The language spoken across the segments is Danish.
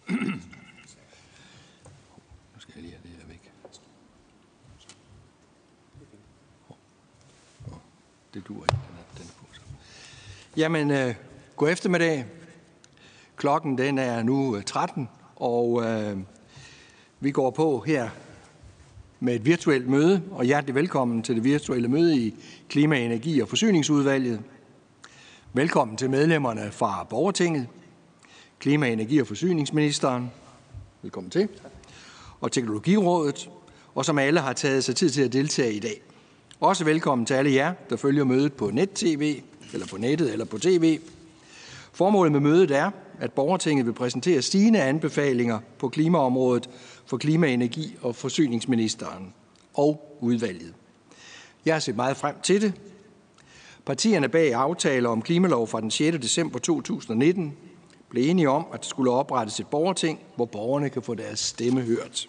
Nu skal jeg lige have det her væk. Det duer ikke, den er på. Jamen, god eftermiddag. Klokken den er nu 13, og vi går på her med et virtuelt møde, og hjertelig velkommen til det virtuelle møde i Klima-, Energi- og Forsyningsudvalget. Velkommen til medlemmerne fra Borgertinget, Klima-, Energi- og Forsyningsministeren, velkommen til, og Teknologirådet, og som alle har taget sig tid til at deltage i dag. Også velkommen til alle jer, der følger mødet på net-tv, eller på nettet, eller på tv. Formålet med mødet er, at Borgertinget vil præsentere sine anbefalinger på klimaområdet for Klima-, Energi- og Forsyningsministeren og udvalget. Jeg har set meget frem til det. Partierne bag aftaler om klimalov fra den 6. december 2019 blev enige om, at der skulle oprettes et borgerting, hvor borgerne kan få deres stemme hørt.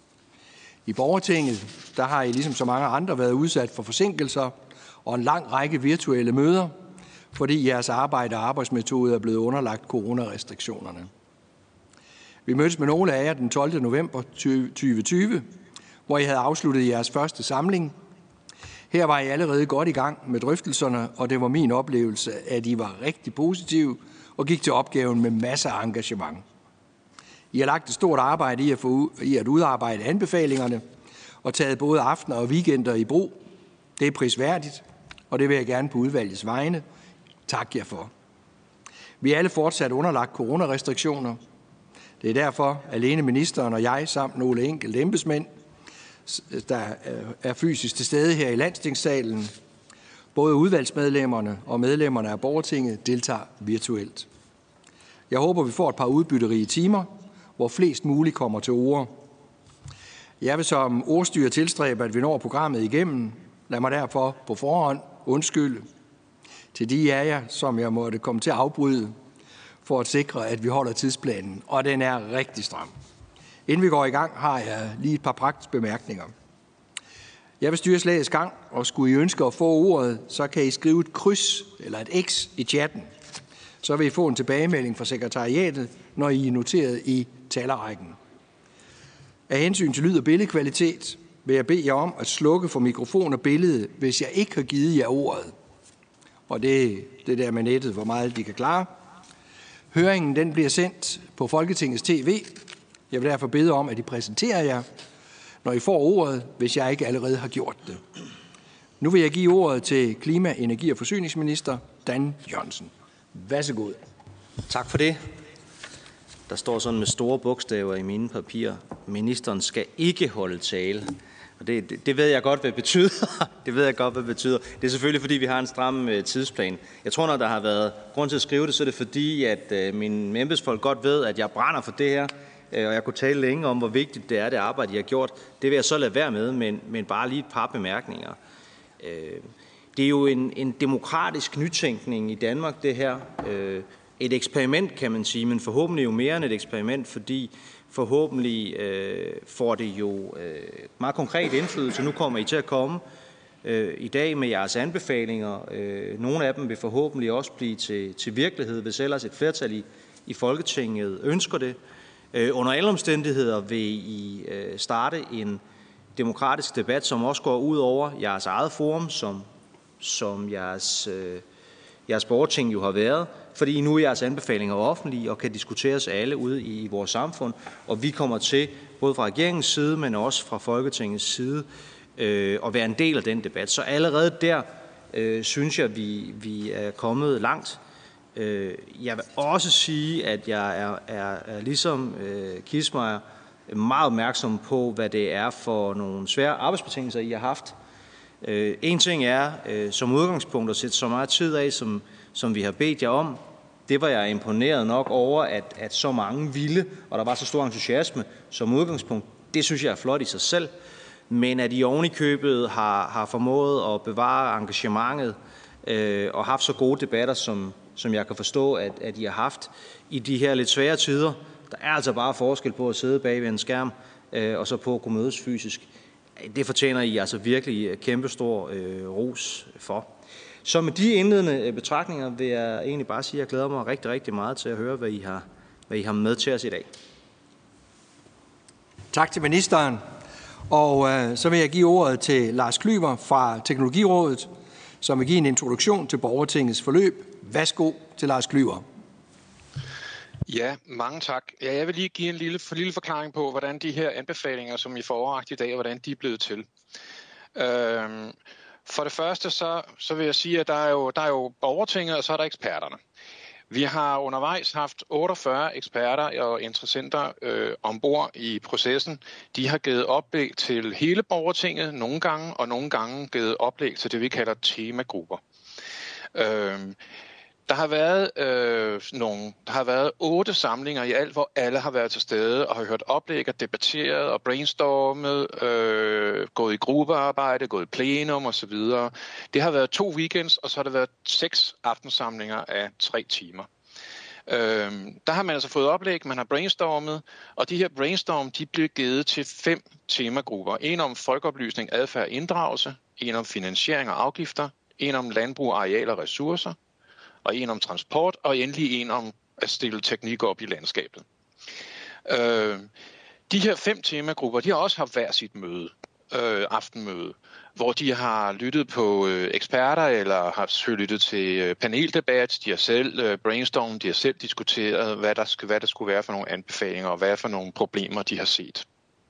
I Borgertinget, der har I ligesom så mange andre været udsat for forsinkelser og en lang række virtuelle møder, fordi jeres arbejde og arbejdsmetode er blevet underlagt coronarestriktionerne. Vi mødtes med nogle af jer den 12. november 2020, hvor I havde afsluttet jeres første samling. Her var I allerede godt i gang med drøftelserne, og det var min oplevelse, at I var rigtig positive og gik til opgaven med masser af engagement. I har lagt et stort arbejde i at udarbejde anbefalingerne og taget både aftener og weekender i brug. Det er prisværdigt, og det vil jeg gerne på udvalgets vegne takke jer for. Vi er alle fortsat underlagt coronarestriktioner. Det er derfor alene ministeren og jeg samt nogle enkelte embedsmænd, der er fysisk til stede her i Landstingssalen. Både udvalgsmedlemmerne og medlemmerne af Borgertinget deltager virtuelt. Jeg håber, vi får et par udbytterige timer, hvor flest muligt kommer til orde. Jeg vil som ordstyrer tilstræbe, at vi når programmet igennem. Lad mig derfor på forhånd undskylde til de af jer, som jeg måtte komme til at afbryde, for at sikre, at vi holder tidsplanen. Og den er rigtig stram. Inden vi går i gang, har jeg lige et par praktiske bemærkninger. Jeg vil styre slagets gang, og skulle I ønske at få ordet, så kan I skrive et kryds eller et X i chatten. Så vil I få en tilbagemelding fra sekretariatet, når I er noteret i talerrækken. Af hensyn til lyd- og billedkvalitet vil jeg bede jer om at slukke for mikrofon og billede, hvis jeg ikke har givet jer ordet. Og det der med nettet, hvor meget de kan klare. Høringen den bliver sendt på Folketingets TV. Jeg vil derfor bede om, at I præsenterer jer, når I får ordet, hvis jeg ikke allerede har gjort det. Nu vil jeg give ordet til Klima-, Energi- og Forsyningsminister Dan Jørgensen. Værsgo. Tak for det. Der står sådan med store bogstaver i mine papirer. Ministeren skal ikke holde tale. Og det ved jeg godt, hvad det betyder. Det er selvfølgelig, fordi vi har en stram tidsplan. Jeg tror, når der har været grund til at skrive det, så er det fordi, at mine embedsfolk godt ved, at jeg brænder for det her. Og jeg kunne tale længe om, hvor vigtigt det er, det arbejde, jeg har gjort. Det vil jeg så lade være med, men bare lige et par bemærkninger. Det er jo en demokratisk nytænkning i Danmark, det her. Et eksperiment, kan man sige, men forhåbentlig jo mere end et eksperiment, fordi forhåbentlig får det jo meget konkret indflydelse. Nu kommer I til at komme i dag med jeres anbefalinger. Nogle af dem vil forhåbentlig også blive til virkelighed, hvis ellers et flertal i Folketinget ønsker det. Under alle omstændigheder vil I starte en demokratisk debat, som også går ud over jeres eget forum, som jeres borgerting jo har været, fordi nu er jeres anbefalinger offentlige og kan diskuteres af alle ude i vores samfund, og vi kommer til, både fra regeringens side, men også fra Folketingets side, at være en del af den debat. Så allerede der synes jeg, vi er kommet langt. Jeg vil også sige, at jeg er ligesom Kissmeyer meget opmærksom på, hvad det er for nogle svære arbejdsbetingelser, I har haft. En ting er som udgangspunkt at sætte så meget tid af, som vi har bedt jer om. Det var jeg imponeret nok over, at så mange ville, og der var så stor entusiasme som udgangspunkt. Det synes jeg er flot i sig selv. Men at I oven i købet har formået at bevare engagementet og haft så gode debatter, som jeg kan forstå, at I har haft i de her lidt svære tider. Der er altså bare forskel på at sidde bag ved en skærm og så på at kunne mødes fysisk. Det fortjener I altså virkelig kæmpestor ros for. Så med de indledende betragtninger vil jeg egentlig bare sige, at jeg glæder mig rigtig, rigtig meget til at høre, hvad I har med til os i dag. Tak til ministeren. Og så vil jeg give ordet til Lars Klyver fra Teknologirådet, som vil give en introduktion til borgertingets forløb. Værsgo til Lars Klyver. Ja, mange tak. Ja, jeg vil lige give en lille forklaring på, hvordan de her anbefalinger, som I får overrakt i dag, hvordan de er blevet til. For det første, så vil jeg sige, at der er jo borgertinget, og så er der eksperterne. Vi har undervejs haft 48 eksperter og interessenter ombord i processen. De har givet oplæg til hele borgertinget nogle gange, og nogle gange givet oplæg til det, vi kalder temagrupper. Der har været 8 samlinger i alt, hvor alle har været til stede og har hørt oplæg og debatteret og brainstormet, gået i gruppearbejde, gået i plenum osv. Det har været 2 weekends, og så har det været 6 aftensamlinger af 3 timer. Der har man altså fået oplæg, man har brainstormet, og de her brainstorm, de blev givet til 5 temagrupper. En om folkeoplysning, adfærd og inddragelse, en om finansiering og afgifter, en om landbrug, areal og ressourcer, og en om transport, og endelig en om at stille teknik op i landskabet. De her 5 temagrupper, de har også haft hver sit møde, aftenmøde, hvor de har lyttet på eksperter, eller har lyttet til paneldebat, de har selv brainstormet, de har selv diskuteret, hvad der skulle være for nogle anbefalinger, og hvad for nogle problemer, de har set.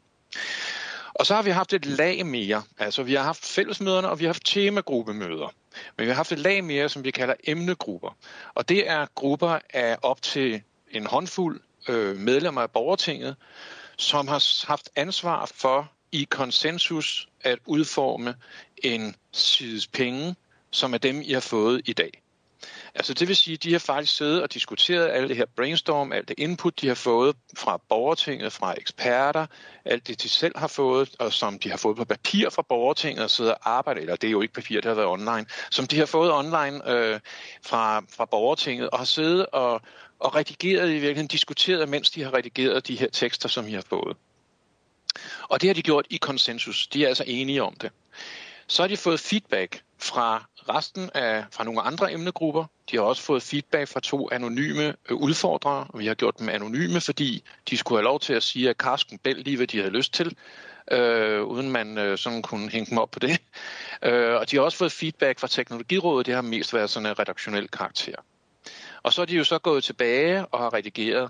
Og så har vi haft et lag mere, altså vi har haft fællesmøderne, og vi har haft temagruppemøder. Men vi har haft et lag mere, som vi kalder emnegrupper. Og det er grupper af op til en håndfuld medlemmer af borgertinget, som har haft ansvar for i konsensus at udforme en sides penge, som er dem, I har fået i dag. Altså det vil sige, at de har faktisk siddet og diskuteret alt det her brainstorm, alt det input, de har fået fra borgertinget, fra eksperter, alt det, de selv har fået, og som de har fået på papir fra borgertinget og sidder og arbejder, eller det er jo ikke papir, det har været online, som de har fået online fra borgertinget og har siddet og redigeret i virkeligheden, diskuteret, mens de har redigeret de her tekster, som I har fået. Og det har de gjort i konsensus. De er altså enige om det. Så har de fået feedback fra fra nogle andre emnegrupper. De har også fået feedback fra 2 anonyme udfordrere. Vi har gjort dem anonyme, fordi de skulle have lov til at sige, at karsken bæl lige, hvad de havde lyst til, uden man sådan kunne hænge dem op på det. Og de har også fået feedback fra Teknologirådet. Det har mest været sådan en redaktionel karakter. Og så er de jo så gået tilbage og har redigeret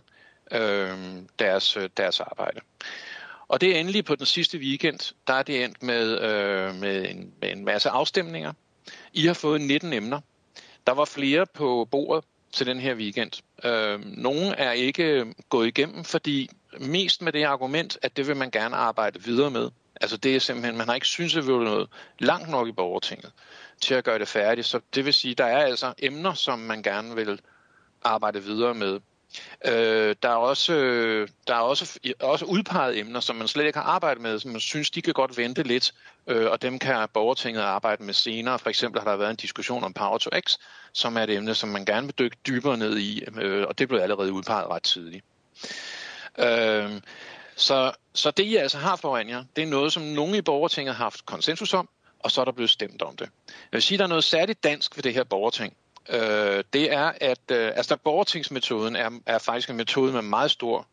deres arbejde. Og det er endelig på den sidste weekend, der er det endt med en masse afstemninger. I har fået 19 emner. Der var flere på bordet til den her weekend. Nogle er ikke gået igennem, fordi mest med det argument, at det vil man gerne arbejde videre med. Altså det er simpelthen, man har ikke synes, at vi vil noget langt nok i borgertinget til at gøre det færdigt. Så det vil sige, at der er altså emner, som man gerne vil arbejde videre med. Der er også udpegede emner, som man slet ikke har arbejdet med, som man synes, de kan godt vente lidt, og dem kan borgertinget arbejde med senere. For eksempel har der været en diskussion om Power to X, som er et emne, som man gerne vil dykke dybere ned i, og det blev allerede udpeget ret tidligt. Så det, I altså har foran jer, det er noget, som nogle i borgertinget har haft konsensus om, og så er der blevet stemt om det. Jeg vil sige, at der er noget særligt dansk ved det her borgerting. Det er, at borgertingsmetoden er faktisk en metode med meget stor,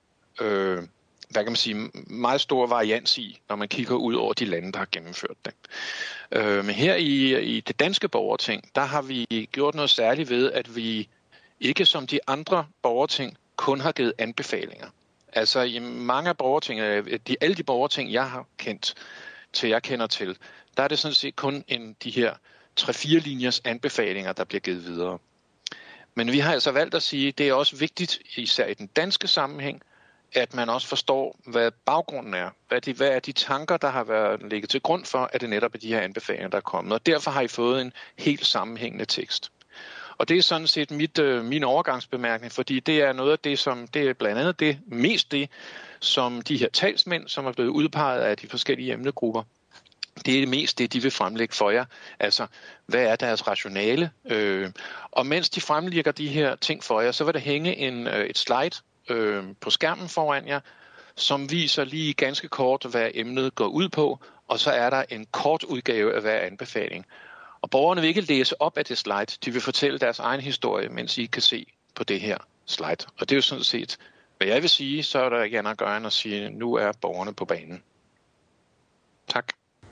meget stor varians i, når man kigger ud over de lande, der har gennemført det. Men her i det danske borgerting, der har vi gjort noget særligt ved, at vi ikke som de andre borgerting kun har givet anbefalinger. Altså i mange af borgertingene, alle de borgerting, jeg har kendt til, jeg kender til, der er det sådan set kun de her 3-4 linjers anbefalinger, der bliver givet videre. Men vi har altså valgt at sige, at det er også vigtigt, især i den danske sammenhæng, at man også forstår, hvad baggrunden er. Hvad er de tanker, der har været ligget til grund for, at det netop er de her anbefalinger, der er kommet. Og derfor har I fået en helt sammenhængende tekst. Og det er sådan set min overgangsbemærkning, fordi det er noget af det, det er blandt andet det, som de her talsmænd, som er blevet udpeget af de forskellige emnegrupper, det er mest det, de vil fremlægge for jer. Altså, hvad er deres rationale? Og mens de fremlægger de her ting for jer, så vil der hænge et slide på skærmen foran jer, som viser lige ganske kort, hvad emnet går ud på, og så er der en kort udgave af hver anbefaling. Og borgerne vil ikke læse op af det slide, de vil fortælle deres egen historie, mens I kan se på det her slide. Og det er jo sådan set Hvad jeg vil sige, så er der ikke andet at gøre end at sige, at nu er borgerne på banen. Tak.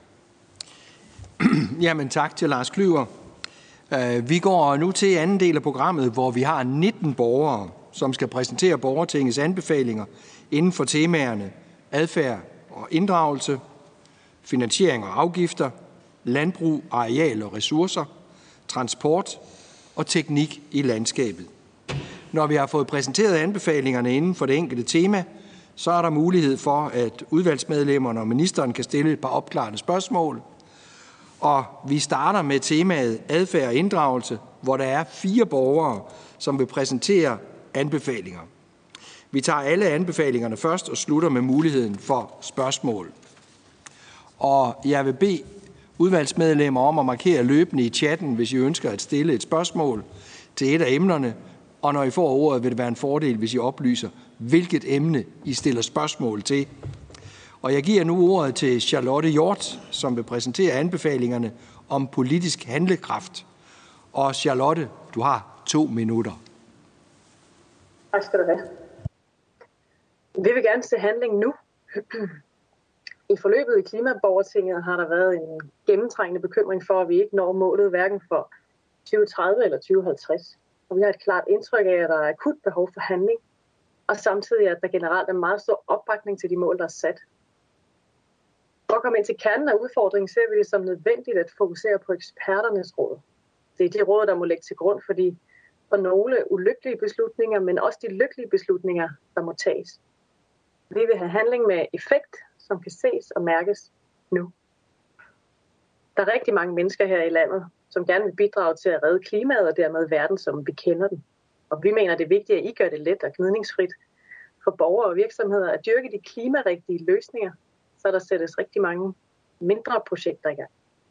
Jamen tak til Lars Klyver. Vi går nu til anden del af programmet, hvor vi har 19 borgere, som skal præsentere borgertingets anbefalinger inden for temaerne adfærd og inddragelse, finansiering og afgifter, landbrug, areal og ressourcer, transport og teknik i landskabet. Når vi har fået præsenteret anbefalingerne inden for det enkelte tema, så er der mulighed for, at udvalgsmedlemmerne og ministeren kan stille et par opklarende spørgsmål. Og vi starter med temaet adfærd og inddragelse, hvor der er 4 borgere, som vil præsentere anbefalinger. Vi tager alle anbefalingerne først og slutter med muligheden for spørgsmål. Og jeg vil bede udvalgsmedlemmer om at markere løbende i chatten, hvis I ønsker at stille et spørgsmål til et af emnerne. Og når I får ordet, vil det være en fordel, hvis I oplyser, hvilket emne I stiller spørgsmål til. Og jeg giver nu ordet til Charlotte Hjort, som vil præsentere anbefalingerne om politisk handlekraft. Og Charlotte, du har 2 minutter. Tak skal du have. Vi vil gerne se handling nu. I forløbet i Klimaborgertinget har der været en gennemtrængende bekymring for, at vi ikke når målet hverken for 2030 eller 2050. Og vi har et klart indtryk af, at der er akut behov for handling, og samtidig at der generelt er meget stor opbakning til de mål, der er sat. For at komme ind til kernen af udfordringen, ser vi det som nødvendigt at fokusere på eksperternes råd. Det er de råd, der må lægge til grund for nogle ulykkelige beslutninger, men også de lykkelige beslutninger, der må tages. Vi vil have handling med effekt, som kan ses og mærkes nu. Der er rigtig mange mennesker her i landet, som gerne vil bidrage til at redde klimaet og dermed verden, som vi kender den. Og vi mener, det er vigtigt, at I gør det let og gnidningsfrit for borgere og virksomheder at dyrke de klimarigtige løsninger, så der sættes rigtig mange mindre projekter i gang.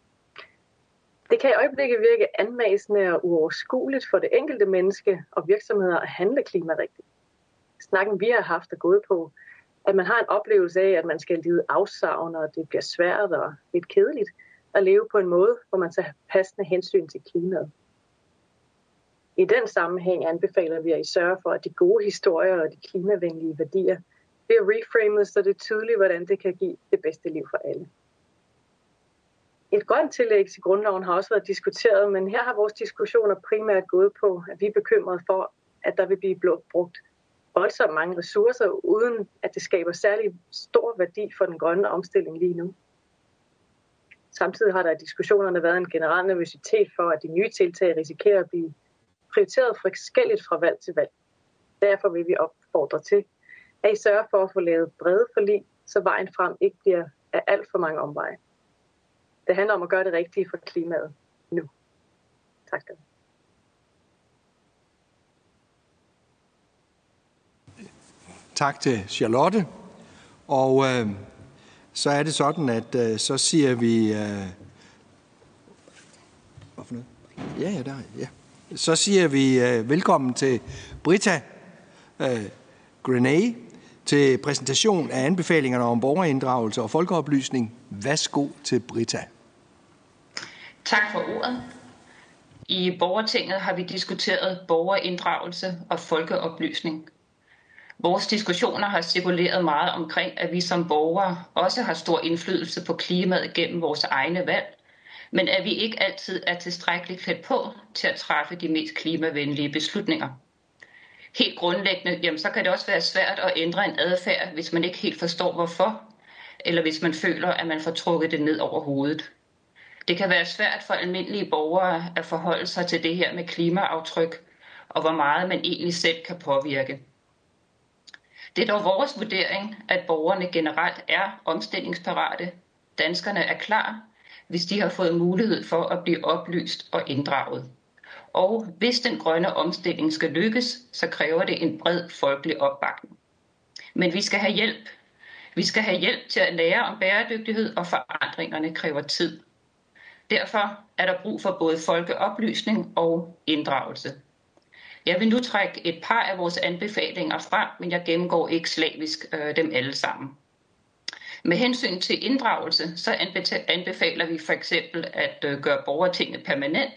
Det kan i øjeblikket virke anmasende og uoverskueligt for det enkelte menneske og virksomheder at handle klimarigtigt. Snakken vi har haft er gået på, at man har en oplevelse af, at man skal lide afsavn, og det bliver svært og lidt kedeligt at leve på en måde, hvor man tager passende hensyn til klimaet. I den sammenhæng anbefaler vi, at I sørger for, at de gode historier og de klimavenlige værdier bliver reframet, så det er tydeligt, hvordan det kan give det bedste liv for alle. Et grønt tillæg til grundloven har også været diskuteret, men her har vores diskussioner primært gået på, at vi er bekymrede for, at der vil blive brugt voldsomt mange ressourcer, uden at det skaber særlig stor værdi for den grønne omstilling lige nu. Samtidig har der i diskussionerne været en generel nervøsitet for, at de nye tiltag risikerer at blive prioriteret forskelligt fra valg til valg. Derfor vil vi opfordre til, at I sørger for at få lavet brede forlig, så vejen frem ikke bliver af alt for mange omveje. Det handler om at gøre det rigtige for klimaet nu. Tak skal du. Tak til Charlotte. Og så er det sådan, at så siger vi... Hvorfor noget? Ja, der. Ja. Så siger vi velkommen til Britta Grenay til præsentation af anbefalingerne om borgerinddragelse og folkeoplysning. Værsgo til Britta. Tak for ordet. I Borgertinget har vi diskuteret borgerinddragelse og folkeoplysning. Vores diskussioner har cirkuleret meget omkring, at vi som borgere også har stor indflydelse på klimaet gennem vores egne valg, men at vi ikke altid er tilstrækkeligt klædt på til at træffe de mest klimavenlige beslutninger. Helt grundlæggende, så kan det også være svært at ændre en adfærd, hvis man ikke helt forstår hvorfor, eller hvis man føler, at man får trukket det ned over hovedet. Det kan være svært for almindelige borgere at forholde sig til det her med klimaaftryk, og hvor meget man egentlig selv kan påvirke. Det er dog vores vurdering, at borgerne generelt er omstillingsparate. Danskerne er klar, hvis de har fået mulighed for at blive oplyst og inddraget. Og hvis den grønne omstilling skal lykkes, så kræver det en bred folkelig opbakning. Men vi skal have hjælp. Vi skal have hjælp til at lære om bæredygtighed, og forandringerne kræver tid. Derfor er der brug for både folkeoplysning og inddragelse. Jeg vil nu trække et par af vores anbefalinger frem, men jeg gennemgår ikke slavisk dem alle sammen. Med hensyn til inddragelse, så anbefaler vi for eksempel at gøre borgertinget permanent,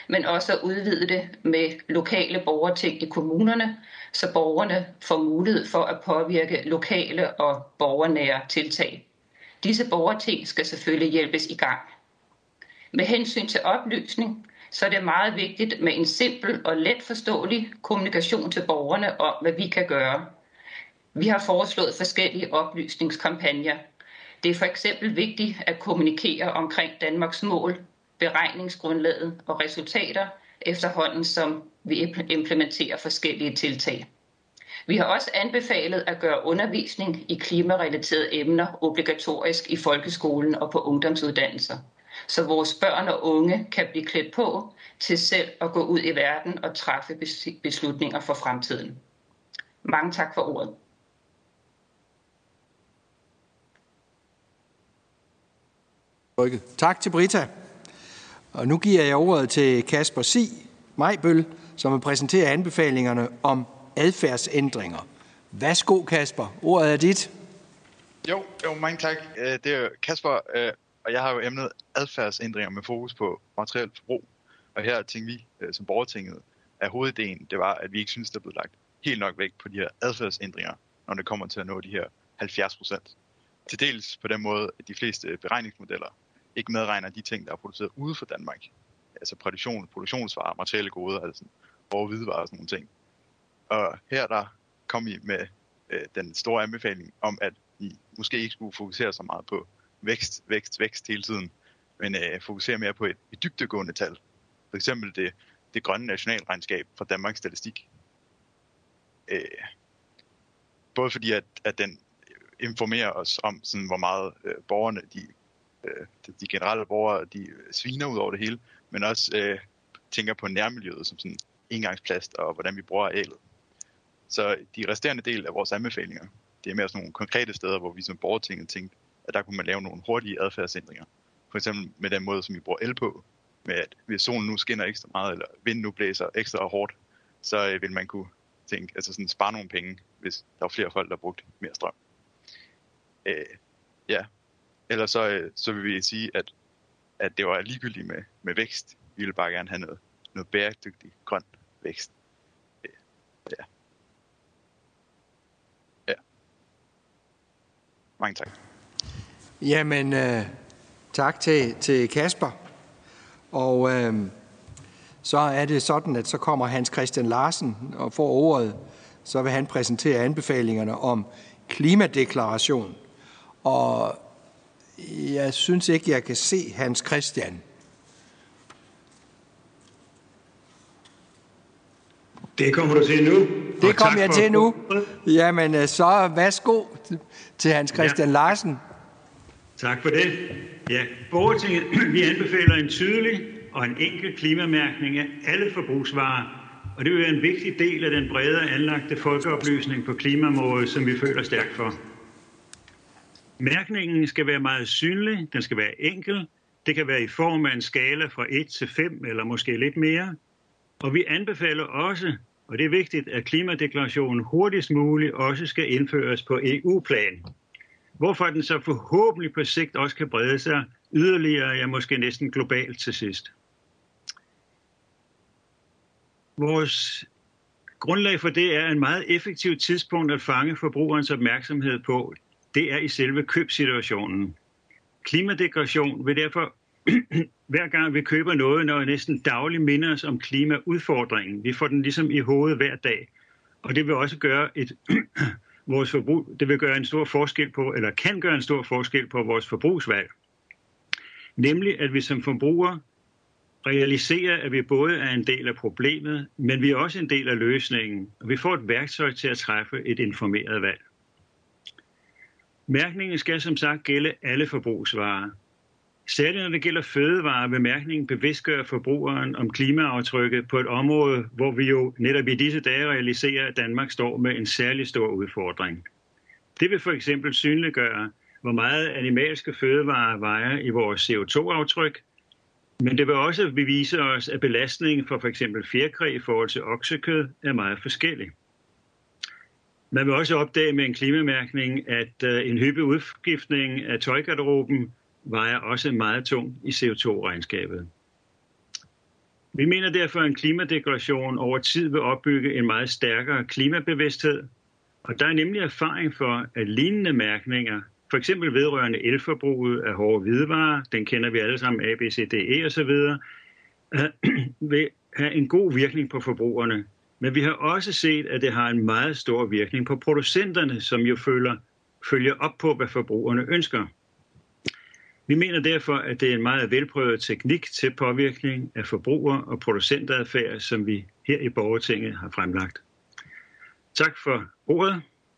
men også at udvide det med lokale borgerting i kommunerne, så borgerne får mulighed for at påvirke lokale og borgernære tiltag. Disse borgerting skal selvfølgelig hjælpes i gang. Med hensyn til oplysning, så er det meget vigtigt med en simpel og let forståelig kommunikation til borgerne om, hvad vi kan gøre. Vi har foreslået forskellige oplysningskampagner. Det er for eksempel vigtigt at kommunikere omkring Danmarks mål, beregningsgrundlaget og resultater efterhånden, som vi implementerer forskellige tiltag. Vi har også anbefalet at gøre undervisning i klimarelaterede emner obligatorisk i folkeskolen og på ungdomsuddannelser, så vores børn og unge kan blive klædt på til selv at gå ud i verden og træffe beslutninger for fremtiden. Mange tak for ordet. Tak til Britta. Og nu giver jeg ordet til Kasper Si Majbøl, som vil præsentere anbefalingerne om adfærdsændringer. Værsgo, Kasper. Ordet er dit. Jo, mange tak. Det er Kasper, og jeg har jo emnet adfærdsændringer med fokus på materielt forbrug. Og her tænker vi som borgertinget, at hovedideen det var, at vi ikke synes, der er blevet lagt helt nok vægt på de her adfærdsændringer, når det kommer til at nå de her 70%. Til dels på den måde, at de fleste beregningsmodeller ikke medregner de ting, der er produceret ude for Danmark. Altså produktionsvarer, materielle goder, altså og hvidevarer og sådan nogle ting. Og her der kom I med den store anbefaling om, at I måske ikke skulle fokusere så meget på vækst hele tiden, men fokusere mere på et dybdegående tal. For eksempel det grønne nationalregnskab fra Danmarks Statistik. Både fordi, at den informerer os om, sådan, hvor meget borgerne, de generelle borgere, de sviner ud over det hele, men også tænker på nærmiljøet som sådan engangsplast og hvordan vi bruger arealet. Så de resterende del af vores anbefalinger, det er mere sådan nogle konkrete steder, hvor vi som borgertinget tænkte, at der kunne man lave nogle hurtige adfærdsændringer. For eksempel med den måde, som vi bruger el på, med at hvis solen nu skinner ekstra meget, eller vinden nu blæser ekstra hårdt, så vil man kunne tænke, altså sådan spare nogle penge, hvis der var flere folk, der brugte mere strøm. Ja. Ellers så vil vi sige, at det var ligegyldigt med vækst. Vi vil bare gerne have noget bæredygtig grøn vækst. Ja. Mange tak. Jamen, tak til Kasper. Og så er det sådan, at så kommer Hans Christian Larsen og får ordet. Så vil han præsentere anbefalingerne om klimadeklaration. Og jeg synes ikke, jeg kan se Hans Christian. Det kommer du til nu. Det kommer jeg til nu. Jamen, så værsgo til Hans Christian Larsen. Tak for det. Ja, borgertinget, vi anbefaler en tydelig og en enkel klimamærkning af alle forbrugsvarer. Og det vil være en vigtig del af den bredere anlagte folkeoplysning på klimaområdet, som vi føler stærkt for. Mærkningen skal være meget synlig, den skal være enkel. Det kan være i form af en skala fra 1 til 5 eller måske lidt mere. Og vi anbefaler også, og det er vigtigt, at klimadeklarationen hurtigst muligt også skal indføres på EU-plan. Hvorfor den så forhåbentlig på sigt også kan brede sig yderligere, ja måske næsten globalt til sidst. Vores grundlag for det er en meget effektiv tidspunkt at fange forbrugerens opmærksomhed på. Det er i selve købssituationen. Klimadeklaration vil derfor hver gang vi køber noget, når næsten dagligt minder os om klimaudfordringen. Vi får den ligesom i hovedet hver dag. Og det vil også gøre vores forbrug, det vil gøre en stor forskel på, eller kan gøre en stor forskel på vores forbrugsvalg. Nemlig at vi som forbrugere realiserer, at vi både er en del af problemet, men vi er også en del af løsningen. Og vi får et værktøj til at træffe et informeret valg. Mærkningen skal som sagt gælde alle forbrugsvarer. Særligt når det gælder fødevarer, vil mærkningen bevidstgøre forbrugeren om klimaaftrykket på et område, hvor vi jo netop i disse dage realiserer, at Danmark står med en særlig stor udfordring. Det vil for eksempel synliggøre, hvor meget animalske fødevarer vejer i vores CO2-aftryk, men det vil også bevise os, at belastningen for eksempel fjerkræ i forhold til oksekød er meget forskellig. Man vil også opdage med en klimamærkning, at en hyppig udskiftning af tøjgarderoben vejer også meget tungt i CO2-regnskabet. Vi mener derfor, at en klimadeklaration over tid vil opbygge en meget stærkere klimabevidsthed. Og der er nemlig erfaring for, at lignende mærkninger, for eksempel vedrørende elforbruget af hårde hvidevarer, den kender vi alle sammen, A, B, C, D, E osv., vil have en god virkning på forbrugerne. Men vi har også set, at det har en meget stor virkning på producenterne, som jo følger op på, hvad forbrugerne ønsker. Vi mener derfor, at det er en meget velprøvet teknik til påvirkning af forbruger- og producentadfærd, som vi her i Borgertinget har fremlagt. Tak for ordet.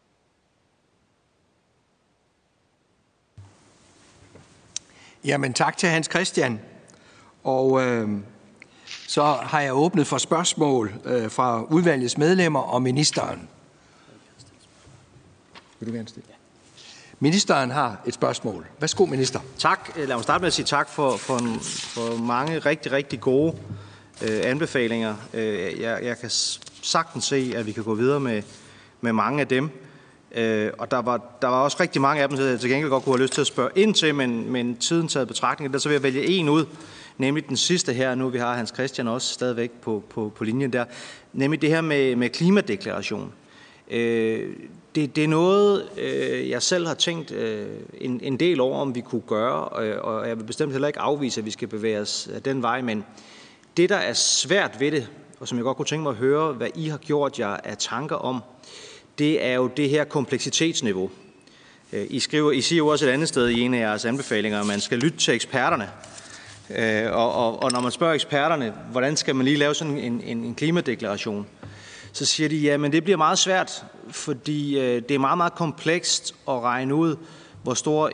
Jamen tak til Hans Christian. Og så har jeg åbnet for spørgsmål fra udvalgets medlemmer og ministeren. Vil du gerne stille? Ministeren har et spørgsmål. Værsgo, minister. Tak. Lad mig starte med at sige tak for mange rigtig, rigtig gode anbefalinger. Jeg kan sagtens se, at vi kan gå videre med mange af dem. Og der var også rigtig mange af dem, som jeg til gengæld godt kunne have lyst til at spørge ind til, men tiden taget betragtning, så vil jeg vælge en ud, nemlig den sidste her, nu vi har Hans Christian også stadigvæk på linjen der, nemlig det her med klimadeklaration. Det er noget, jeg selv har tænkt en del over, om vi kunne gøre, og jeg vil bestemt heller ikke afvise, at vi skal bevæge os den vej, men det, der er svært ved det, og som jeg godt kunne tænke mig at høre, hvad I har gjort jer af tanker om, det er jo det her kompleksitetsniveau. I siger jo også et andet sted i en af jeres anbefalinger, at man skal lytte til eksperterne. Og når man spørger eksperterne, hvordan skal man lige lave sådan en klimadeklaration, så siger de, ja, men det bliver meget svært, fordi det er meget, meget komplekst at regne ud, hvor stor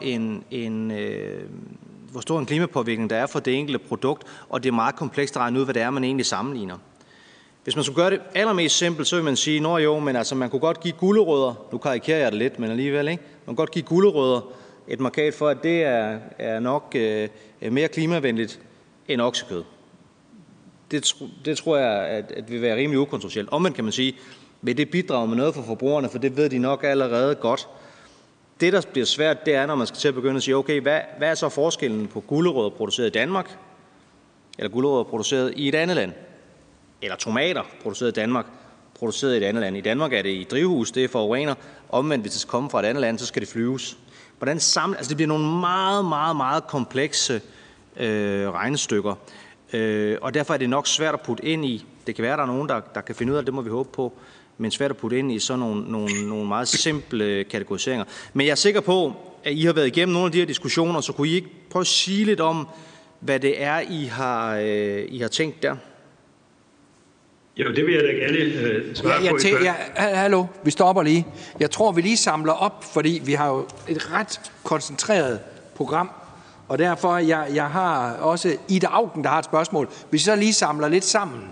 en klimapåvirkning der er for det enkelte produkt, og det er meget komplekst at regne ud, hvad det er, man egentlig sammenligner. Hvis man skulle gøre det allermest simpelt, så vil man sige, men altså, man kunne godt give gulerødder, nu karikerer jeg det lidt, men alligevel, ikke? Man kunne godt give gulerødder et markat for, at det er nok mere klimavenligt end oksekød. Det tror jeg, at vil være rimelig ukontroversielt. Omvendt kan man sige, vil det bidrage med noget for forbrugerne, for det ved de nok allerede godt. Det, der bliver svært, det er, når man skal til at begynde at sige, okay, hvad er så forskellen på gulerødder produceret i Danmark, eller gulerødder produceret i et andet land? Eller tomater produceret i Danmark, produceret i et andet land. I Danmark er det i drivhus, det er forurener. Omvendt, hvis det kommer fra et andet land, så skal det flyves. Hvordan altså det bliver nogle meget, meget, meget komplekse regnestykker. Og derfor er det nok svært at putte ind i. Det kan være, at der er nogen, der kan finde ud af det, må vi håbe på. Men svært at putte ind i sådan nogle meget simple kategoriseringer. Men jeg er sikker på, at I har været igennem nogle af de her diskussioner, så kunne I ikke prøve at sige lidt om, hvad det er, I har tænkt der? Jo, det vil jeg da gerne svare på. Hallo, vi stopper lige. Jeg tror, vi lige samler op, fordi vi har jo et ret koncentreret program, og derfor, jeg har også Ida Auken, der har et spørgsmål. Hvis vi så lige samler lidt sammen,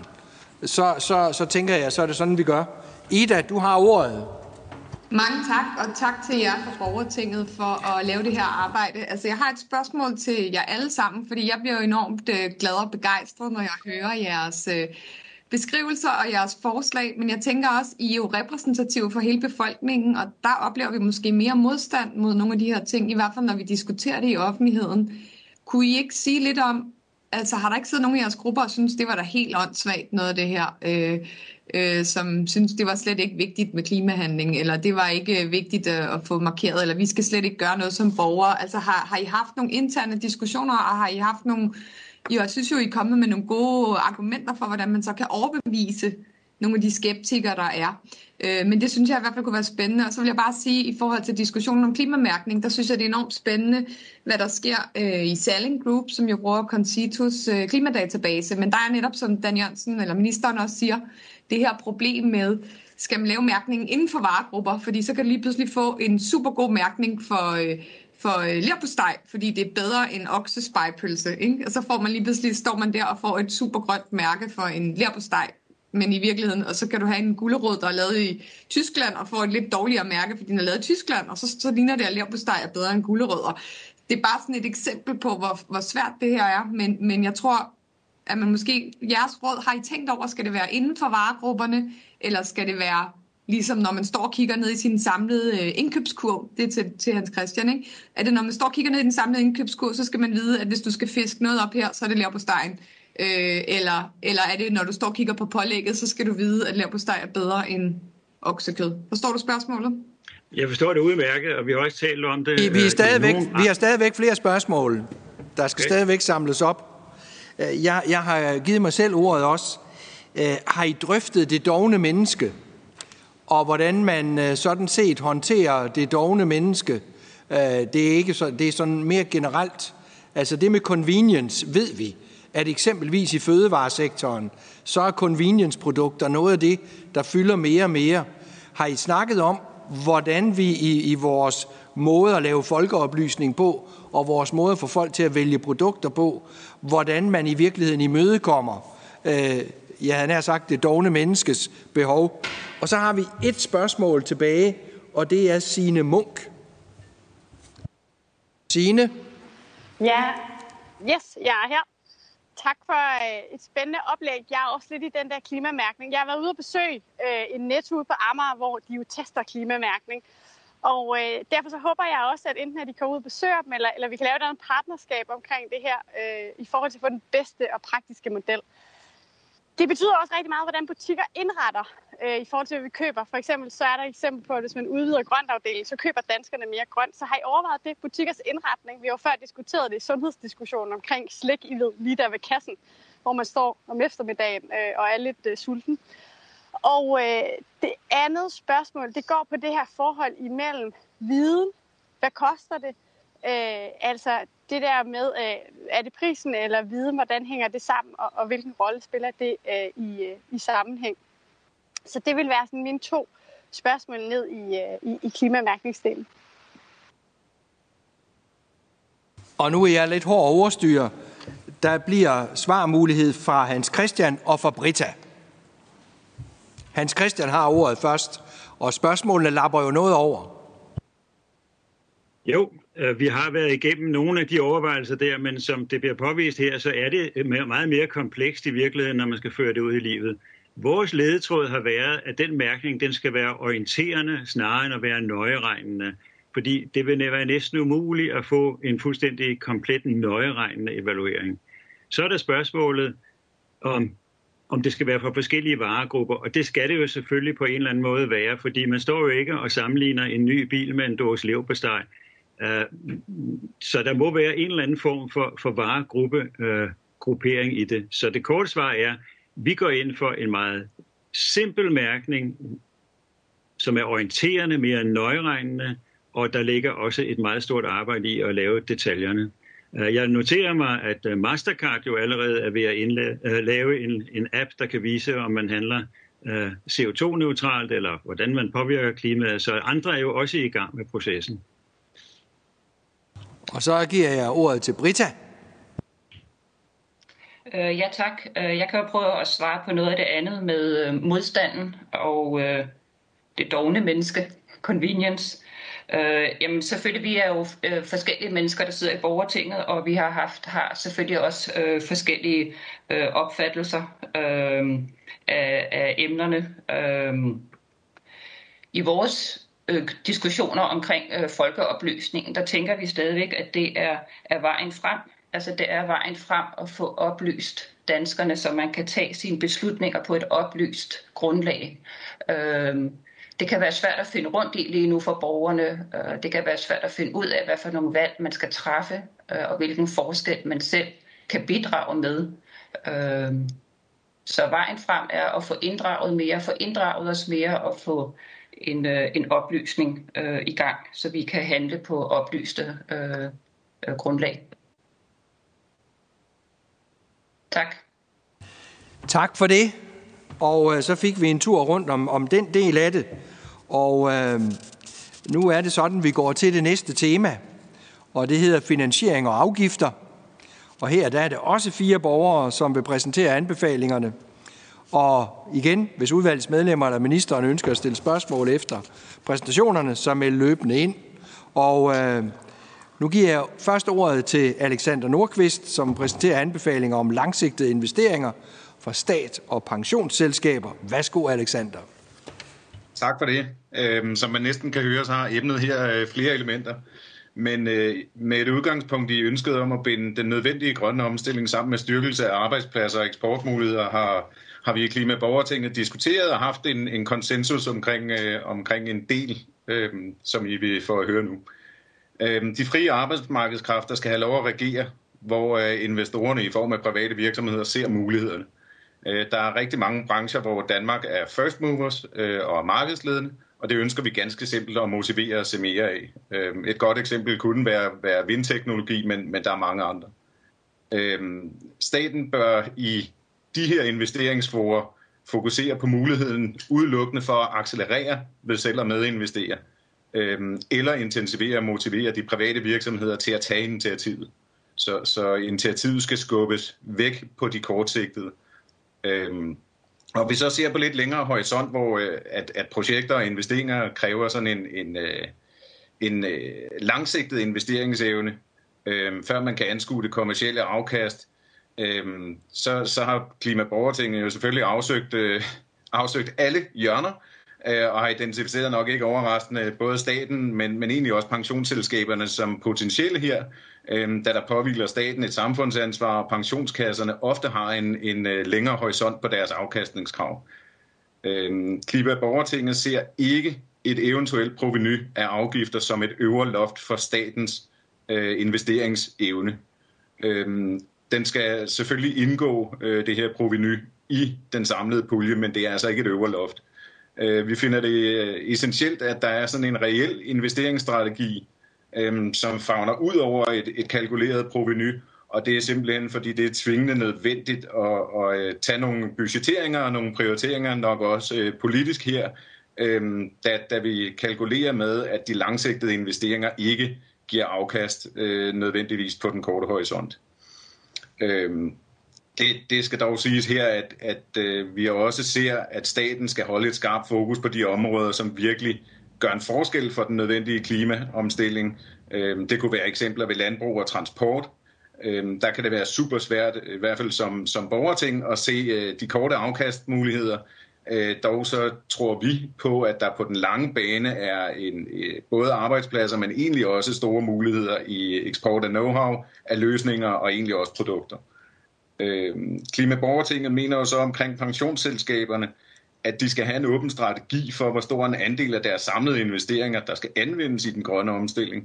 så tænker jeg, så er det sådan, vi gør. Ida, du har ordet. Mange tak, og tak til jer fra Borgertinget for at lave det her arbejde. Altså, jeg har et spørgsmål til jer alle sammen, fordi jeg bliver jo enormt glad og begejstret, når jeg hører jeres beskrivelser og jeres forslag, men jeg tænker også, I er jo repræsentative for hele befolkningen, og der oplever vi måske mere modstand mod nogle af de her ting, i hvert fald når vi diskuterer det i offentligheden. Kunne I ikke sige lidt om, altså har der ikke siddet nogen af jeres grupper og synes, det var da helt åndssvagt noget af det her, som synes, det var slet ikke vigtigt med klimahandling, eller det var ikke vigtigt at få markeret, eller vi skal slet ikke gøre noget som borgere. Altså har I haft nogle interne diskussioner, og har I haft nogle... Jeg synes jo, I er kommet med nogle gode argumenter for, hvordan man så kan overbevise nogle af de skeptikere, der er. Men det synes jeg i hvert fald kunne være spændende. Og så vil jeg bare sige, i forhold til diskussionen om klimamærkning, der synes jeg, det er enormt spændende, hvad der sker i Salling Group, som jo bruger Concitos klimadatabase. Men der er netop, som Dan Jørgensen eller ministeren også siger, det her problem med, skal man lave mærkningen inden for varegrupper, fordi så kan du lige pludselig få en super god mærkning for leverpostej, fordi det er bedre end oksespejpølse, ikke? Og så får man lige pludselig, står man der og får et super grønt mærke for en leverpostej, men i virkeligheden, og så kan du have en gulerod, der er lavet i Tyskland, og få et lidt dårligere mærke, fordi den er lavet i Tyskland, og så ligner det, at leverpostej er bedre end gulerødder. Det er bare sådan et eksempel på, hvor svært det her er, men jeg tror, at man måske, jeres råd, har I tænkt over, skal det være inden for varegrupperne, eller skal det være ligesom når man står og kigger ned i sin samlede indkøbskurv, det er til Hans Christian, ikke? Er det, når man står og kigger ned i den samlede indkøbskurv, så skal man vide, at hvis du skal fiske noget op her, så er det leverpostejen. Eller er det, når du står og kigger på pålægget, så skal du vide, at leverpostej er bedre end oksekød? Forstår du spørgsmålet? Jeg forstår det udmærket, og vi har også talt om det. Vi har stadigvæk flere spørgsmål. Der skal stadigvæk samles op. Jeg har givet mig selv ordet også. Har I drøftet det dovne menneske, og hvordan man sådan set håndterer det dovne menneske? Det er sådan mere generelt. Altså det med convenience ved vi, at eksempelvis i fødevaresektoren, så er convenience-produkter noget af det, der fylder mere og mere. Har I snakket om, hvordan vi i vores måde at lave folkeoplysning på, og vores måde at få folk til at vælge produkter på, hvordan man i virkeligheden imødekommer, jeg havde nær sagt, det dovne menneskes behov. Og så har vi et spørgsmål tilbage, og det er Signe Munk. Signe? Ja, yes, jeg er her. Tak for et spændende oplæg. Jeg er også lidt i den der klimamærkning. Jeg har været ude at besøge en Netto ude på Amager, hvor de jo tester klimamærkning. Og derfor så håber jeg også, at enten at de kommer ud og besøger dem, eller vi kan lave et partnerskab omkring det her, i forhold til at få den bedste og praktiske model. Det betyder også rigtig meget, hvordan butikker indretter i forhold til, hvad vi køber. For eksempel så er der et eksempel på, at hvis man udvider grøntafdelingen, så køber danskerne mere grønt. Så har I overvejet det, butikkers indretning? Vi har jo før diskuteret det i sundhedsdiskussionen omkring slik, I ved, lige der ved kassen, hvor man står om eftermiddagen og er lidt sulten. Og det andet spørgsmål, det går på det her forhold imellem viden. Hvad koster det? Altså det der med, er det prisen eller viden, hvordan hænger det sammen, og hvilken rolle spiller det i sammenhæng? Så det vil være sådan mine 2 spørgsmål ned i klimamærkningsdelen. Og nu er jeg lidt hård overstyrer. Der bliver svarmulighed fra Hans Christian og fra Britta. Hans Christian har ordet først, og spørgsmålene lapper jo noget over. Jo, vi har været igennem nogle af de overvejelser der, men som det bliver påvist her, så er det meget mere komplekst i virkeligheden, når man skal føre det ud i livet. Vores ledetråd har været, at den mærkning den skal være orienterende, snarere end at være nøjeregnende. Fordi det vil være næsten umuligt at få en fuldstændig komplet nøjeregnende evaluering. Så er der spørgsmålet om det skal være for forskellige varegrupper, og det skal det jo selvfølgelig på en eller anden måde være, fordi man står jo ikke og sammenligner en ny bil med en dåse leverpostej. Så der må være en eller anden form for varegruppering i det. Så det korte svar er, vi går ind for en meget simpel mærkning, som er orienterende, mere nøjeregnende, og der ligger også et meget stort arbejde i at lave detaljerne. Jeg noterer mig, at Mastercard jo allerede er ved at lave en app, der kan vise, om man handler CO2-neutralt, eller hvordan man påvirker klimaet. Så andre er jo også i gang med processen. Og så giver jeg ordet til Britta. Ja, tak. Jeg kan jo prøve at svare på noget af det andet med modstanden og det dovne menneske, convenience. Jamen selvfølgelig, vi er jo forskellige mennesker, der sidder i borgertinget, og vi har selvfølgelig også forskellige opfattelser af emnerne. I vores diskussioner omkring folkeoplysningen, der tænker vi stadigvæk, at det er vejen frem. Altså det er vejen frem at få oplyst danskerne, så man kan tage sine beslutninger på et oplyst grundlag. Det kan være svært at finde rundt i lige nu for borgerne. Det kan være svært at finde ud af, hvad for nogle valg man skal træffe, og hvilken forskel man selv kan bidrage med. Så vejen frem er at få inddraget os mere og få en oplysning i gang, så vi kan handle på oplyste grundlag. Tak. Tak for det. Og så fik vi en tur rundt om den del af det. Og nu er det sådan, vi går til det næste tema. Og det hedder finansiering og afgifter. Og her der er det også 4 borgere, som vil præsentere anbefalingerne. Og igen, hvis udvalgets medlemmer eller ministeren ønsker at stille spørgsmål efter præsentationerne, så meld løbende ind. Og nu giver jeg først ordet til Alexander Nordqvist, som præsenterer anbefalinger om langsigtede investeringer for stat og pensionsselskaber. Værsgo, Alexander. Tak for det. Som man næsten kan høre, så har emnet her flere elementer. men med et udgangspunkt i ønsket om at binde den nødvendige grønne omstilling sammen med styrkelse af arbejdspladser og eksportmuligheder, har vi i Klimaborgertinget diskuteret og haft en konsensus omkring en del, som I vil få at høre nu. De frie arbejdsmarkedskræfter skal have lov at regere, hvor investorerne i form af private virksomheder ser mulighederne. Der er rigtig mange brancher, hvor Danmark er first movers og markedsledende, og det ønsker vi ganske simpelt at motivere og se mere af. Et godt eksempel kunne være vindteknologi, men der er mange andre. Staten bør i de her investeringsforer fokusere på muligheden udelukkende for at accelerere ved selv at medinvestere, eller intensivere og motivere de private virksomheder til at tage initiativet. Så initiativet skal skubbes væk på de kortsigtede. Og vi så ser på lidt længere horisont, hvor at projekter og investeringer kræver sådan en langsigtet investeringsevne, før man kan anskue det kommercielle afkast, så har Klimaborgertinget jo selvfølgelig afsøgt alle hjørner, og har identificeret nok ikke overraskende både staten, men egentlig også pensionsselskaberne som potentielle her, da der påhviler staten et samfundsansvar, og pensionskasserne ofte har en længere horisont på deres afkastningskrav. Klimaborgertinget ser ikke et eventuelt provenu af afgifter som et øvre loft for statens investeringsevne. Den skal selvfølgelig indgå, det her provenu, i den samlede pulje, men det er altså ikke et øvre loft. Vi finder det essentielt, at der er sådan en reel investeringsstrategi, som favner ud over et kalkuleret provenu, og det er simpelthen, fordi det er tvingende nødvendigt at tage nogle budgetteringer og nogle prioriteringer, nok også politisk her, da vi kalkulerer med, at de langsigtede investeringer ikke giver afkast nødvendigvis på den korte horisont. Det skal dog siges her, at vi også ser, at staten skal holde et skarpt fokus på de områder, som virkelig gør en forskel for den nødvendige klimaomstilling. Det kunne være eksempler ved landbrug og transport. Der kan det være super svært, i hvert fald som borgerting, at se de korte afkastmuligheder. Dog så tror vi på, at der på den lange bane er både arbejdspladser, men egentlig også store muligheder i eksport af know-how, af løsninger og egentlig også produkter. Klimaborgertinget mener jo så omkring pensionsselskaberne, at de skal have en åben strategi for, hvor stor en andel af deres samlede investeringer, der skal anvendes i den grønne omstilling.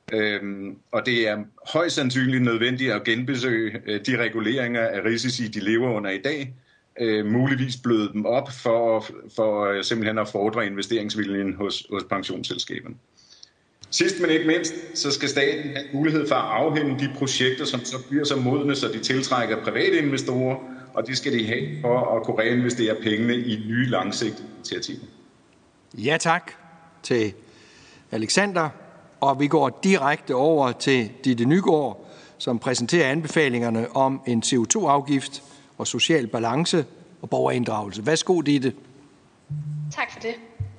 Og det er højst sandsynligt nødvendigt at genbesøge de reguleringer af risici, de lever under i dag, muligvis bløde dem op for simpelthen at fordre investeringsviljen hos pensionsselskaberne. Sidst men ikke mindst, så skal staten have mulighed for at afhænde de projekter, som så bliver så modne, så de tiltrækker private investorer, og det skal de have for at kunne reinvestere pengene i nye langsigtede initiativer. Ja tak til Alexander, og vi går direkte over til Ditte Nygaard, som præsenterer anbefalingerne om en CO2-afgift og social balance og borgerinddragelse. Værsgo, Ditte. Tak for det.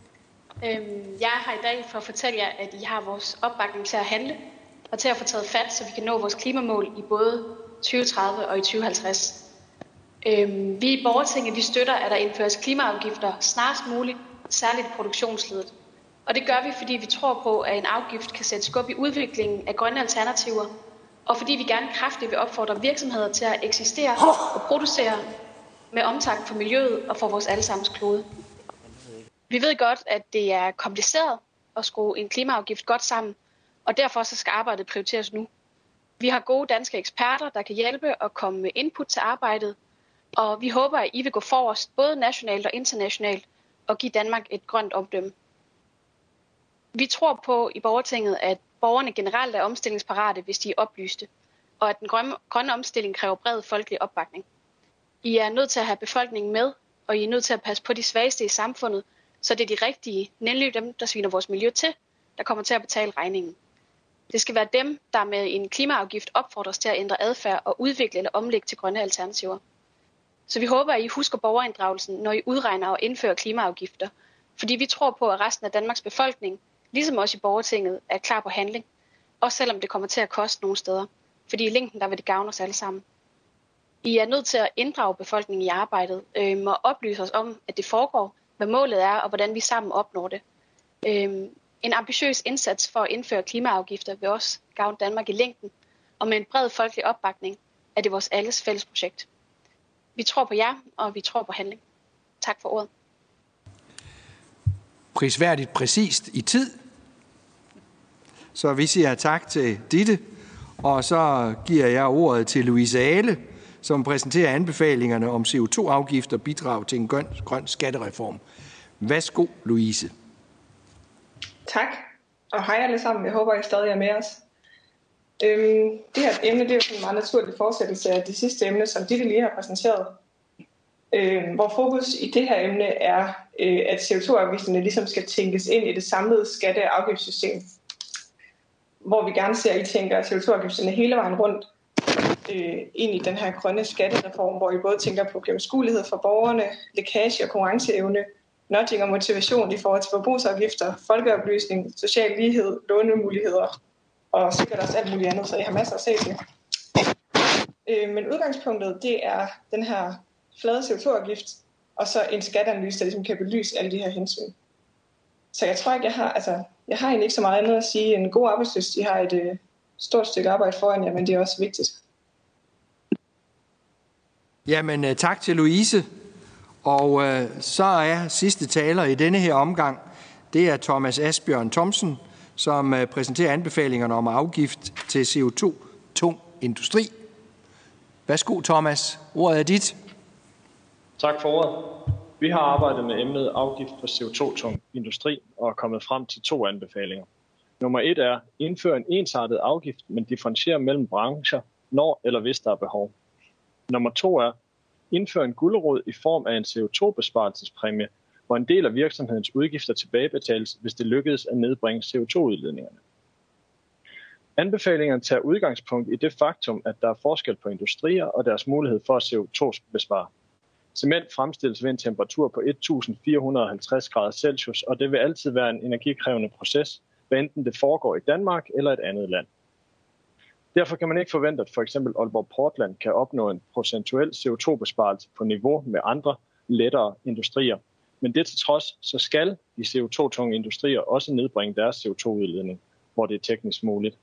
Jeg er her i dag for at fortælle jer, at I har vores opbakning til at handle og til at få taget fat, så vi kan nå vores klimamål i både 2030 og i 2050. Vi i Borgertinget, vi støtter, at der indføres klimaafgifter snarest muligt, særligt produktionsledet. Og det gør vi, fordi vi tror på, at en afgift kan sætte skub i udviklingen af grønne alternativer, og fordi vi gerne kraftigt vil opfordre virksomheder til at eksistere og producere med omtanke for miljøet og for vores allesammens klode. Vi ved godt, at det er kompliceret at skrue en klimaafgift godt sammen, og derfor så skal arbejdet prioriteres nu. Vi har gode danske eksperter, der kan hjælpe og komme med input til arbejdet, og vi håber, at I vil gå forrest både nationalt og internationalt og give Danmark et grønt omdømme. Vi tror på i Borgertinget, at borgerne generelt er omstillingsparate, hvis de er oplyste, og at den grønne omstilling kræver bred folkelig opbakning. I er nødt til at have befolkningen med, og I er nødt til at passe på de svageste i samfundet, så det er de rigtige, nemlig dem, der sviner vores miljø til, der kommer til at betale regningen. Det skal være dem, der med en klimaafgift opfordres til at ændre adfærd og udvikle eller omlægge til grønne alternativer. Så vi håber, at I husker borgerinddragelsen, når I udregner og indfører klimaafgifter, fordi vi tror på, at resten af Danmarks befolkning, ligesom også i Borgertinget, er klar på handling, også selvom det kommer til at koste nogle steder, fordi i længden der vil det gavne os alle sammen. I er nødt til at inddrage befolkningen i arbejdet og oplyse os om, at det foregår, hvad målet er og hvordan vi sammen opnår det. En ambitiøs indsats for at indføre klimaafgifter vil også gavne Danmark i længden, og med en bred folkelig opbakning er det vores alles fælles projekt. Vi tror på jer, og vi tror på handling. Tak for ordet. Prisværdigt præcist i tid. Så vi siger tak til Ditte, og så giver jeg ordet til Louise Ale, som præsenterer anbefalingerne om CO2-afgift og bidrag til en grøn skattereform. Værsgo, Louise. Tak, og hej alle sammen. Jeg håber, I stadig er med os. Det her emne det er jo en meget naturlig fortsættelse af det sidste emne, som Ditte lige har præsenteret. Hvor fokus i det her emne er, at CO2-afgifterne ligesom skal tænkes ind i det samlede skatte- og afgiftssystem. Hvor vi gerne ser, at I tænker CO2-afgifterne hele vejen rundt ind i den her grønne skattereform, hvor I både tænker på gennemskuelighed for borgerne, lækage og konkurrenceevne, nudging og motivation i forhold til forbrugsafgifter, folkeoplysning, social lighed, lånemuligheder og sikkert også alt muligt andet, så I har masser at se til. Men udgangspunktet, det er den her flade CO2-afgift, og så en skatteanalyse, der ligesom kan belyse alle de her hensyn. Så jeg tror ikke, jeg har egentlig ikke så meget andet at sige. En god arbejdsløst, de har et stort stykke arbejde foran jer, men det er også vigtigt. Jamen, tak til Louise. Og så er sidste taler i denne her omgang, det er Thomas Asbjørn Thomsen, som præsenterer anbefalingerne om afgift til CO2-tung industri. Værsgo, Thomas. Ordet er dit. Tak for ordet. Vi har arbejdet med emnet afgift på CO2-tung industri og er kommet frem til 2 anbefalinger. Nummer 1 er indføre en ensartet afgift, men differentiere mellem brancher, når eller hvis der er behov. Nummer 2 er indføre en gulerod i form af en CO2-besparelsespræmie, hvor en del af virksomhedens udgifter tilbagebetales, hvis det lykkedes at nedbringe CO2-udledningerne. Anbefalingerne tager udgangspunkt i det faktum, at der er forskel på industrier og deres mulighed for at CO2-bespare. Cement fremstilles ved en temperatur på 1450 grader Celsius, og det vil altid være en energikrævende proces, hvad enten det foregår i Danmark eller et andet land. Derfor kan man ikke forvente, at f.eks. Aalborg Portland kan opnå en procentuel CO2-besparelse på niveau med andre lettere industrier. Men det til trods, så skal de CO2-tunge industrier også nedbringe deres CO2-udledning, hvor det er teknisk muligt.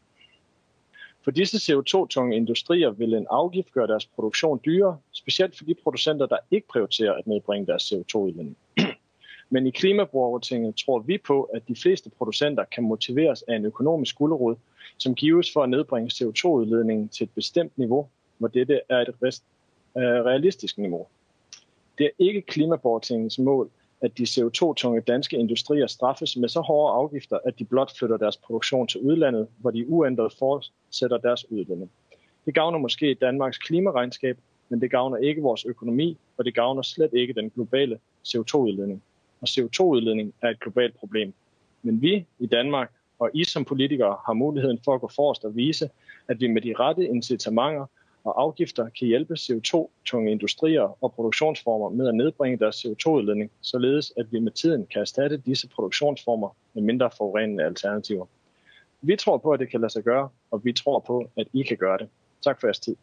For disse CO2-tunge industrier vil en afgift gøre deres produktion dyrere, specielt for de producenter, der ikke prioriterer at nedbringe deres CO2-udledning. Men i Klimaborgertinget tror vi på, at de fleste producenter kan motiveres af en økonomisk gulerod, som gives for at nedbringe CO2-udledningen til et bestemt niveau, hvor dette er et realistisk niveau. Det er ikke Klimaborgertingets mål, at de CO2-tunge danske industrier straffes med så hårde afgifter, at de blot flytter deres produktion til udlandet, hvor de uændret fortsætter deres udledning. Det gavner måske Danmarks klimaregnskab, men det gavner ikke vores økonomi, og det gavner slet ikke den globale CO2-udledning. Og CO2-udledning er et globalt problem. Men vi i Danmark og I som politikere har muligheden for at gå forrest og vise, at vi med de rette incitamenter og afgifter kan hjælpe CO2-tunge industrier og produktionsformer med at nedbringe deres CO2-udledning, således at vi med tiden kan erstatte disse produktionsformer med mindre forurenende alternativer. Vi tror på, at det kan lade sig gøre, og vi tror på, at I kan gøre det. Tak for jeres tid.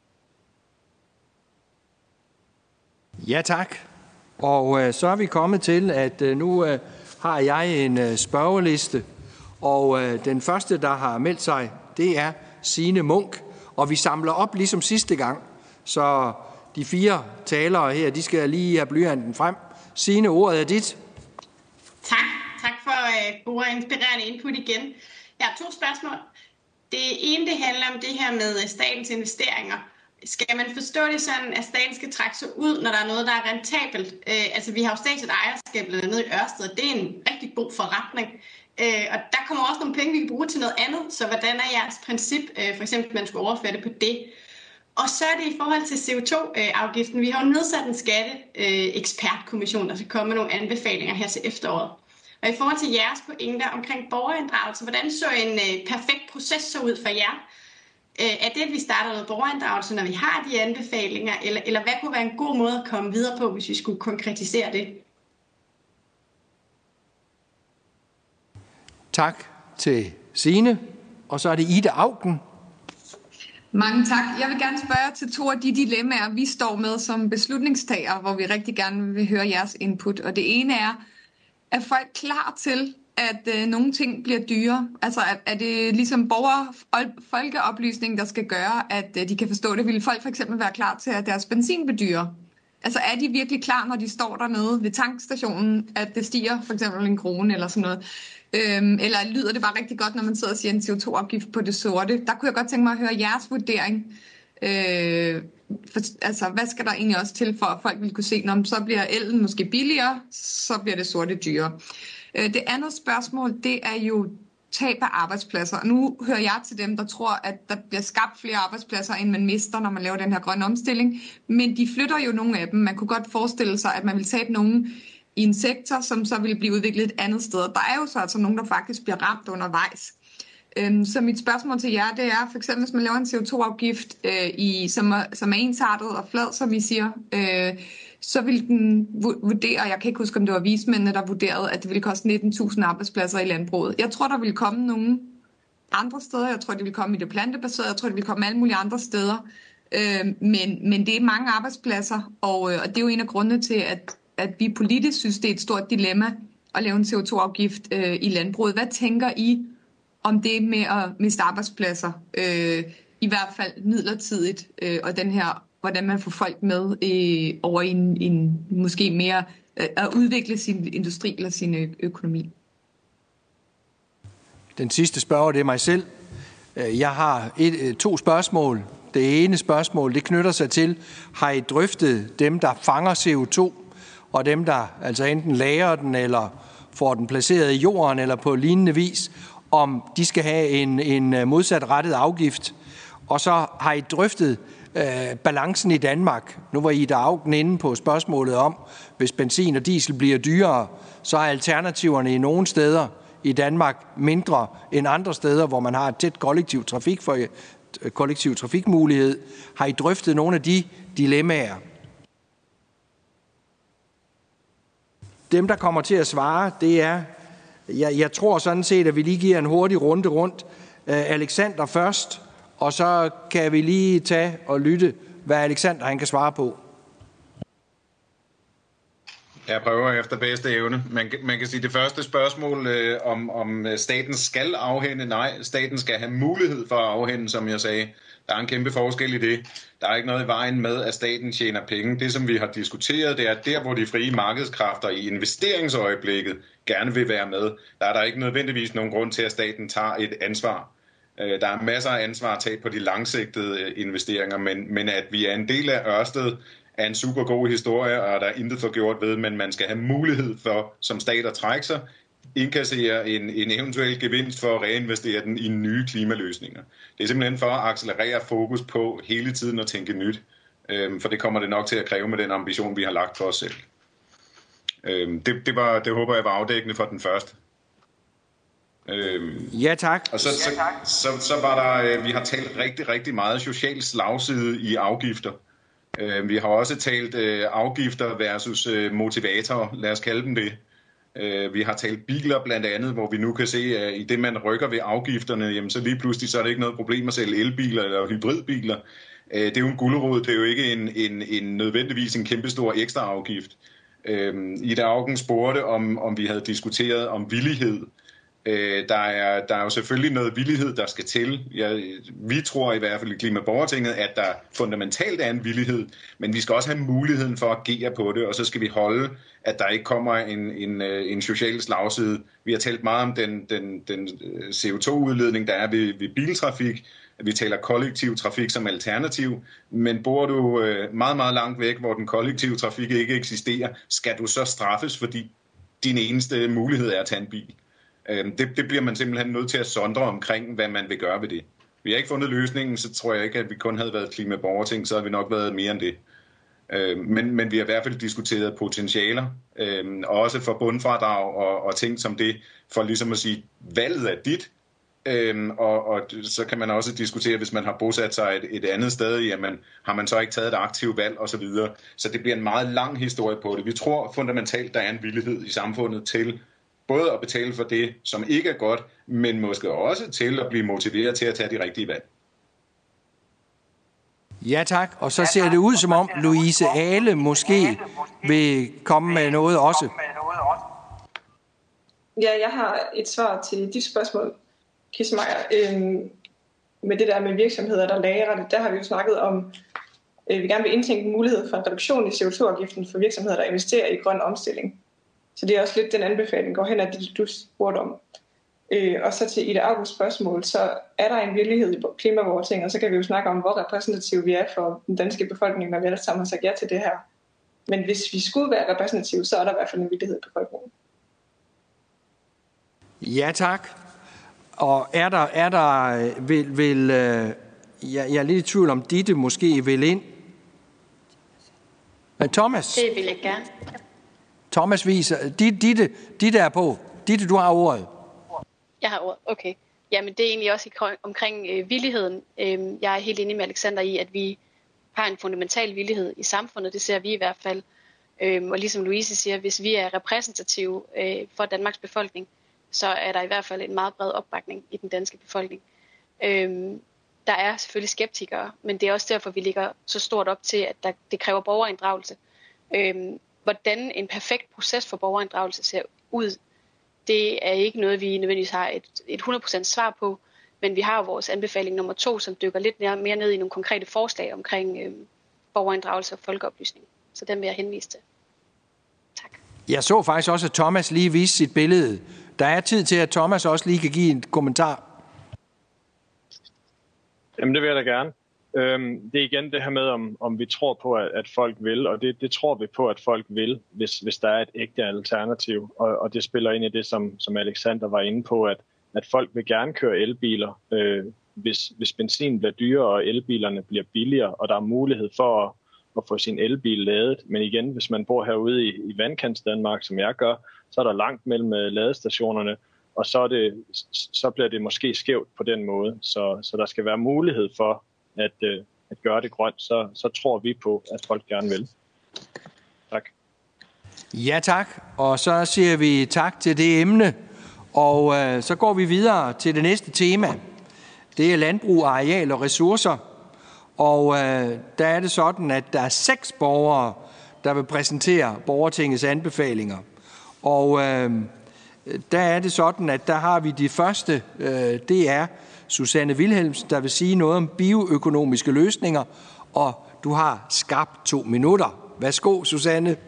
Ja, tak. Og så er vi kommet til, at nu har jeg en spørgeliste, og den første, der har meldt sig, det er Signe Munk. Og vi samler op ligesom sidste gang, så de 4 talere her, de skal lige have blyanten frem. Signe, ordet er dit. Tak for gode og inspirerende input igen. Jeg har 2 spørgsmål. Det ene, det handler om det her med statens investeringer. Skal man forstå det sådan, at staten skal trække sig ud, når der er noget, der er rentabelt? Altså, vi har jo statsligt ejerskab blandt andet i Ørsted, og det er en rigtig god forretning. Og der kommer også nogle penge, vi kan bruge til noget andet. Så hvordan er jeres princip, for eksempel, at man skulle overføre det på det? Og så er det i forhold til CO2-afgiften. Vi har jo nedsat en skatteekspertkommission, der skal komme med nogle anbefalinger her til efteråret. Og i forhold til jeres pointer omkring borgerinddragelse, hvordan så en perfekt proces så ud for jer? Er det, at vi starter noget borgerinddragelse, når vi har de anbefalinger, eller hvad kunne være en god måde at komme videre på, hvis vi skulle konkretisere det? Tak til Signe, og så er det Ida Auken. Mange tak. Jeg vil gerne spørge til 2 af de dilemmaer, vi står med som beslutningstagere, hvor vi rigtig gerne vil høre jeres input. Og det ene er folk klar til at nogle ting bliver dyre? Altså er det ligesom folkeoplysning, der skal gøre, at de kan forstå det? Vil folk for eksempel være klar til, at deres benzin bliver dyre? Altså er de virkelig klar, når de står dernede ved tankstationen, at det stiger for eksempel 1 krone eller sådan noget? Eller lyder det bare rigtig godt, når man sidder og siger en CO2-afgift på det sorte? Der kunne jeg godt tænke mig at høre jeres vurdering. Altså hvad skal der egentlig også til for, at folk vil kunne se, når så bliver elen måske billigere, så bliver det sorte dyrere. Det andet spørgsmål, det er jo tab af arbejdspladser. Nu hører jeg til dem, der tror, at der bliver skabt flere arbejdspladser, end man mister, når man laver den her grønne omstilling. Men de flytter jo nogle af dem. Man kunne godt forestille sig, at man vil tabe nogen i en sektor, som så vil blive udviklet et andet sted. Der er jo så altså nogen, der faktisk bliver ramt undervejs. Så mit spørgsmål til jer, det er for eksempel, hvis man laver en CO2-afgift, som er ensartet og flad, som I siger, så vil den vurdere, jeg kan ikke huske, om det var vismændene, der vurderede, at det ville koste 19.000 arbejdspladser i landbruget. Jeg tror, der vil komme nogle andre steder. Jeg tror, det vil komme i det plantebaserede. Jeg tror, det vil komme alle mulige andre steder. Men det er mange arbejdspladser, og det er jo en af grundene til, at vi politisk synes, det er et stort dilemma at lave en CO2-afgift i landbruget. Hvad tænker I om det med at miste arbejdspladser, i hvert fald midlertidigt, og den her, hvordan man får folk med over i en måske mere at udvikle sin industri eller sin økonomi? Den sidste spørger, det er mig selv. Jeg har 2 spørgsmål. Det ene spørgsmål, det knytter sig til, har I drøftet dem, der fanger CO2, og dem, der altså enten lagrer den, eller får den placeret i jorden, eller på lignende vis, om de skal have en modsatrettet afgift. Og så har I drøftet balancen i Danmark. Nu var Ida Auken inde på spørgsmålet om, hvis benzin og diesel bliver dyrere, så er alternativerne i nogle steder i Danmark mindre end andre steder, hvor man har et tæt kollektiv trafikmulighed. Har I drøftet nogle af de dilemmaer? Dem, der kommer til at svare, det er, jeg tror sådan set, at vi lige giver en hurtig runde rundt. Alexander først, og så kan vi lige tage og lytte, hvad Alexander han kan svare på. Jeg prøver efter bedste evne. Man kan sige, det første spørgsmål, om staten skal afhænde. Nej, staten skal have mulighed for at afhænde, som jeg sagde. Der er en kæmpe forskel i det. Der er ikke noget i vejen med, at staten tjener penge. Det, som vi har diskuteret, det er der, hvor de frie markedskræfter i investeringsøjeblikket gerne vil være med. Der er der ikke nødvendigvis nogen grund til, at staten tager et ansvar. Der er masser af ansvar at tage på de langsigtede investeringer, men at vi er en del af Ørsted, er en super god historie, og der er intet for gjort ved, men man skal have mulighed for, som stat at trække sig, indkassere en eventuel gevinst for at reinvestere den i nye klimaløsninger. Det er simpelthen for at accelerere fokus på hele tiden at tænke nyt, for det kommer det nok til at kræve med den ambition, vi har lagt for os selv. Det håber jeg var afdækkende for den første. Ja tak. Og så var der, vi har talt rigtig, rigtig meget social slagside i afgifter. Vi har også talt afgifter versus motivatorer, lad os kalde dem det. Vi har talt biler blandt andet, hvor vi nu kan se, at i det man rykker ved afgifterne, jamen så lige pludselig så er det ikke noget problem at sælge elbiler eller hybridbiler. Det er jo en gulerod, det er jo ikke en nødvendigvis en kæmpestor ekstra afgift. Ida Auken spurgte, om vi havde diskuteret om villighed. Der er jo selvfølgelig noget villighed, der skal til. Vi tror i hvert fald i Klimaborgertinget, at der fundamentalt er en villighed, men vi skal også have muligheden for at agere på det, og så skal vi holde, at der ikke kommer en social slagside. Vi har talt meget om den CO2-udledning, der er ved biltrafik. Vi taler kollektiv trafik som alternativ, men bor du meget, meget langt væk, hvor den kollektive trafik ikke eksisterer, skal du så straffes, fordi din eneste mulighed er at tage en bil. Det bliver man simpelthen nødt til at sondre omkring, hvad man vil gøre ved det. Vi har ikke fundet løsningen, så tror jeg ikke, at vi kun havde været klimaborgerting, så havde vi nok været mere end det. Men vi har i hvert fald diskuteret potentialer, også for bundfradrag og ting som det, for ligesom at sige, valget er dit. Og så kan man også diskutere, hvis man har bosat sig et andet sted, jamen har man så ikke taget et aktivt valg osv. Så det bliver en meget lang historie på det. Vi tror fundamentalt, der er en villighed i samfundet til både at betale for det, som ikke er godt, men måske også til at blive motiveret til at tage de rigtige valg. Ja tak, og så ser det ud som om Louise Ale måske vil komme med noget også. Ja, jeg har et svar til dit spørgsmål, Kismager. Med det der med virksomheder, der lagrer det, der har vi jo snakket om, vi gerne vil indtænke mulighed for en reduktion i CO2-afgiften for virksomheder, der investerer i grøn omstilling. Så det er også lidt den anbefaling, går hen af det, du spurgte om. Og så til Ida Augusts spørgsmål, så er der en villighed i klimaborgertinget, og så kan vi jo snakke om, hvor repræsentativ vi er for den danske befolkning, når vi alle sammen har sagt ja til det her. Men hvis vi skulle være repræsentative, så er der i hvert fald en villighed i befolkningen. Ja, tak. Og jeg er lidt i tvivl om, Ditte måske vil ind. Men Thomas? Det vil jeg gerne. Thomas viser. Ditte er på. Ditte, du har ordet. Jeg har ordet, okay. Jamen det er egentlig også omkring villigheden. Jeg er helt enig med Alexander i, at vi har en fundamental villighed i samfundet. Det ser vi i hvert fald. Og ligesom Louise siger, hvis vi er repræsentative for Danmarks befolkning, så er der i hvert fald en meget bred opbakning i den danske befolkning. Der er selvfølgelig skeptikere, men det er også derfor, vi ligger så stort op til, at det kræver borgerinddragelse. Hvordan en perfekt proces for borgerinddragelse ser ud, det er ikke noget, vi nødvendigvis har et 100% svar på, men vi har vores anbefaling nummer 2, som dykker lidt mere ned i nogle konkrete forslag omkring borgerinddragelse og folkeoplysning. Så den vil jeg henvise til. Tak. Jeg så faktisk også, at Thomas lige viste sit billede. Der er tid til, at Thomas også lige kan give en kommentar. Jamen, det vil jeg da gerne. Det er igen det her med, om vi tror på, at folk vil, og det tror vi på, at folk vil, hvis der er et ægte alternativ. Og det spiller ind i det, som Alexander var inde på, at folk vil gerne køre elbiler, hvis benzin bliver dyrere, og elbilerne bliver billigere, og der er mulighed for at få sin elbil ladet. Men igen, hvis man bor herude i Vandkants Danmark, som jeg gør, så er der langt mellem ladestationerne, og så bliver det måske skævt på den måde. Så der skal være mulighed for at gøre det grønt, så tror vi på, at folk gerne vil. Tak. Ja, tak. Og så siger vi tak til det emne. Og så går vi videre til det næste tema. Det er landbrug, areal og ressourcer. Og der er det sådan, at der er 6 borgere, der vil præsentere borgertingets anbefalinger. Og der er det sådan, at der har vi de første, det er Susanne Wilhelmsen, der vil sige noget om bioøkonomiske løsninger, og du har skarpt 2 minutter. Værsgo, Susanne.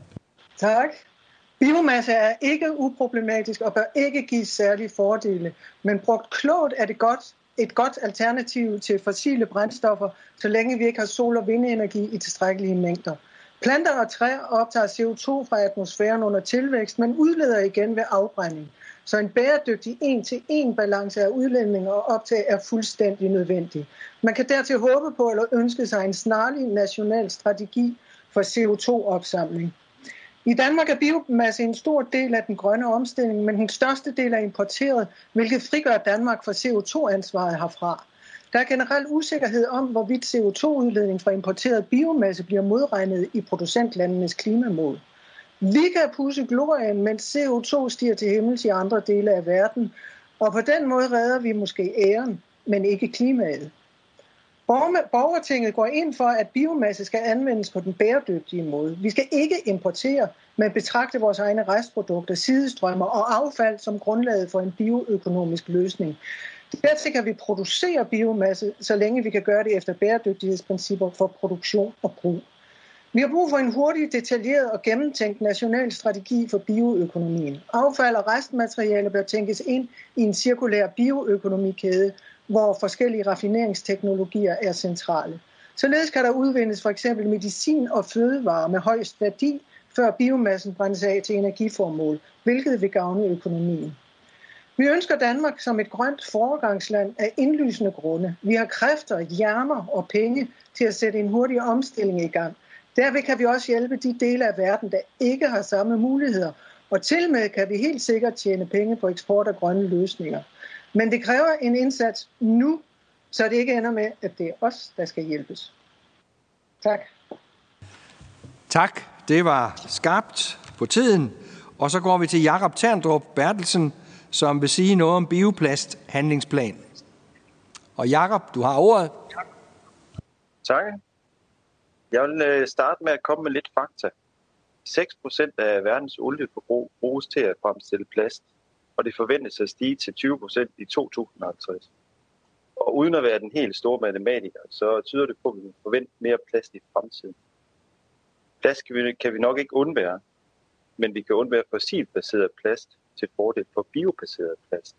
Tak. Biomasse er ikke uproblematisk og bør ikke give særlige fordele, men brugt klogt er det et godt alternativ til fossile brændstoffer, så længe vi ikke har sol- og vindenergi i tilstrækkelige mængder. Planter og træer optager CO2 fra atmosfæren under tilvækst, men udleder igen ved afbrænding. Så en bæredygtig 1-til-1 balance af udledning og optag er fuldstændig nødvendig. Man kan dertil håbe på eller ønske sig en snarlig national strategi for CO2-opsamling. I Danmark er biomasse en stor del af den grønne omstilling, men den største del er importeret, hvilket frigør Danmark for CO2-ansvaret herfra. Der er generelt usikkerhed om, hvorvidt CO2-udledning fra importeret biomasse bliver modregnet i producentlandenes klimamål. Vi kan pudse glorien, mens CO2 stiger til himmels i andre dele af verden, og på den måde redder vi måske æren, men ikke klimaet. Borgertinget går ind for, at biomasse skal anvendes på den bæredygtige måde. Vi skal ikke importere, men betragte vores egne restprodukter, sidestrømmer og affald som grundlaget for en bioøkonomisk løsning. Dertil kan vi producere biomasse, så længe vi kan gøre det efter bæredygtighedsprincipper for produktion og brug. Vi har brug for en hurtig, detaljeret og gennemtænkt national strategi for bioøkonomien. Affald og restmaterialer bør tænkes ind i en cirkulær bioøkonomikæde, hvor forskellige raffineringsteknologier er centrale. Således kan der udvindes for eksempel medicin og fødevarer med højst værdi, før biomassen brændes af til energiformål, hvilket vil gavne økonomien. Vi ønsker Danmark som et grønt foregangsland af indlysende grunde. Vi har kræfter, hjerner og penge til at sætte en hurtig omstilling i gang. Derved kan vi også hjælpe de dele af verden, der ikke har samme muligheder, og tilmed kan vi helt sikkert tjene penge på eksport af grønne løsninger. Men det kræver en indsats nu, så det ikke ender med, at det er os, der skal hjælpes. Tak. Tak. Det var skarpt på tiden. Og så går vi til Jakob Terndrup Bertelsen, som vil sige noget om bioplasthandlingsplan. Og Jakob, du har ordet. Tak. Jeg vil starte med at komme med lidt fakta. 6% af verdens olieforbrug bruges til at fremstille plast. og det forventes at stige til 20% i 2050. Og uden at være den helt store matematiker, så tyder det på, at vi kan forvente mere plast i fremtiden. Plast kan vi nok ikke undvære, men vi kan undvære fossilbaseret plast til fordel for biobaseret plast.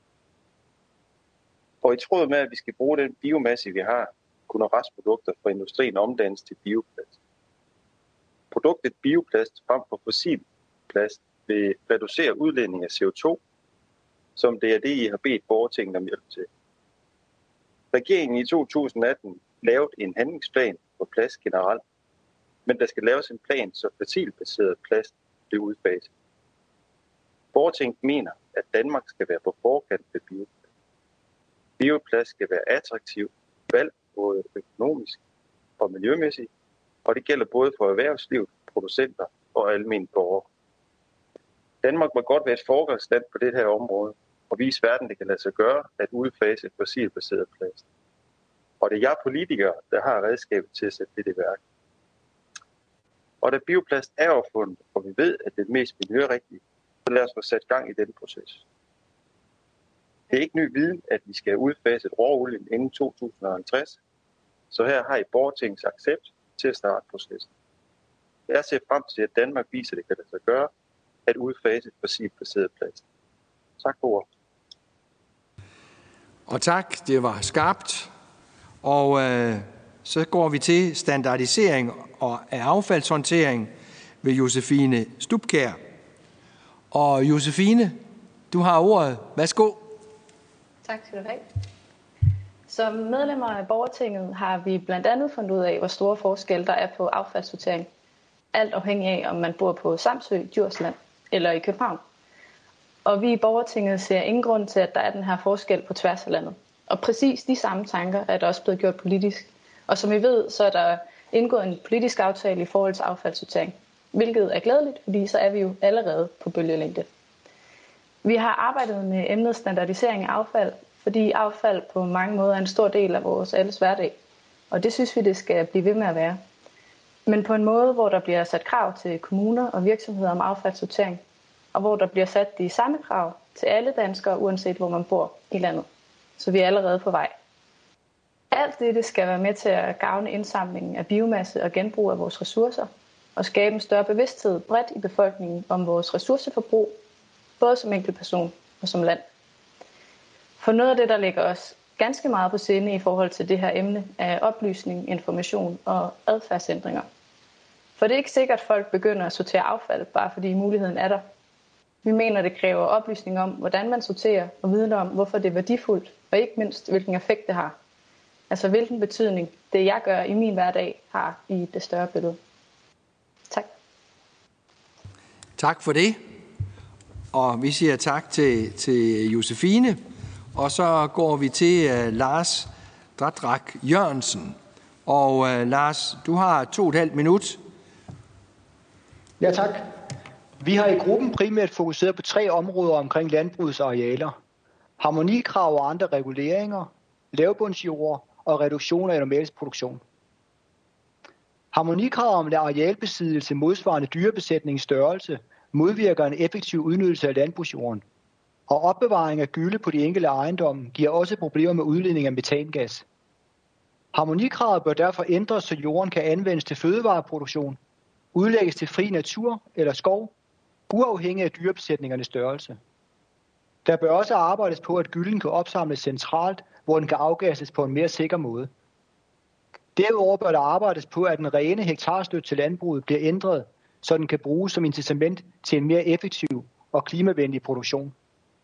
Og i tråd med, at vi skal bruge den biomasse, vi har, kunne restprodukter fra industrien omdannes til bioplast. Produktet bioplast frem for fossilplast vil reducere udledning af CO2, som det er det, I har bedt borgertinget om hjælp til. Regeringen i 2018 lavede en handlingsplan for plast generelt, men der skal laves en plan, så fossilbaseret plast bliver udfaset. Borgertinget mener, at Danmark skal være på forkant med bioplast. Bioplast skal være attraktiv valg, både økonomisk og miljømæssigt, og det gælder både for erhvervsliv, producenter og almindelige borgere. Danmark må godt være et foregangsland på det her område, og vise verden, det kan lade sig gøre at udfase fossilbaseret plast. Og det er jer politikere, der har redskabet til at sætte det i værk. Og da bioplast er opfundet, og vi ved, at det er det mest miljørigtige, så lad os få sat gang i den proces. Det er ikke ny viden, at vi skal udfase råolien inden 2050, så her har I borgertingets accept til at starte processen. Jeg ser frem til, at Danmark viser, at det kan lade sig gøre at udfase fossilbaseret plast. Tak for ordet. Og tak, det var skarpt. Og så går vi til standardisering og affaldshåndtering ved Josefine Stubkjær. Og Josefine, du har ordet. Værsgo. Tak skal du have. Som medlemmer af borgertinget har vi blandt andet fundet ud af, hvor store forskelle der er på affaldssortering. Alt afhængig af, om man bor på Samsø, Djursland eller i København. Og vi i borgertinget ser ingen grund til, at der er den her forskel på tværs af landet. Og præcis de samme tanker er der også blevet gjort politisk. Og som I ved, så er der indgået en politisk aftale i forhold til affaldssortering. Hvilket er glædeligt, fordi så er vi jo allerede på bølgelængde. Vi har arbejdet med emnet standardisering af affald, fordi affald på mange måder er en stor del af vores alles hverdag. Og det synes vi, det skal blive ved med at være. Men på en måde, hvor der bliver sat krav til kommuner og virksomheder om affaldssortering, og hvor der bliver sat de samme krav til alle danskere, uanset hvor man bor i landet. Så vi er allerede på vej. Alt dette skal være med til at gavne indsamlingen af biomasse og genbrug af vores ressourcer, og skabe en større bevidsthed bredt i befolkningen om vores ressourceforbrug, både som enkeltperson og som land. For noget af det, der ligger os ganske meget på sinde i forhold til det her emne, er oplysning, information og adfærdsændringer. For det er ikke sikkert, at folk begynder at sortere affald, bare fordi muligheden er der. Vi mener, det kræver oplysning om, hvordan man sorterer, og viden om, hvorfor det er værdifuldt, og ikke mindst, hvilken effekt det har. Altså, hvilken betydning det, jeg gør i min hverdag, har i det større billede. Tak. Tak for det. Og vi siger tak til Josefine. Og så går vi til Lars Dradrak Jørgensen. Og Lars, du har 2,5 minutter. Ja, tak. Vi har i gruppen primært fokuseret på 3 områder omkring landbrugets arealer. Harmonikrav og andre reguleringer, lavbundsjord og reduktion af animalsk produktion. Harmonikrav om arealbesiddelse modsvarende dyrebesætningens størrelse modvirker en effektiv udnyttelse af landbrugsjorden. Og opbevaring af gylde på de enkelte ejendomme giver også problemer med udledning af metangas. Harmonikravet bør derfor ændres, så jorden kan anvendes til fødevareproduktion, udlægges til fri natur eller skov, uafhængig af dyrebesætningernes størrelse. Der bør også arbejdes på, at gylden kan opsamles centralt, hvor den kan afgasses på en mere sikker måde. Derudover bør der arbejdes på, at den rene hektarstøtte til landbruget bliver ændret, så den kan bruges som incitament til en mere effektiv og klimavenlig produktion.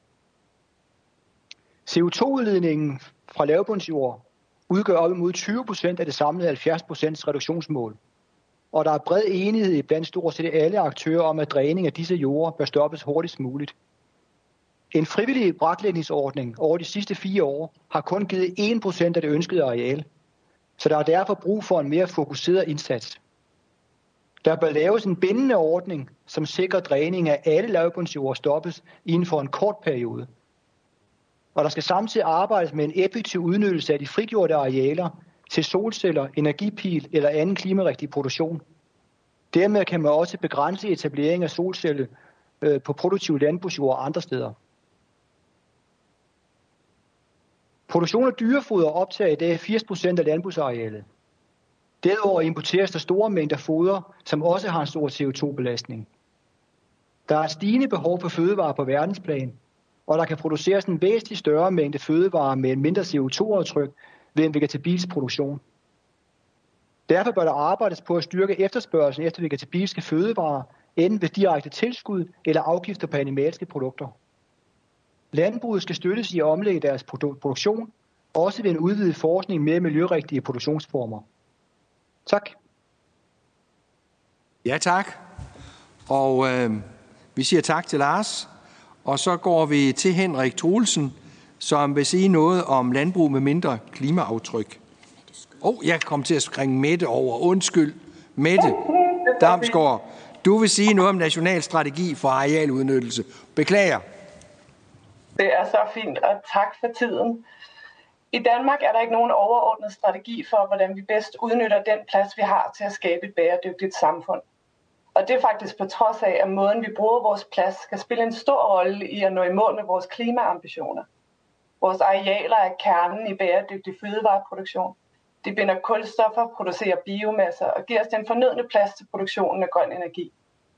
CO2-udledningen fra lavbundsjord udgør op imod 20% af det samlede 70% reduktionsmål. Og der er bred enighed blandt stort set alle aktører om, at dræning af disse jorder bør stoppes hurtigst muligt. En frivillig braklægningsordning over de sidste 4 år har kun givet 1% af det ønskede areal, så der er derfor brug for en mere fokuseret indsats. Der bør laves en bindende ordning, som sikrer dræning af alle lavbundsjorder stoppes inden for en kort periode. Og der skal samtidig arbejdes med en effektiv udnyttelse af de frigjorte arealer til solceller, energipil eller anden klimarigtig produktion. Dermed kan man også begrænse etablering af solceller på produktive landbrugsjord andre steder. Produktion af dyrefoder optager i dag 80% af landbrugsarealet. Derudover importeres der store mængder foder, som også har en stor CO2-belastning. Der er et stigende behov for fødevarer på verdensplan, og der kan produceres en væsentlig større mængde fødevarer med en mindre CO2-aftryk ved en vegetabilsk produktion. Derfor bør der arbejdes på at styrke efterspørgslen efter vegetabilske fødevarer, enten ved direkte tilskud eller afgifter på animalske produkter. Landbruget skal støttes i at omlægge deres produktion, også ved en udvidet forskning med miljørigtige produktionsformer. Tak. Ja, tak. Og vi siger tak til Lars. Og så går vi til Henrik Troelsen, som vil sige noget om landbrug med mindre klimaaftryk. Jeg kom til at skringe Mette over. Undskyld. Mette Damsgaard, du vil sige noget om national strategi for arealudnyttelse. Beklager. Det er så fint, og tak for tiden. I Danmark er der ikke nogen overordnet strategi for, hvordan vi bedst udnytter den plads, vi har til at skabe et bæredygtigt samfund. Og det er faktisk på trods af, at måden, vi bruger vores plads, skal spille en stor rolle i at nå i mål med vores klimaambitioner. Vores arealer er kernen i bæredygtig fødevareproduktion. De binder kulstoffer, producerer biomasser og giver os den fornødne plads til produktionen af grøn energi.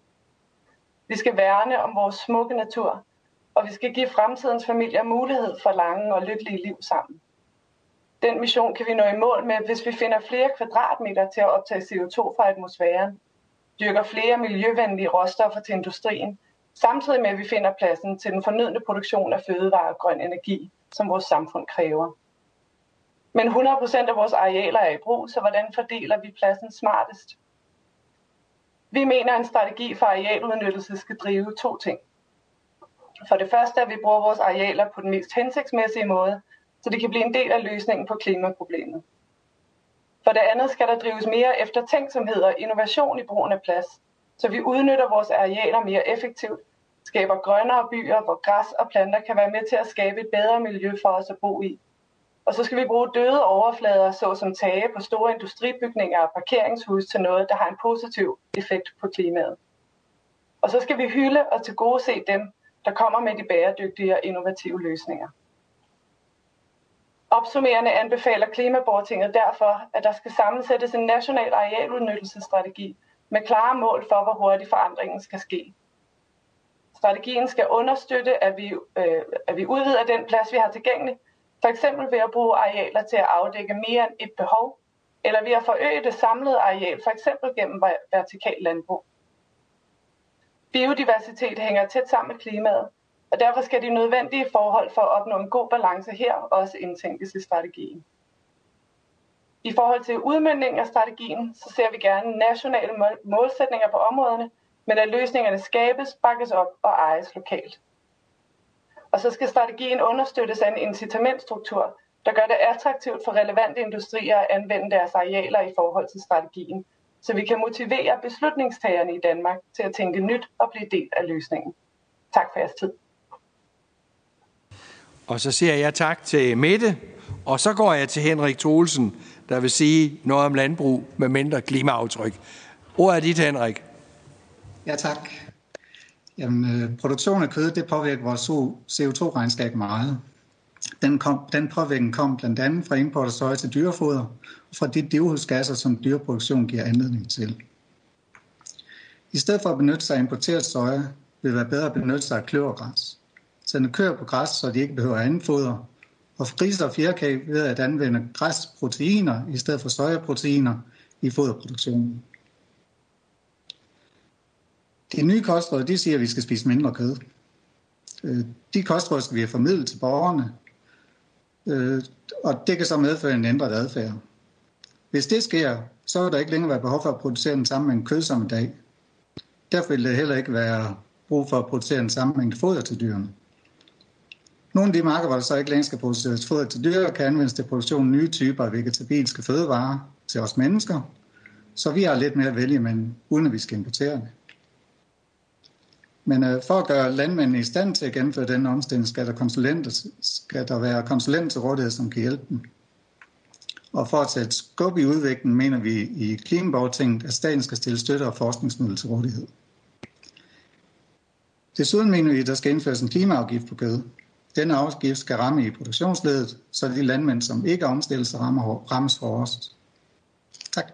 Vi skal værne om vores smukke natur, og vi skal give fremtidens familier mulighed for lange og lykkelige liv sammen. Den mission kan vi nå i mål med, hvis vi finder flere kvadratmeter til at optage CO2 fra atmosfæren, dyrker flere miljøvenlige råstoffer til industrien, samtidig med at vi finder pladsen til den fornødne produktion af fødevarer og grøn energi, som vores samfund kræver. Men 100% af vores arealer er i brug, så hvordan fordeler vi pladsen smartest? Vi mener, at en strategi for arealudnyttelse skal drive 2 ting. For det første, at vi bruger vores arealer på den mest hensigtsmæssige måde, så det kan blive en del af løsningen på klimaproblemet. For det andet skal der drives mere eftertænksomhed og innovation i brugen af plads, så vi udnytter vores arealer mere effektivt, skaber grønnere byer, hvor græs og planter kan være med til at skabe et bedre miljø for os at bo i. Og så skal vi bruge døde overflader, såsom tage på store industribygninger og parkeringshus til noget, der har en positiv effekt på klimaet. Og så skal vi hylde og tilgodese dem, der kommer med de bæredygtige og innovative løsninger. Opsummerende anbefaler Klimaborgertinget derfor, at der skal sammensættes en national arealudnyttelsesstrategi med klare mål for, hvor hurtigt forandringen skal ske. Strategien skal understøtte, at vi udvider den plads, vi har tilgængelig, for eksempel ved at bruge arealer til at afdække mere end et behov, eller ved at forøge det samlede areal, for eksempel gennem vertikal landbrug. Biodiversitet hænger tæt sammen med klimaet, og derfor skal de nødvendige forhold for at opnå en god balance her også indtænkes i strategien. I forhold til udmøntningen af strategien, så ser vi gerne nationale målsætninger på områderne, men at løsningerne skabes, bakkes op og ejes lokalt. Og så skal strategien understøttes af en incitamentstruktur, der gør det attraktivt for relevante industrier at anvende deres arealer i forhold til strategien, så vi kan motivere beslutningstagerne i Danmark til at tænke nyt og blive del af løsningen. Tak for jeres tid. Og så siger jeg tak til Mette, og så går jeg til Henrik Troelsen, der vil sige noget om landbrug med mindre klimaaftryk. Ordet er dit, Henrik. Ja, tak. Jamen, produktion af kød, det påvirker vores CO2-regnskab meget. Den påvirkning kom blandt andet fra import af soja til dyrefoder, og fra de drivhusgasser, som dyreproduktion giver anledning til. I stedet for at benytte sig af importeret soja, vil det være bedre at benytte sig af kløvergræs. Sende køer på græs, så de ikke behøver andet foder, og grise og fjerkræ ved at anvende græsproteiner i stedet for sojaproteiner i foderproduktionen. De nye kostråd, de siger, at vi skal spise mindre kød. De kostråd skal vi have formidlet til borgerne, og det kan så medføre en ændret adfærd. Hvis det sker, så vil der ikke længere være behov for at producere den samme mængde kød som i dag. Derfor vil der heller ikke være brug for at producere den samme mængde foder til dyrene. Nogle af de marker, hvor der så ikke længere skal produceres foder til dyr, kan anvendes til produktion af nye typer af vegetabilske fødevarer til os mennesker, så vi har lidt mere at vælge, men uden at vi skal importere det. Men for at gøre landmændene i stand til at gennemføre denne omstilling, skal der være konsulenter til rådighed, som kan hjælpe dem. Og for at sætte skub i udviklingen, mener vi i Klimaborgertinget, at staten skal stille støtte og forskningsmidler til rådighed. Desuden mener vi, at der skal indføres en klimaafgift på kød. Denne afgift skal ramme i produktionsledet, så de landmænd, som ikke omstiller sig, rammes hårdest. Tak.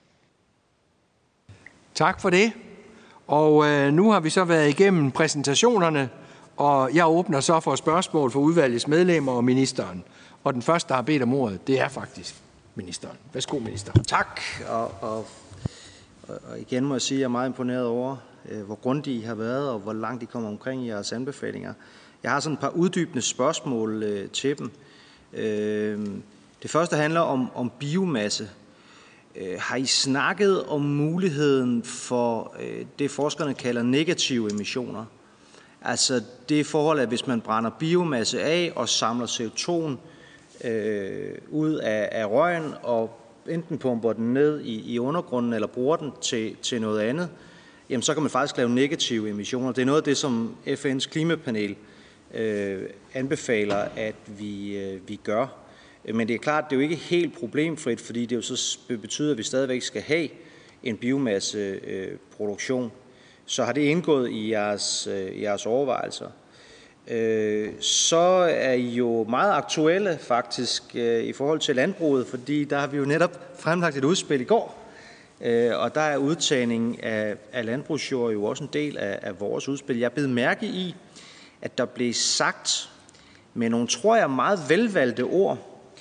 Tak for det. Og nu har vi så været igennem præsentationerne, og jeg åbner så for spørgsmål for udvalgets medlemmer og ministeren. Og den første, der har bedt om ordet, det er faktisk ministeren. Værsgo, minister. Tak, og igen må jeg sige, at jeg er meget imponeret over, hvor grundige I har været, og hvor langt I kommer omkring i jeres anbefalinger. Jeg har sådan et par uddybende spørgsmål til dem. Det første handler om biomasse. Har I snakket om muligheden for det, forskerne kalder negative emissioner? Altså det forhold, at hvis man brænder biomasse af og samler CO2'en ud af røgen og enten pumper den ned i undergrunden eller bruger den til noget andet, jamen så kan man faktisk lave negative emissioner. Det er noget af det, som FN's klimapanel anbefaler, at vi gør. Men det er klart, det er jo ikke helt problemfrit, fordi det jo så betyder, at vi stadigvæk skal have en biomasseproduktion. Så har det indgået i jeres overvejelser. Så er I jo meget aktuelle faktisk i forhold til landbruget, fordi der har vi jo netop fremlagt et udspil i går. Og der er udtagning af landbrugsjord jo også en del af vores udspil. Jeg bed mærke i, at der blev sagt med nogle, tror jeg, meget velvalgte ord,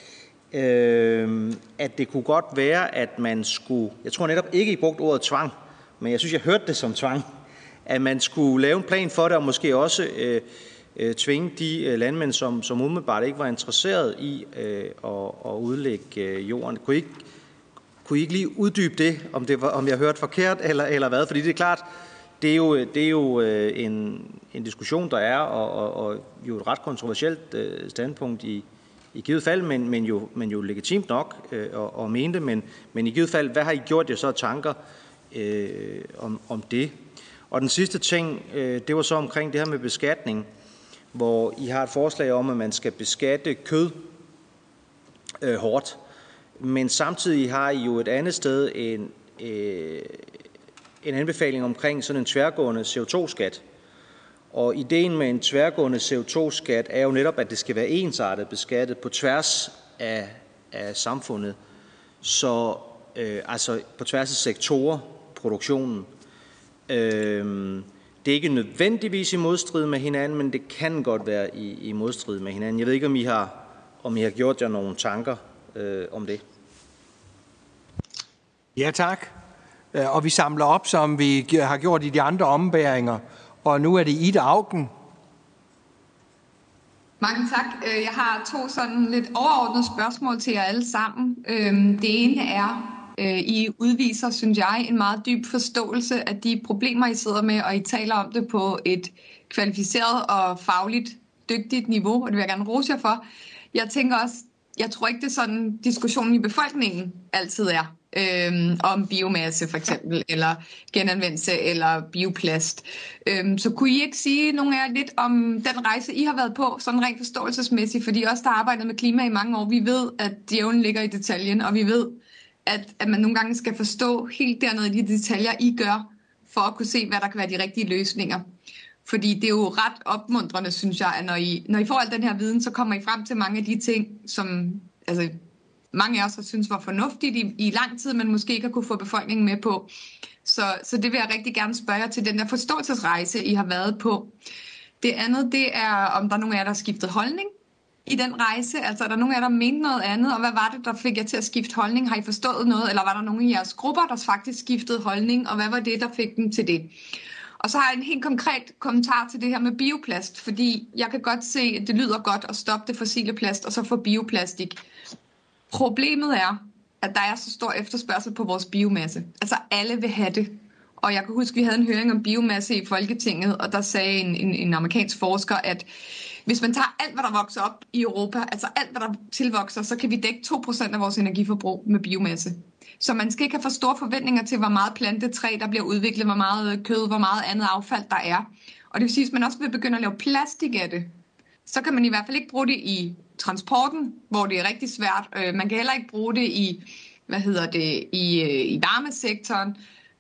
at det kunne godt være, at man skulle, jeg tror netop ikke, I brugte ordet tvang, men jeg synes, jeg hørte det som tvang, at man skulle lave en plan for det, og måske også tvinge de landmænd, som umiddelbart ikke var interesseret i at udlægge jorden. Kunne I ikke lige uddybe det, om jeg hørte forkert, eller hvad? Fordi det er klart, det er jo en diskussion, der er, og jo et ret kontroversielt standpunkt i givet fald, men jo legitimt nok at mene det. Men i givet fald, hvad har I gjort jer så tanker om det? Og den sidste ting, det var så omkring det her med beskatning, hvor I har et forslag om, at man skal beskatte kød hårdt. Men samtidig har I jo et andet sted en anbefaling omkring sådan en tværgående CO2-skat. Og ideen med en tværgående CO2-skat er jo netop, at det skal være ensartet beskattet på tværs af samfundet. Så altså på tværs af sektorer, produktionen. Det er ikke nødvendigvis i modstrid med hinanden, men det kan godt være i modstrid med hinanden. Jeg ved ikke, om I har gjort jer nogle tanker om det. Ja, tak. Og vi samler op, som vi har gjort i de andre ombæringer. Og nu er det Ida Auken. Mange tak. Jeg har 2 sådan lidt overordnede spørgsmål til jer alle sammen. Det ene er, I udviser, synes jeg, en meget dyb forståelse af de problemer, I sidder med, og I taler om det på et kvalificeret og fagligt dygtigt niveau, og det vil jeg gerne rose jer for. Jeg tænker også, jeg tror ikke, det er sådan diskussionen i befolkningen altid er. Om biomasse for eksempel, eller genanvendelse, eller bioplast. Så kunne I ikke sige nogle af jer lidt om den rejse, I har været på, sådan rent forståelsesmæssigt, fordi os, der har arbejdet med klima i mange år, vi ved, at djævlen ligger i detaljen, og vi ved, at man nogle gange skal forstå helt dernede i de detaljer, I gør, for at kunne se, hvad der kan være de rigtige løsninger. Fordi det er jo ret opmuntrende, synes jeg, at når I får al den her viden, så kommer I frem til mange af de ting, som altså, mange af os har synes var fornuftigt i lang tid, men måske ikke har kunne få befolkningen med på. Så det vil jeg rigtig gerne spørge jer til den der forståelsesrejse, I har været på. Det andet, det er, om der er nogen af jer, der har skiftet holdning i den rejse. Altså er der nogen af jer, der mente noget andet, og hvad var det, der fik jer til at skifte holdning? Har I forstået noget, eller var der nogen i jeres grupper, der faktisk skiftede holdning, og hvad var det, der fik dem til det? Og så har jeg en helt konkret kommentar til det her med bioplast, fordi jeg kan godt se, at det lyder godt at stoppe det fossile plast, og så få bioplastik. Problemet er, at der er så stor efterspørgsel på vores biomasse. Altså alle vil have det. Og jeg kan huske, at vi havde en høring om biomasse i Folketinget, og der sagde en amerikansk forsker, at hvis man tager alt, hvad der vokser op i Europa, altså alt, hvad der tilvokser, så kan vi dække 2% af vores energiforbrug med biomasse. Så man skal ikke have for store forventninger til, hvor meget plantetræ, der bliver udviklet, hvor meget kød, hvor meget andet affald der er. Og det vil sige, at hvis man også vil begynde at lave plastik af det, så kan man i hvert fald ikke bruge det i transporten, hvor det er rigtig svært. Man kan heller ikke bruge det i varmesektoren.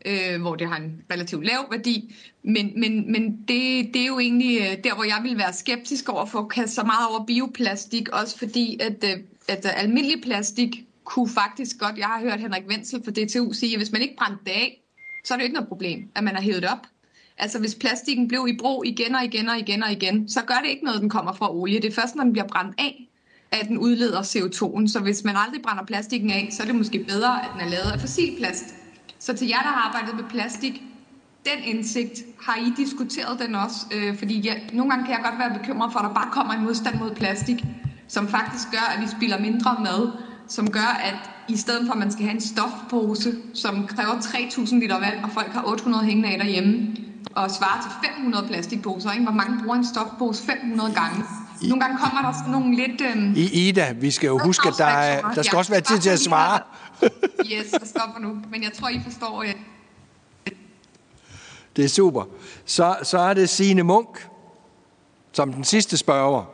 hvor det har en relativt lav værdi. Men det er jo egentlig der, hvor jeg vil være skeptisk over for at kaste så meget over bioplastik, også fordi at almindelig plastik kunne faktisk godt, jeg har hørt Henrik Wenzel fra DTU sige, at hvis man ikke brændte det af, så er det jo ikke noget problem, at man har hævet det op. Altså hvis plastikken blev i brug igen og igen, så gør det ikke noget, den kommer fra olie. Det er først, når den bliver brændt af, at den udleder CO2'en. Så hvis man aldrig brænder plastikken af, så er det måske bedre, at den er lavet af fossilplast. Så til jer, der har arbejdet med plastik, den indsigt, har I diskuteret den også? Fordi nogle gange kan jeg godt være bekymret for, at der bare kommer en modstand mod plastik, som faktisk gør, at vi spilder mindre mad, som gør, at i stedet for, at man skal have en stofpose, som kræver 3.000 liter vand, og folk har 800 hængende af derhjemme, og svarer til 500 plastikposer, ikke? Hvor mange bruger en stofpose 500 gange? Nogle gange kommer der sådan nogle lidt... Ida, vi skal jo huske, at der skal også være tid til at svare. Yes, jeg stopper nu, men jeg tror, I forstår... Det er super. Så er det Signe Munk, som den sidste spørger.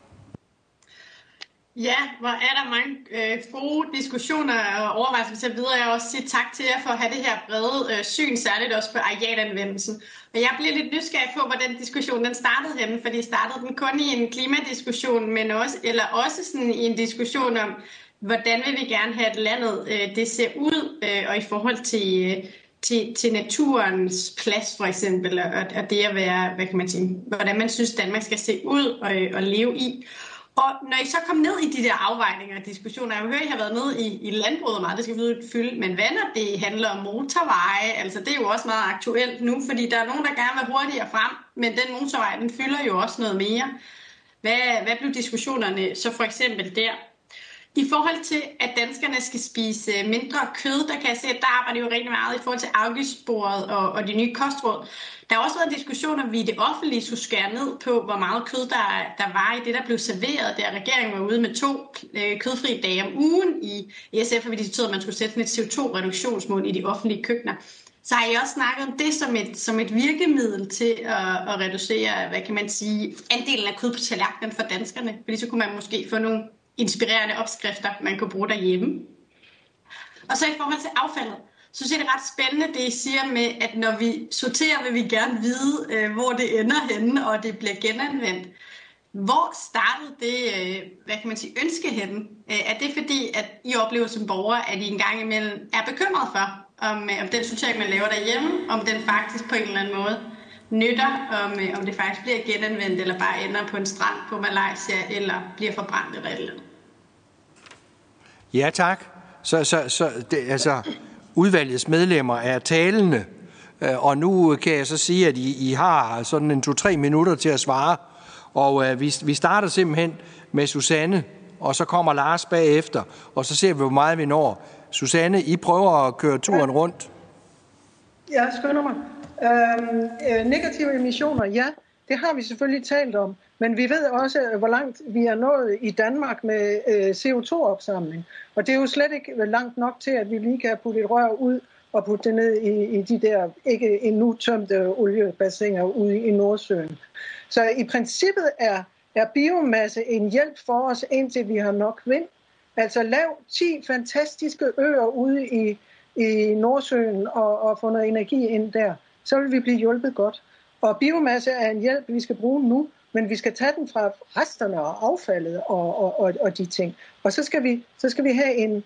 Ja, hvor er der mange gode diskussioner og overvejelser til videre. Jeg vil også sige tak til jer for at have det her brede syn, særligt også på arealanvendelsen. Og jeg bliver lidt nysgerrig på, hvor den diskussion den startede henne, fordi startede den kun i en klimadiskussion, men også sådan i en diskussion om, hvordan vil vi gerne have, at landet det ser ud, og i forhold til naturens plads for eksempel, og det at være, hvad kan man sige, hvordan man synes, Danmark skal se ud og leve i. Og når I så kom ned i de der afvejninger og diskussioner, jeg hører, I har været nede i landbruget meget, det skal vi udfylde, men hvad når det handler om motorveje? Altså det er jo også meget aktuelt nu, fordi der er nogen, der gerne vil hurtigere frem, men den motorvej, den fylder jo også noget mere. Hvad blev diskussionerne så for eksempel der? I forhold til, at danskerne skal spise mindre kød, der kan jeg se, at der arbejder jo rigtig meget i forhold til afgiftssporet og de nye kostråd. Der har også været diskussioner, om vi i det offentlige skulle skære ned på, hvor meget kød der var i det, der blev serveret, da regeringen var ude med 2 kødfri dage om ugen. I SF har vi diskuteret, at man skulle sætte et CO2-reduktionsmål i de offentlige køkkener. Så har I også snakket om det som et virkemiddel til at reducere, hvad kan man sige, andelen af kød på tallerkenen for danskerne. Fordi så kunne man måske få nogle inspirerende opskrifter, man kunne bruge derhjemme. Og så i forhold til affaldet, så synes jeg, det er ret spændende, det I siger med, at når vi sorterer, vil vi gerne vide, hvor det ender henne, og det bliver genanvendt. Hvor startede det, hvad kan man sige, ønske henne? Er det fordi, at I oplever som borgere, at I engang imellem er bekymret for, om den sortering, man laver derhjemme, om den faktisk på en eller anden måde nytter, om det faktisk bliver genanvendt, eller bare ender på en strand på Malaysia, eller bliver forbrændt eller et eller andet? Ja, tak. Så det, altså, udvalgets medlemmer er talende, og nu kan jeg så sige, at I har sådan en 2-3 minutter til at svare, og vi starter simpelthen med Susanne, og så kommer Lars bagefter, og så ser vi, hvor meget vi når. Susanne, I prøver at køre turen rundt. Jeg skynder mig. Negative emissioner, ja, det har vi selvfølgelig talt om, men vi ved også, hvor langt vi er nået i Danmark med CO2-opsamling. Og det er jo slet ikke langt nok til, at vi lige kan putte et rør ud og putte det ned i de der ikke endnu tømte oliebassiner ude i Nordsøen. Så i princippet er biomasse en hjælp for os, indtil vi har nok vind. Altså lav 10 fantastiske øer ude i Nordsøen og få noget energi ind der. Så vil vi blive hjulpet godt. Og biomasse er en hjælp, vi skal bruge nu, men vi skal tage den fra resterne og affaldet og de ting. Og så skal vi have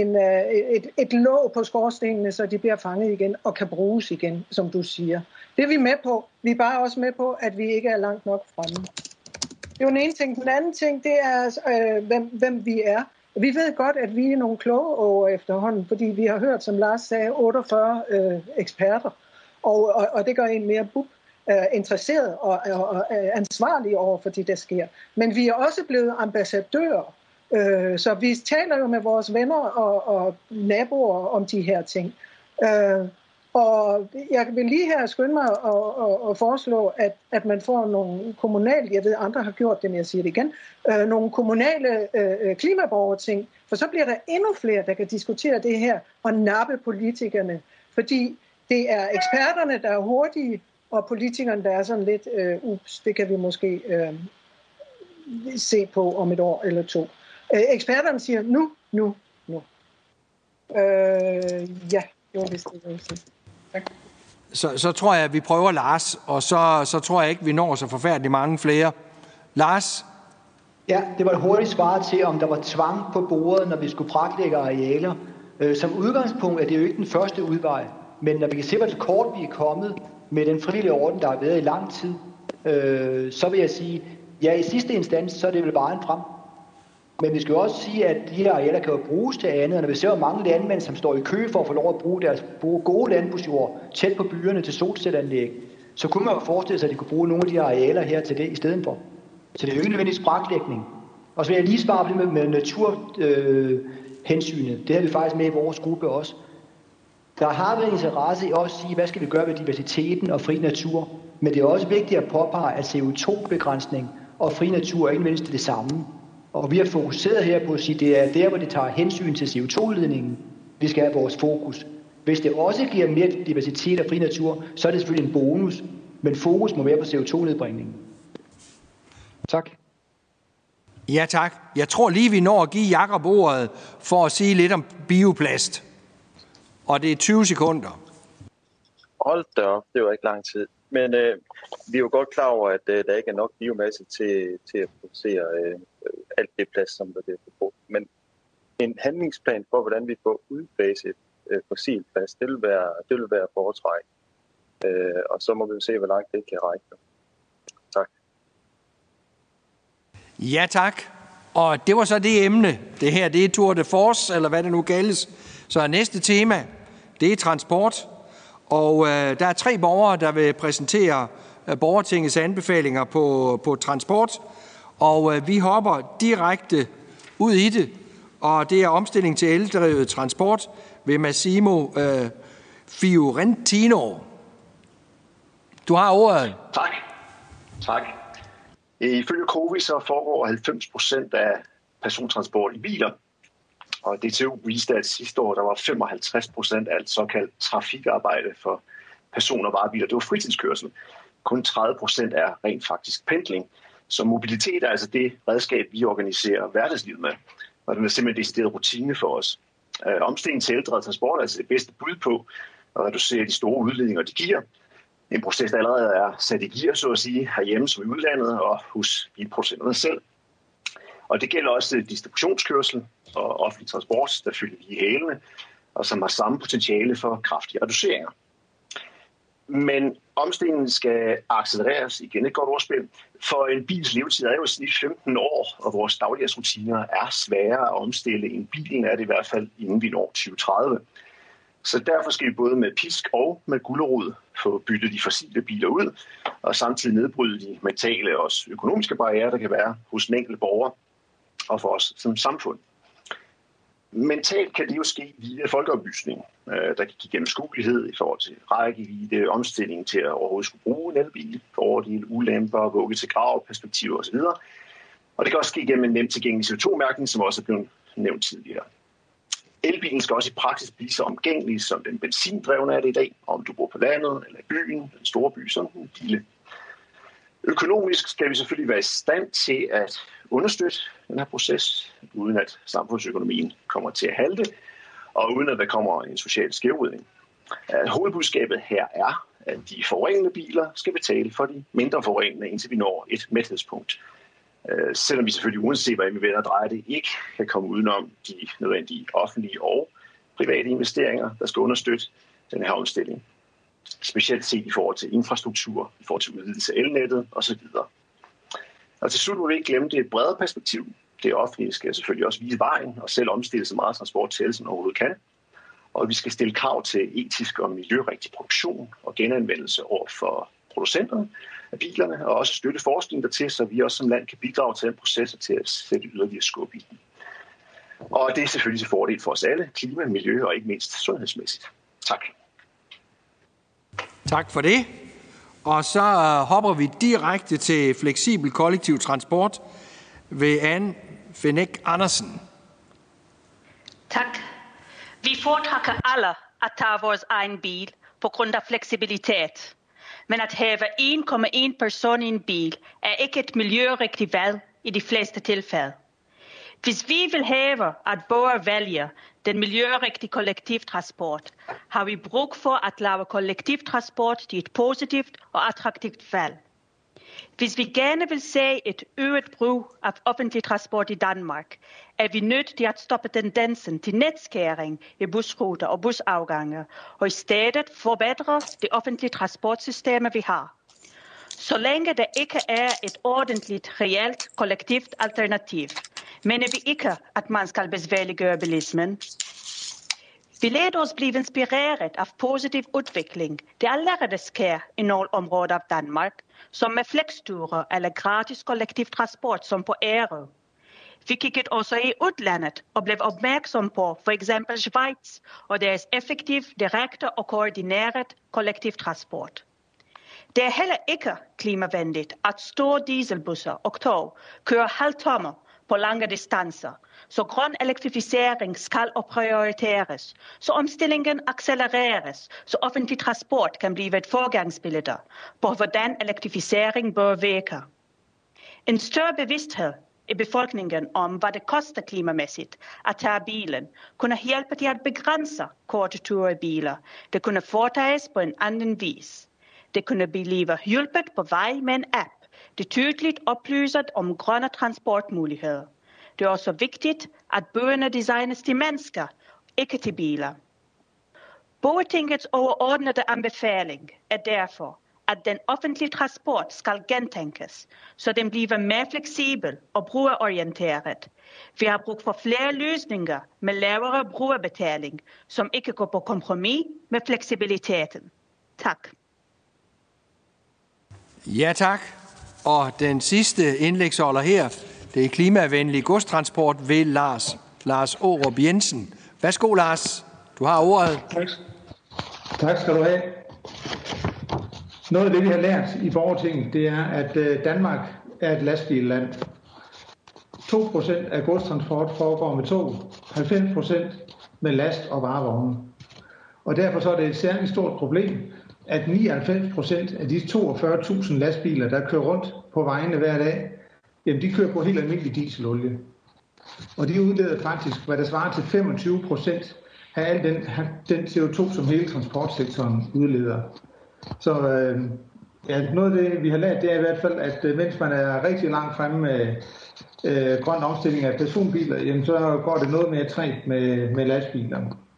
et låg på skorstenene, så de bliver fanget igen og kan bruges igen, som du siger. Det er vi med på. Vi er bare også med på, at vi ikke er langt nok fremme. Det er den ene ting. Den anden ting, det er, hvem vi er. Vi ved godt, at vi er nogle kloge over efterhånden, fordi vi har hørt, som Lars sagde, 48 eksperter. Og det gør en mere interesseret og ansvarlig over for det, der sker. Men vi er også blevet ambassadører. Så vi taler jo med vores venner og naboer om de her ting. Og jeg vil lige her skynde mig og foreslå, at man får nogle kommunale, jeg ved andre har gjort det, men jeg siger det igen, nogle kommunale klimaborgerting, for så bliver der endnu flere, der kan diskutere det her og nappe politikerne. Fordi det er eksperterne, der er hurtige, og politikerne, der er sådan lidt, det kan vi måske se på om et år eller 2. Eksperterne siger, nu. Ja, det var vist det, jeg ville sige. Så tror jeg, at vi prøver Lars, og så tror jeg ikke, vi når så forfærdeligt mange flere. Lars? Ja, det var et hurtigt svar til, om der var tvang på bordet, når vi skulle braklægge arealer. Som udgangspunkt er det jo ikke den første udvej, men når vi kan se, hvor kort vi er kommet med den frivillige orden, der har været i lang tid, så vil jeg sige, ja, i sidste instans, så er det vel vejen frem. Men vi skal jo også sige, at de her arealer kan jo bruges til andet, og når vi ser mange landmænd, som står i kø for at få lov at bruge deres gode landbrugsjord tæt på byerne til solcelleanlæg, så kunne man jo forestille sig, at de kunne bruge nogle af de her arealer her til det i stedet for. Så det er jo ikke nødvendigvis braklægning. Og så vil jeg lige svare på det med naturhensynet. Det har vi faktisk med i vores gruppe også. Der har været interesse i også at sige, hvad skal vi gøre ved diversiteten og fri natur. Men det er også vigtigt at påpege, at CO2-begrænsning og fri natur er ikke mindst det samme. Og vi har fokuseret her på at sige, at det er der, hvor det tager hensyn til CO2-ledningen, vi skal have vores fokus. Hvis det også giver mere diversitet og fri natur, så er det selvfølgelig en bonus, men fokus må være på CO2-nedbringningen. Tak. Ja, tak. Jeg tror lige, vi når at give Jakob ordet for at sige lidt om bioplast. Og det er 20 sekunder. Hold da op, det var ikke lang tid. Men vi er jo godt klar over, at der ikke er nok biomasse til at producere alt det plast, som der bliver forbrugt. Men en handlingsplan for, hvordan vi får udfaset fossil plast, det vil være foretræk. Og så må vi se, hvor langt det kan række. Tak. Ja, tak. Og det var så det emne. Det her, det er Tour de Force, eller hvad det nu kaldes. Så næste tema, det er transport. Og der er 3 borgere, der vil præsentere borgertingets anbefalinger på transport. Og vi hopper direkte ud i det. Og det er omstilling til eldrevet transport ved Massimo Fiorentino. Du har ordet. Tak. Ifølge COVI så foregår 90% af persontransport i biler. Og DTU viste, at sidste år der var 55% af alt såkaldt trafikarbejde for person- og varebiler. Det var fritidskørsel. Kun 30% er rent faktisk pendling. Så mobilitet er altså det redskab, vi organiserer hverdagslivet med. Og det er simpelthen decideret rutine for os. Omstilling til eldrevet transport er altså det bedste bud på at reducere de store udledninger, de giver. En proces, der allerede er sat i gear, så at sige, herhjemme som i udlandet og hos bilproducenterne selv. Og det gælder også distributionskørsel og offentlig transport, der følger lige i hælene, og som har samme potentiale for kraftige reduceringer. Men omstillingen skal accelereres, igen et godt ordspil, for en bils levetid er jo i snit 15 år, og vores dagligdagsrutiner er svære at omstille end bilen er det i hvert fald, inden vi når 2030. Så derfor skal vi både med pisk og med gulerod få byttet de fossile biler ud, og samtidig nedbryde de mentale og økonomiske barrierer, der kan være hos den enkelte borger og for os som samfund. Mentalt kan det jo ske via folkeoplysning, der kan give gennemskuelighed i forhold til rækkevidde, omstilling til at overhovedet skulle bruge en elbil, fordele, ulemper, vugge til grav, perspektiver osv. Og det kan også ske gennem en nemt tilgængelig CO2-mærkning, som også er blevet nævnt tidligere. Elbilen skal også i praksis blive så omgængelig, som den benzindrevne er det i dag, om du bor på landet eller i byen, den store by som en lille. Økonomisk skal vi selvfølgelig være i stand til at understøtte den her proces, uden at samfundsøkonomien kommer til at halte, og uden at der kommer en social skævvridning. Hovedbudskabet her er, at de forurenende biler skal betale for de mindre forurenende, indtil vi når et mæthedspunkt. Selvom vi selvfølgelig uanset hvad vi vender og drejer det, ikke kan komme udenom de nødvendige offentlige og private investeringer, der skal understøtte den her omstilling. Specielt set i forhold til infrastruktur, i forhold til udvidelse af elnettet osv. Og til slut må vi ikke glemme det bredere perspektiv. Det offentlige skal selvfølgelig også vise vejen og selv omstille så meget transport til, som overhovedet kan. Og vi skal stille krav til etisk og miljørigtig produktion og genanvendelse over for producenterne af bilerne, og også støtte forskning dertil, så vi også som land kan bidrage til den proces til at sætte yderligere skub i den. Og det er selvfølgelig til fordel for os alle, klima, miljø og ikke mindst sundhedsmæssigt. Tak. Tak for det. Og så hopper vi direkte til fleksibel kollektiv transport ved Anne Fenech Andersen. Tak. Vi foretrækker alle at tage vores egen bil på grund af fleksibilitet. Men at have 1,1 person i en bil er ikke et miljørigtigt valg i de fleste tilfælde. Hvis vi vil have, at borgere vælger den miljørigtige kollektivtransport, har vi brug for at lave kollektivtransport til et positivt og attraktivt valg. Hvis vi gerne vil se et øget brug af offentlig transport i Danmark, er vi nødt til at stoppe tendensen til nedskæring i busruter og busafgange, og i stedet forbedre det offentlige transportsystem, vi har. Så længe der ikke er et ordentligt, reelt kollektivt alternativ, mener vi ikke, at man skal besværliggøre bilismen. Vi lader os blive inspireret af positiv udvikling, det allerede sker i nogle områder af Danmark, som med flexture eller gratis kollektiv transport som på Ærø. Vi kiggede også i udlandet og blev opmærksom på for eksempel Schweiz og deres effektiv, direkte og koordineret kollektiv transport. Det er heller ikke klimavenligt, at store dieselbusser og tog kører halvtomme på lange distancer, så grøn elektrificering skal prioriteres, så omstillingen accelereres, så offentlig transport kan blive et forgangsbillede på, hvordan elektrificering bør virke. En større bevidsthed i befolkningen om, hvad det koster klimamæssigt at tage bilen, kunne hjælpe til at begrænse korte ture i biler. Det kunne foretages på en anden vis. Det kunne blive hjulpet på vej med en app. Det tydeligt oplyser om grønne transportmuligheder. Det er også vigtigt, at byerne designes til mennesker, ikke til biler. Borgertingets overordnede anbefaling er derfor, at den offentlige transport skal gentænkes, så den bliver mere fleksibel og brugerorienteret. Vi har brug for flere løsninger med lavere brugerbetaling, som ikke går på kompromis med fleksibiliteten. Tak. Ja, tak. Og den sidste indlægsholder her, det er klimavenlig godstransport ved Lars Aarup Jensen. Værsgo, Lars. Du har ordet. Tak skal du have. Noget af det, vi har lært i borgertinget, det er, at Danmark er et lastbilland. 2% af godstransport foregår med tog, 90% med last og varevogne. Og derfor så er det et særligt stort problem, at 99% af de 42.000 lastbiler, der kører rundt på vejene hver dag, jamen de kører på helt almindelig dieselolie. Og de udleder faktisk, hvad der svarer til 25% af al den CO2, som hele transportsektoren udleder. Så noget af det, vi har lært, det er i hvert fald, at mens man er rigtig langt fremme med grøn omstilling af personbiler, jamen, så går det noget mere trægt med lastbiler.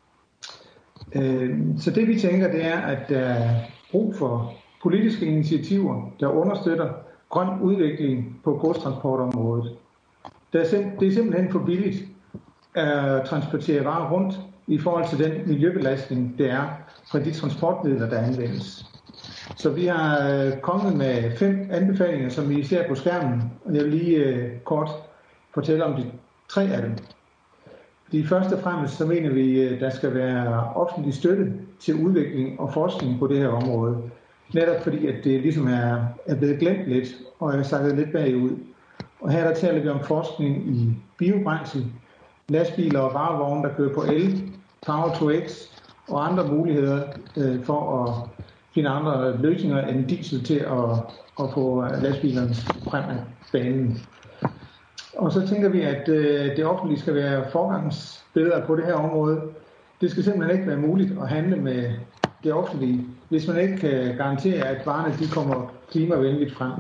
Så det vi tænker, det er, at der er brug for politiske initiativer, der understøtter grøn udvikling på godstransportområdet. Det er simpelthen for billigt at transportere varer rundt i forhold til den miljøbelastning, det er fra de transportmidler, der anvendes. Så vi har kommet med 5 anbefalinger, som vi ser på skærmen, og jeg vil lige kort fortælle om de 3 af dem. De første og fremmest, så mener vi, der skal være offentlig støtte til udvikling og forskning på det her område. Netop fordi, at det ligesom er blevet glemt lidt og er sakket lidt bagud. Og her der taler vi om forskning i biobrændsel, lastbiler og varevogne, der kører på el, Power to X og andre muligheder for at finde andre løsninger end diesel til at få lastbilerne frem af banen. Og så tænker vi, at det offentlige skal være forgangsbilleder på det her område. Det skal simpelthen ikke være muligt at handle med det offentlige, hvis man ikke kan garantere, at varerne de kommer klimavenligt frem.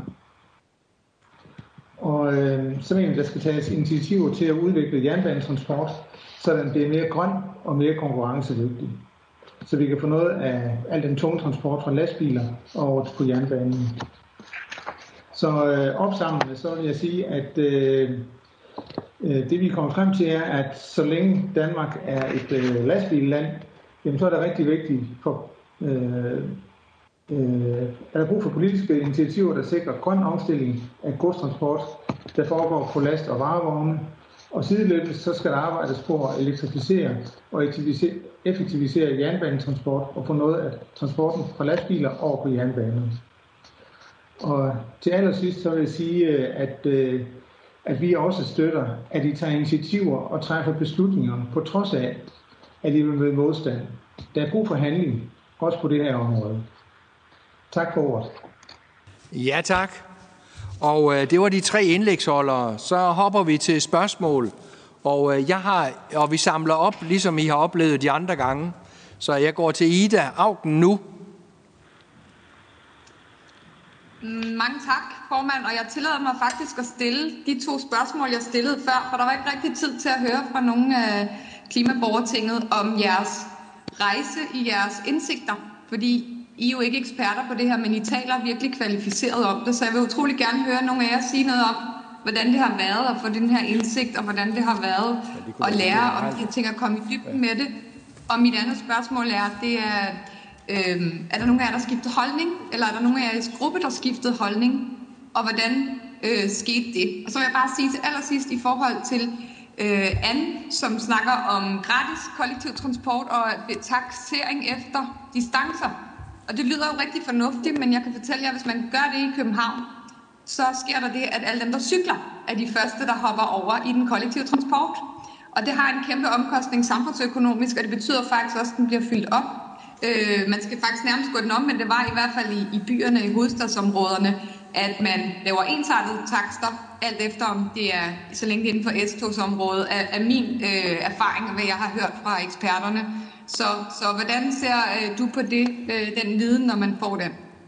Og så mener vi, der skal tages initiativer til at udvikle jernbanetransport, så den bliver mere grøn og mere konkurrencedygtig. Så vi kan få noget af al den tunge transport fra lastbiler over på jernbanen. Så opsamlende, så vil jeg sige, at det vi kommer frem til er, at så længe Danmark er et lastbilland, jamen så er det rigtig vigtigt for, er der brug for politiske initiativer, der sikrer grøn omstilling af godstransport, der foregår på last- og varevogne. Og sideløbende så skal der arbejdes på at elektrificere og effektivisere jernbanetransport og få noget af transporten fra lastbiler over på jernbanen. Og til allersidst så vil jeg sige, at vi også støtter, at I tager initiativer og træffer beslutninger på trods af, at I vil møde modstand. Der er brug for handling, også på det her område. Tak for ordet. Ja, tak. Og det var de 3 indlægsholdere. Så hopper vi til spørgsmål. Og vi samler op, ligesom I har oplevet de andre gange. Så jeg går til Ida Auken nu. Mange tak, formand, og jeg tillader mig faktisk at stille de 2 spørgsmål, jeg stillede før, for der var ikke rigtig tid til at høre fra nogle af Klimaborgertinget om jeres rejse i jeres indsigter, fordi I er jo ikke eksperter på det her, men I taler virkelig kvalificeret om det, så jeg vil utrolig gerne høre nogle af jer sige noget om, hvordan det har været at få den her indsigt, og hvordan det har været at lære om de her ting at komme i dybden med det. Og mit andet spørgsmål er, er der nogen af jer, der skiftede holdning, eller er der nogen af jeres gruppe, der skiftede holdning, og hvordan skete det? Og så vil jeg bare sige til allersidst i forhold til Anne, som snakker om gratis kollektiv transport og taksering efter distancer. Og det lyder jo rigtig fornuftigt, men jeg kan fortælle jer, at hvis man gør det i København, så sker der det, at alle dem, der cykler, er de første, der hopper over i den kollektive transport. Og det har en kæmpe omkostning samfundsøkonomisk, og det betyder faktisk også, at den bliver fyldt op. Man skal faktisk nærmest gå den om, men det var i hvert fald i byerne, i hovedstadsområderne, at man laver ensartede takster, alt efter om det er, så længe det er inden for S-togsområdet, af min erfaring og hvad jeg har hørt fra eksperterne. Så hvordan ser du på det, den viden, når man får den?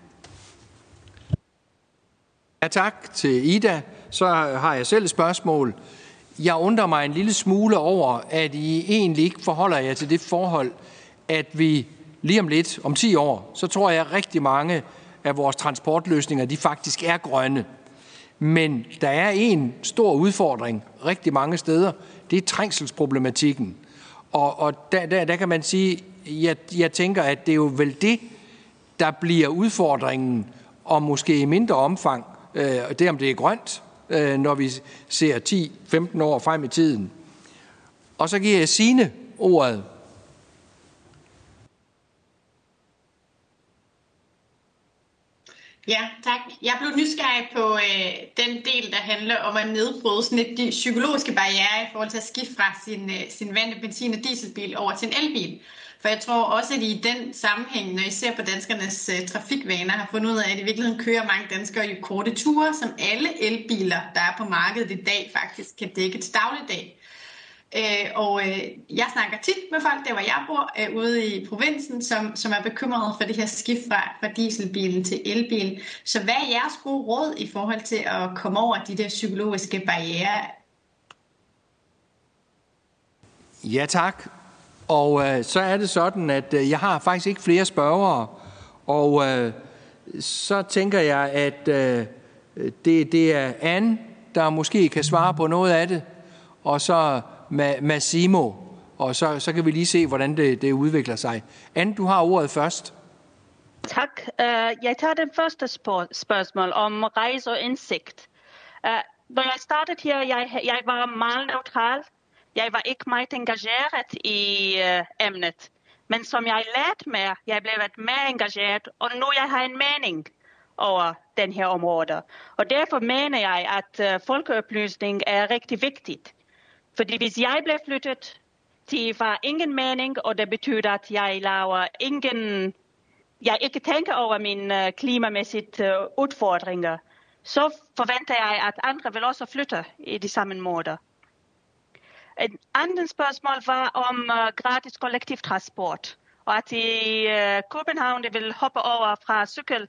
Ja, tak til Ida. Så har jeg selv et spørgsmål. Jeg undrer mig en lille smule over, at I egentlig ikke forholder jer til det forhold, at vi lige om lidt, om 10 år, så tror jeg, at rigtig mange af vores transportløsninger, de faktisk er grønne. Men der er en stor udfordring rigtig mange steder, det er trængselsproblematikken. Og der kan man sige, jeg tænker, at det er jo vel det, der bliver udfordringen, og måske i mindre omfang, det om det er grønt, når vi ser 10-15 år frem i tiden. Og så giver jeg Signe ordet. Ja, tak. Jeg blev nysgerrig på den del, der handler om at nedbryde sådan de psykologiske barrierer i forhold til at skifte fra sin vante benzin- og dieselbil over til en elbil. For jeg tror også, at i den sammenhæng, når I ser på danskernes trafikvaner, har fundet ud af, at i virkeligheden kører mange danskere i korte ture, som alle elbiler, der er på markedet i dag, faktisk kan dække til dagligdag. Jeg snakker tit med folk, der hvor jeg bor, ude i provinsen, som er bekymrede for det her skift fra dieselbilen til elbilen. Så hvad er jeres gode råd i forhold til at komme over de der psykologiske barrierer? Ja, tak. Og så er det sådan, at jeg har faktisk ikke flere spørgere. Og så tænker jeg, at det er Anne, der måske kan svare på noget af det. Og så Massimo, og så kan vi lige se, hvordan det udvikler sig. Anne, du har ordet først. Tak. Jeg tager den første spørgsmål om rejse og indsigt. Når jeg startede her, jeg var meget neutral. Jeg var ikke meget engageret i emnet. Men som jeg lærte mere, jeg blev mere engageret, og nu jeg har en mening over den her område. Og derfor mener jeg, at folkeoplysning er rigtig vigtigt. Fordi hvis jeg blev flyttet til var ingen mening, og det betyder, at jeg laver jeg ikke tænker over mine klimamæssige udfordringer, så forventer jeg, at andre vil også flytte i de samme måder. Et andet spørgsmål var om gratis kollektivtransport, og at i København det vil hoppe over fra cykel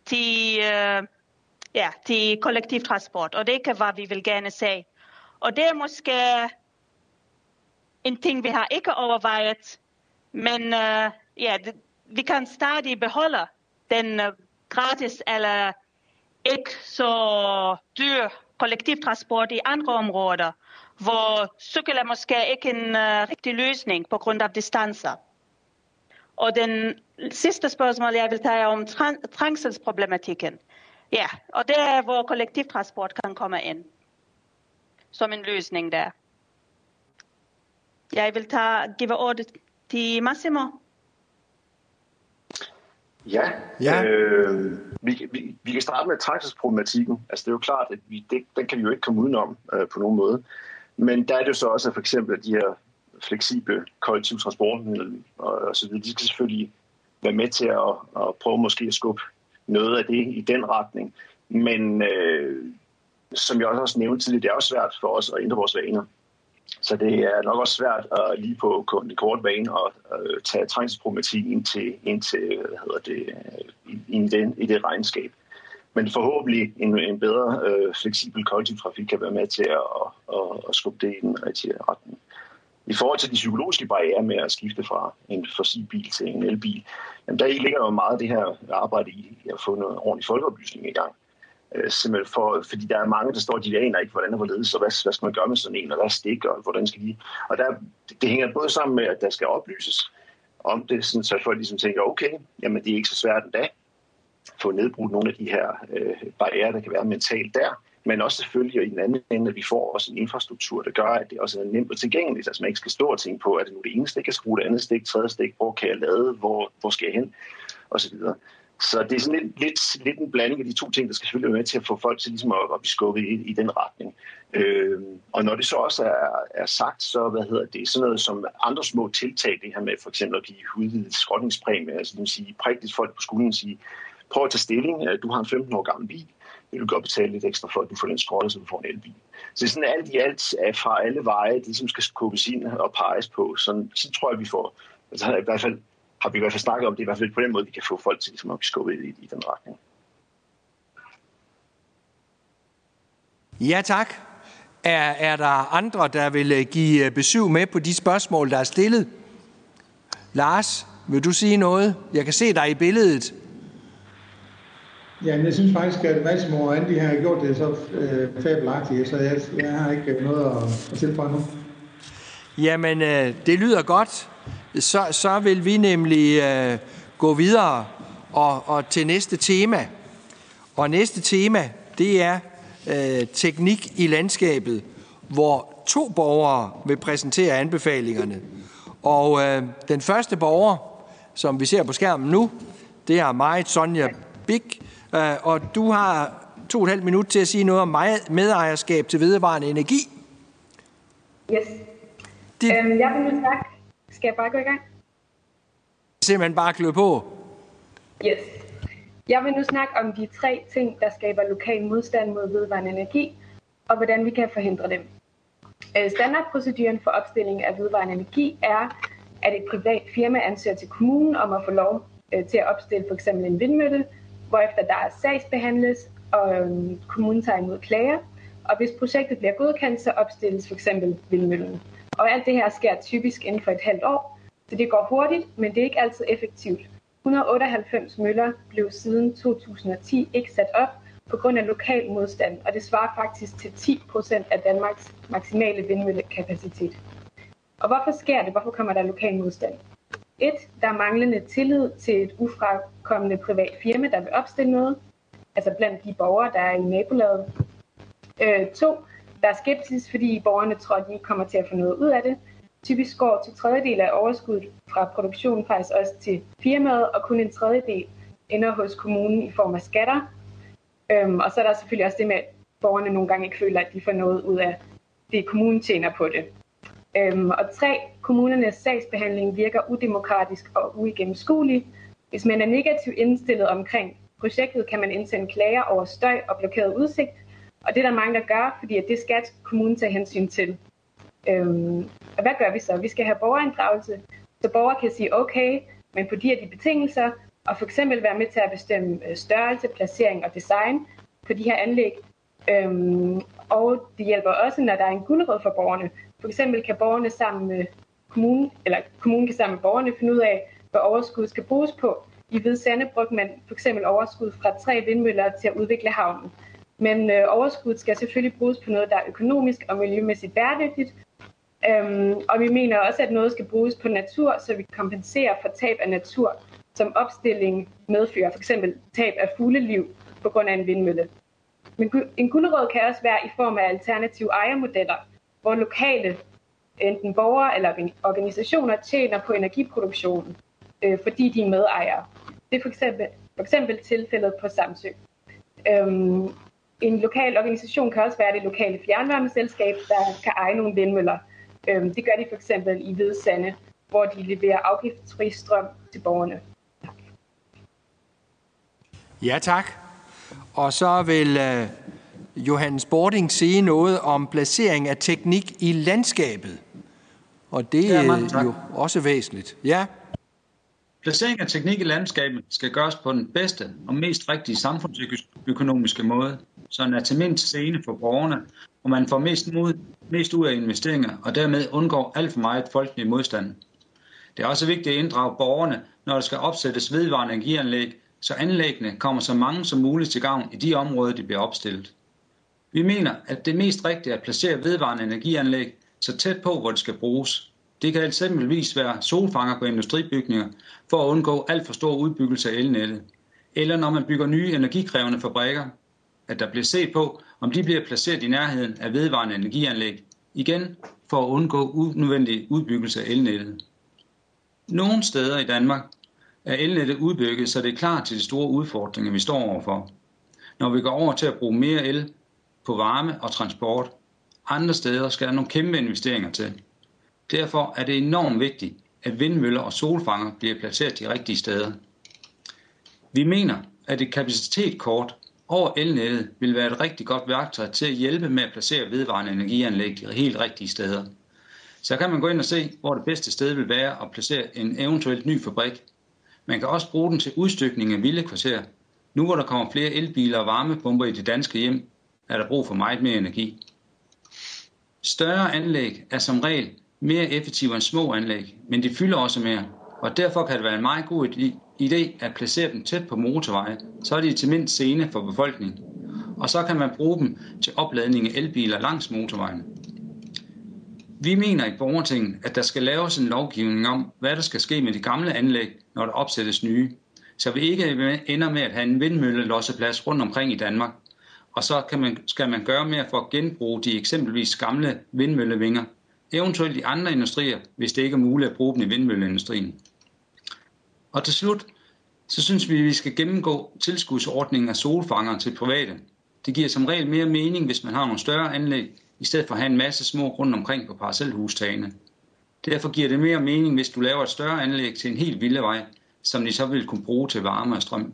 til kollektivtransport, og det er ikke, hvad vi vil gerne se. Og det er måske en ting, vi har ikke overvejet, men vi kan stadig beholde den gratis eller ikke så dyr kollektivtransport i andre områder, hvor cykel er måske ikke en rigtig løsning på grund af distancer. Og den sidste spørgsmål, jeg vil tage om trængselsproblematikken. Ja, og det er, hvor kollektivtransport kan komme ind som en løsning der. Jeg vil give ordet til Massimo. Ja. Vi kan starte med trængselsproblematikken. Altså det er jo klart, at den kan vi jo ikke komme udenom på nogen måde. Men der er det jo så også, at for eksempel de her fleksible kollektive transportmidler og så videre, de skal selvfølgelig være med til at prøve måske at skubbe noget af det i den retning. Men som jeg også nævnte tidligere, det er også svært for os at ændre vores vaner. Så det er nok også svært at lige på en kort bane at tage trængselsproblematikken ind til i det regnskab. Men forhåbentlig en bedre fleksibel kollektiv trafik kan være med til at skubbe det i den rigtige retning. I forhold til de psykologiske barrierer med at skifte fra en fossilbil til en elbil, jamen der ligger jo meget af det her arbejde i at få noget ordentlig folkeoplysning i gang. Simpelthen fordi der er mange, der står, de aner ikke, hvordan og hvorledes, og hvad skal man gøre med sådan en, og hvad stikker, og hvordan skal de... Og det hænger både sammen med, at der skal oplyses om det, sådan, så folk ligesom tænker, okay, jamen det er ikke så svært endda, få nedbrudt nogle af de her barrierer, der kan være mentalt der, men også selvfølgelig i den anden ende, at vi får også en infrastruktur, der gør, at det også er nemt og tilgængeligt, altså man ikke skal stå og tænke på, at det nu det ene stik, jeg skal bruge det andet stik, tredje stik, hvor kan jeg lade, hvor skal jeg hen, og så videre. Så det er sådan lidt en blanding af de to ting, der skal selvfølgelig være med til at få folk til ligesom at blive skubbet i den retning. Og når det så også er sagt, så sådan noget som andre små tiltag, det her med for eksempel at give udvidet skrotningspræmie, altså det vil sige prægtigt folk på skolen og sige, prøv at tage stilling, du har en 15 år gammel bil, vil du godt betale lidt ekstra for, at du får den skrottet, så du får en elbil. Så det er sådan alt i alt fra alle veje, det ligesom skal skubbes ind og peges på. Så tror jeg, vi får, altså har vi i hvert fald snakket om det, i hvert fald på den måde, vi kan få folk til ligesom at blive skubbet i den retning. Ja, tak. Er der andre, der vil give besøg med på de spørgsmål, der er stillet? Lars, vil du sige noget? Jeg kan se dig i billedet. Ja, jeg synes faktisk, at Massimo og Andy har gjort det så fabelagtigt, så jeg har ikke noget at tilføje nu. Jamen, det lyder godt. Så vil vi nemlig gå videre og til næste tema. Og næste tema, det er teknik i landskabet, hvor 2 borgere vil præsentere anbefalingerne. Og den første borger, som vi ser på skærmen nu, det er Marit Sonja Big, og du har 2,5 minutter til at sige noget om medejerskab til vedvarende energi. Yes. Jeg vil nu snakke. Skal jeg bare gå i gang? Simpelthen bare klø på. Yes. Jeg vil nu snakke om de 3 ting, der skaber lokal modstand mod vedvarende energi, og hvordan vi kan forhindre dem. Standardproceduren for opstilling af vedvarende energi er, at et privat firma ansøger til kommunen om at få lov til at opstille f.eks. en vindmølle, hvorefter der sagsbehandles, og kommunen tager imod klager. Og hvis projektet bliver godkendt, så opstilles f.eks. vindmøllen. Og alt det her sker typisk inden for et halvt år, så det går hurtigt, men det er ikke altid effektivt. 198 møller blev siden 2010 ikke sat op på grund af lokal modstand, og det svarer faktisk til 10% af Danmarks maksimale vindmøllekapacitet. Og hvorfor sker det? Hvorfor kommer der lokal modstand? 1. Der er manglende tillid til et ufrakommende privat firma, der vil opstille noget, altså blandt de borgere, der er i nabolaget. 2. Der er skepsis, fordi borgerne tror, at de ikke kommer til at få noget ud af det. Typisk går 2/3 af overskuddet fra produktionen faktisk også til firmaet, og kun 1/3 ender hos kommunen i form af skatter. Og så er der selvfølgelig også det med, at borgerne nogle gange ikke føler, at de får noget ud af det, kommunen tjener på det. Og 3. Kommunernes sagsbehandling virker udemokratisk og uigennemskuelig. Hvis man er negativt indstillet omkring projektet, kan man indsende klager over støj og blokeret udsigt. Og det er der mange, der gør, fordi det skal kommunen tage hensyn til. Og hvad gør vi så? Vi skal have borgerinddragelse, så borgere kan sige okay, men på de her de betingelser, og for eksempel være med til at bestemme størrelse, placering og design på de her anlæg. Og det hjælper også, når der er en gulerod for borgerne. For eksempel kan borgerne sammen med kommunen, eller kommunen kan sammen med borgerne finde ud af, hvad overskud skal bruges på. I Hvide Sande brugte man for eksempel overskud fra 3 vindmøller til at udvikle havnen. Men overskud skal selvfølgelig bruges på noget, der er økonomisk og miljømæssigt bæredygtigt. Og vi mener også, at noget skal bruges på natur, så vi kompenserer for tab af natur, som opstilling medfører, f.eks. tab af fugleliv på grund af en vindmølle. Men en gulerod kan også være i form af alternative ejermodeller, hvor lokale, enten borgere eller organisationer, tjener på energiproduktionen, fordi de er medejere. Det er for eksempel tilfældet på Samsø. En lokal organisation kan også være det lokale fjernvarmeselskab, der kan eje nogle vindmøller. Det gør de for eksempel i Hvide Sande, hvor de leverer afgiftsfri strøm til borgerne. Ja, tak. Og så vil Johannes Bording sige noget om placering af teknik i landskabet. Og det er jo også væsentligt. Ja. Placering af teknik i landskabet skal gøres på den bedste og mest rigtige samfundsøkonomiske måde, så den er til mindst gene for borgerne, og man får mest ud af investeringer, og dermed undgår alt for meget folkelig modstand. Det er også vigtigt at inddrage borgerne, når der skal opsættes vedvarende energianlæg, så anlæggene kommer så mange som muligt til gavn i de områder, de bliver opstillet. Vi mener, at det mest rigtige er at placere vedvarende energianlæg så tæt på, hvor det skal bruges. Det kan eksempelvis være solfanger på industribygninger for at undgå alt for stor udbyggelse af elnettet. Eller når man bygger nye energikrævende fabrikker, at der bliver set på, om de bliver placeret i nærheden af vedvarende energianlæg. Igen for at undgå unødvendig udbyggelse af elnettet. Nogle steder i Danmark er elnettet udbygget, så det er klar til de store udfordringer, vi står overfor. Når vi går over til at bruge mere el på varme og transport. Andre steder skal der nogle kæmpe investeringer til. Derfor er det enormt vigtigt, at vindmøller og solfanger bliver placeret de rigtige steder. Vi mener, at et kapacitetskort over elnettet vil være et rigtig godt værktøj til at hjælpe med at placere vedvarende energianlæg de helt rigtige steder. Så kan man gå ind og se, hvor det bedste sted vil være at placere en eventuelt ny fabrik. Man kan også bruge den til udstykning af villakvarter. Nu hvor der kommer flere elbiler og varmepumper i de danske hjem, er der brug for meget mere energi. Større anlæg er som regel mere effektive end små anlæg, men de fylder også mere, og derfor kan det være en meget god idé at placere dem tæt på motorveje, så er de til mindst gene for befolkningen, og så kan man bruge dem til opladning af elbiler langs motorvejen. Vi mener i Borgertinget, at der skal laves en lovgivning om, hvad der skal ske med de gamle anlæg, når der opsættes nye, så vi ikke ender med at have en vindmøllelosseplads rundt omkring i Danmark, og så skal man gøre mere for at genbruge de eksempelvis gamle vindmøllevinger, eventuelt i andre industrier, hvis det ikke er muligt at bruge dem i vindmølleindustrien. Og til slut, så synes vi, at vi skal gennemgå tilskudsordningen af solfangere til private. Det giver som regel mere mening, hvis man har nogle større anlæg, i stedet for at have en masse små rundt omkring på parcelhustagene. Derfor giver det mere mening, hvis du laver et større anlæg til en helt villavej, som de så vil kunne bruge til varme og strøm.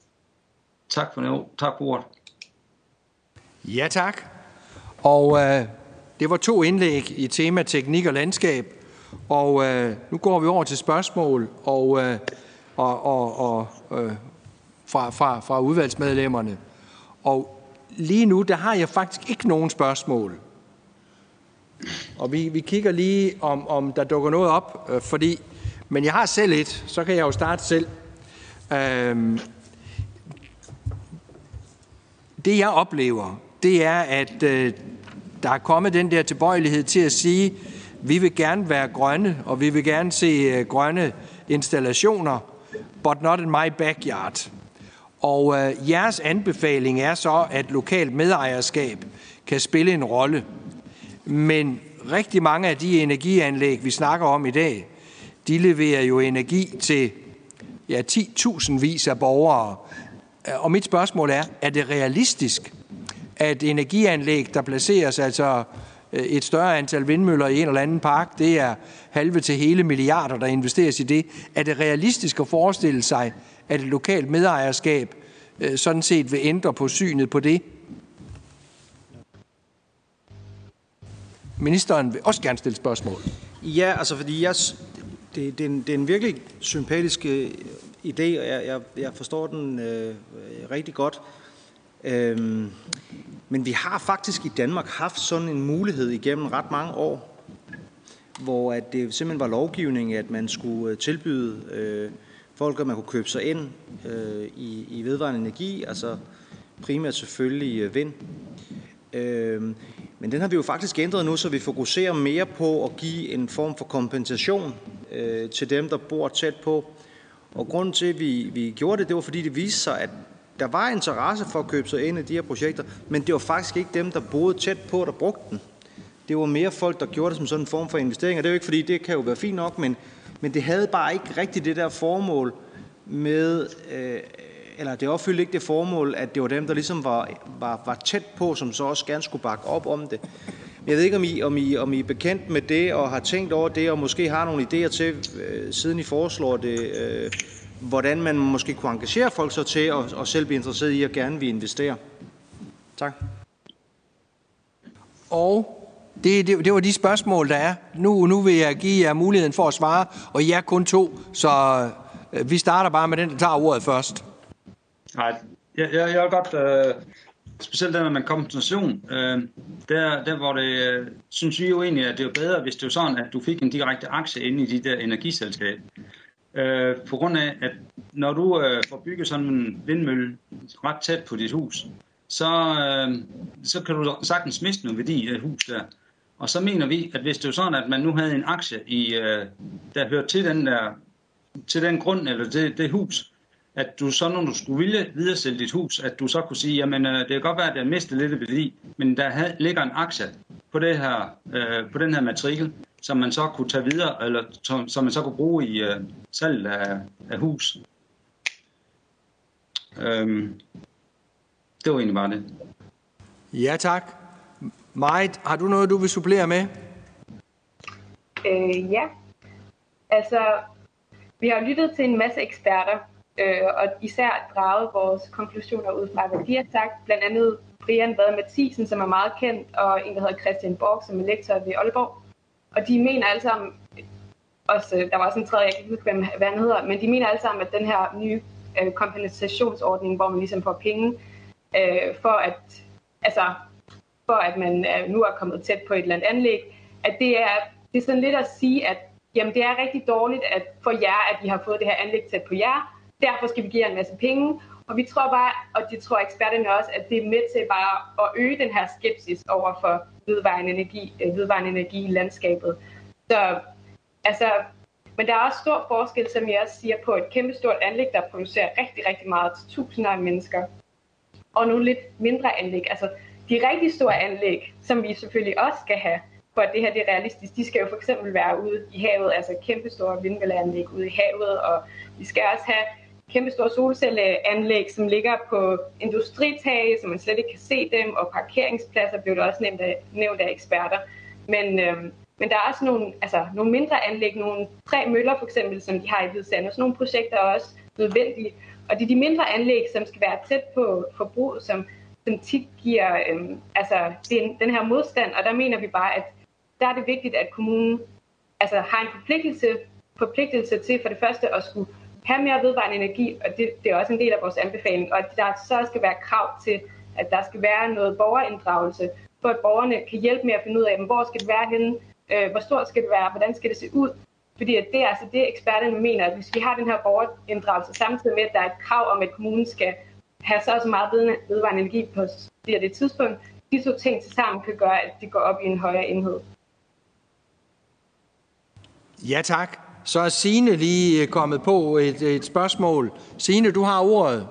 Tak for ordet. Ja, tak. Og det var 2 indlæg i tema teknik og landskab. Og nu går vi over til spørgsmål fra udvalgsmedlemmerne. Og lige nu, der har jeg faktisk ikke nogen spørgsmål. Og vi kigger lige, om der dukker noget op, men jeg har selv et, så kan jeg jo starte selv. Det jeg oplever, det er, at der er kommet den der tilbøjelighed til at sige, vi vil gerne være grønne, og vi vil gerne se grønne installationer, but not in my backyard. Og jeres anbefaling er så, at lokalt medejerskab kan spille en rolle. Men rigtig mange af de energianlæg, vi snakker om i dag, de leverer jo energi til 10.000 vis af borgere. Og mit spørgsmål er det realistisk, at energianlæg, der placeres altså et større antal vindmøller i en eller anden park, det er halve til hele milliarder, der investeres i det. Er det realistisk at forestille sig, at et lokalt medejerskab sådan set vil ændre på synet på det? Ministeren vil også gerne stille spørgsmål. Ja, altså fordi det er en virkelig sympatisk idé, og jeg forstår den rigtig godt. Men vi har faktisk i Danmark haft sådan en mulighed igennem ret mange år, hvor at det simpelthen var lovgivning, at man skulle tilbyde folk, at man kunne købe sig ind i vedvarende energi, altså primært selvfølgelig vind. Men den har vi jo faktisk ændret nu, så vi fokuserer mere på at give en form for kompensation til dem, der bor tæt på. Og grunden til, at vi gjorde det var, fordi det viste sig, at der var interesse for at købe sig ind i de her projekter, men det var faktisk ikke dem, der boede tæt på, der brugte den. Det var mere folk, der gjorde det som sådan en form for investering, og det er jo ikke, fordi det kan jo være fint nok, men det havde bare ikke rigtigt det der formål med, eller det opfyldte ikke det formål, at det var dem, der ligesom var tæt på, som så også gerne skulle bakke op om det. Jeg ved ikke, om I er bekendt med det, og har tænkt over det, og måske har nogle idéer til, siden I foreslår det, hvordan man måske kunne engagere folk så til at selv blive interesseret i at gerne vil investere. Tak. Og det var de spørgsmål, der er. Nu vil jeg give jer muligheden for at svare, og I er kun 2, så vi starter bare med den, der tager ordet først. Nej, jeg vil godt, specielt der med kompensation, der hvor det, synes vi jo egentlig, at det er bedre, hvis det var sådan, at du fik en direkte aktie inde i de der energiselskaber. På grund af, at når du får bygget sådan en vindmølle ret tæt på dit hus, så kan du sagtens miste noget værdi i det hus der. Og så mener vi, at hvis det var sådan, at man nu havde en aktie, der hørte til den grund eller det hus, at du så, når du skulle ville videresælge dit hus, at du så kunne sige, jamen det kan godt være, at det har mistet lidt værdi, men der ligger en aktie på det her, på den her matrikel, som man så kunne tage videre, eller som man så kunne bruge i salg af hus. Det var egentlig bare det. Ja, tak. Marit, har du noget, du vil supplere med? Ja. Altså, vi har lyttet til en masse eksperter, og især draget vores konklusioner ud fra, hvad de har sagt. Blandt andet Brian Vad Mathisen, som er meget kendt, og en, der hedder Christian Borg, som er lektor ved Aalborg. Og de mener alle sammen, også, der var også en tredje, jeg kan ikke huske, hvad han hedder, men de mener alle sammen, at den her nye kompensationsordning, hvor man ligesom får penge, for at man nu er kommet tæt på et eller andet anlæg, at det er sådan lidt at sige, at jamen, det er rigtig dårligt for jer, at I har fået det her anlæg tæt på jer. Derfor skal vi give jer en masse penge. Og vi tror bare, og det tror eksperterne også, at det er med til bare at øge den her skepsis over for vedvarende energi i landskabet. Så altså, men der er også stor forskel, som jeg også siger, på et kæmpestort anlæg, der producerer rigtig, rigtig meget til tusinder af mennesker. Og nogle lidt mindre anlæg. Altså, de rigtig store anlæg, som vi selvfølgelig også skal have, for at det her det er realistisk, de skal jo for eksempel være ude i havet, altså kæmpestore vindmølleanlæg ude i havet, og vi skal også have kæmpestore solcelleanlæg, som ligger på industritage, så man slet ikke kan se dem, og parkeringspladser blev det også nævnt af eksperter. Men der er også nogle mindre anlæg, nogle 3 møller for eksempel, som de har i Hvide Sande, og sådan nogle projekter er også nødvendige. Og det er de mindre anlæg, som skal være tæt på forbruget, som tit giver den her modstand, og der mener vi bare, at der er det vigtigt, at kommunen har en forpligtelse til for det første at skulle have mere vedvarende energi, og det er også en del af vores anbefaling, og at der så skal være krav til, at der skal være noget borgerinddragelse, for at borgerne kan hjælpe med at finde ud af, hvor skal det være henne, hvor stort skal det være, hvordan skal det se ud. Fordi at det er altså det, eksperterne mener, at hvis vi har den her borgerinddragelse, samtidig med, at der er et krav om, at kommunen skal have så meget vedvarende energi på det tidspunkt, de 2 ting til sammen kan gøre, at det går op i en højere enhed. Ja, tak. Så er Signe lige kommet på et spørgsmål. Signe, du har ordet.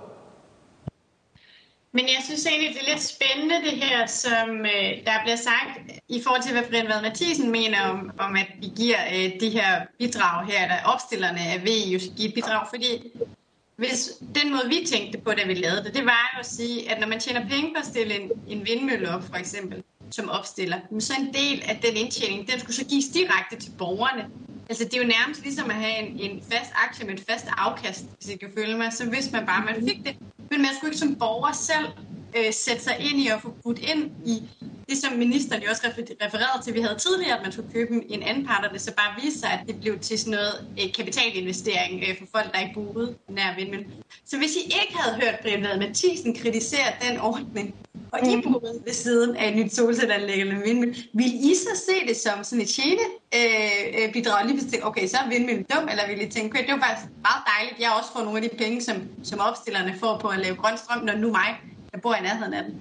Men jeg synes egentlig, det er lidt spændende det her, som der bliver sagt i forhold til, hvad Brian Vad Mathisen mener om at vi giver de her bidrag her, der opstillerne af VE jo skal give et bidrag, fordi hvis den måde, vi tænkte på, da vi lavede det, det var jo at sige, at når man tjener penge på at stille en vindmølle op, for eksempel, som opstiller, så en del af den indtjening, den skulle så gives direkte til borgerne. Altså, det er jo nærmest ligesom at have en fast aktie med et fast afkast, hvis I kan følge mig, så vidste man bare, at man fik det. Men man skulle ikke som borger selv sætte sig ind i at få budt ind i det, som ministeren jo også refererede til, vi havde tidligere, at man skulle købe en anden part, og det så bare viste sig, at det blev til sådan noget kapitalinvestering for folk, der ikke boede nær vindmølle. Så hvis I ikke havde hørt Brian Vad Mathisen kritisere den ordning, og I boede ved siden af et nyt solcelleanlæg eller en vindmølle, vil I så se det som sådan et bidrag lige til, okay, så er vindmøllen dum, eller vil I tænke, okay, det var faktisk meget dejligt, jeg også får nogle af de penge, som opstillerne får på at lave grøn strøm, når nu mig, jeg bor i nærheden af den.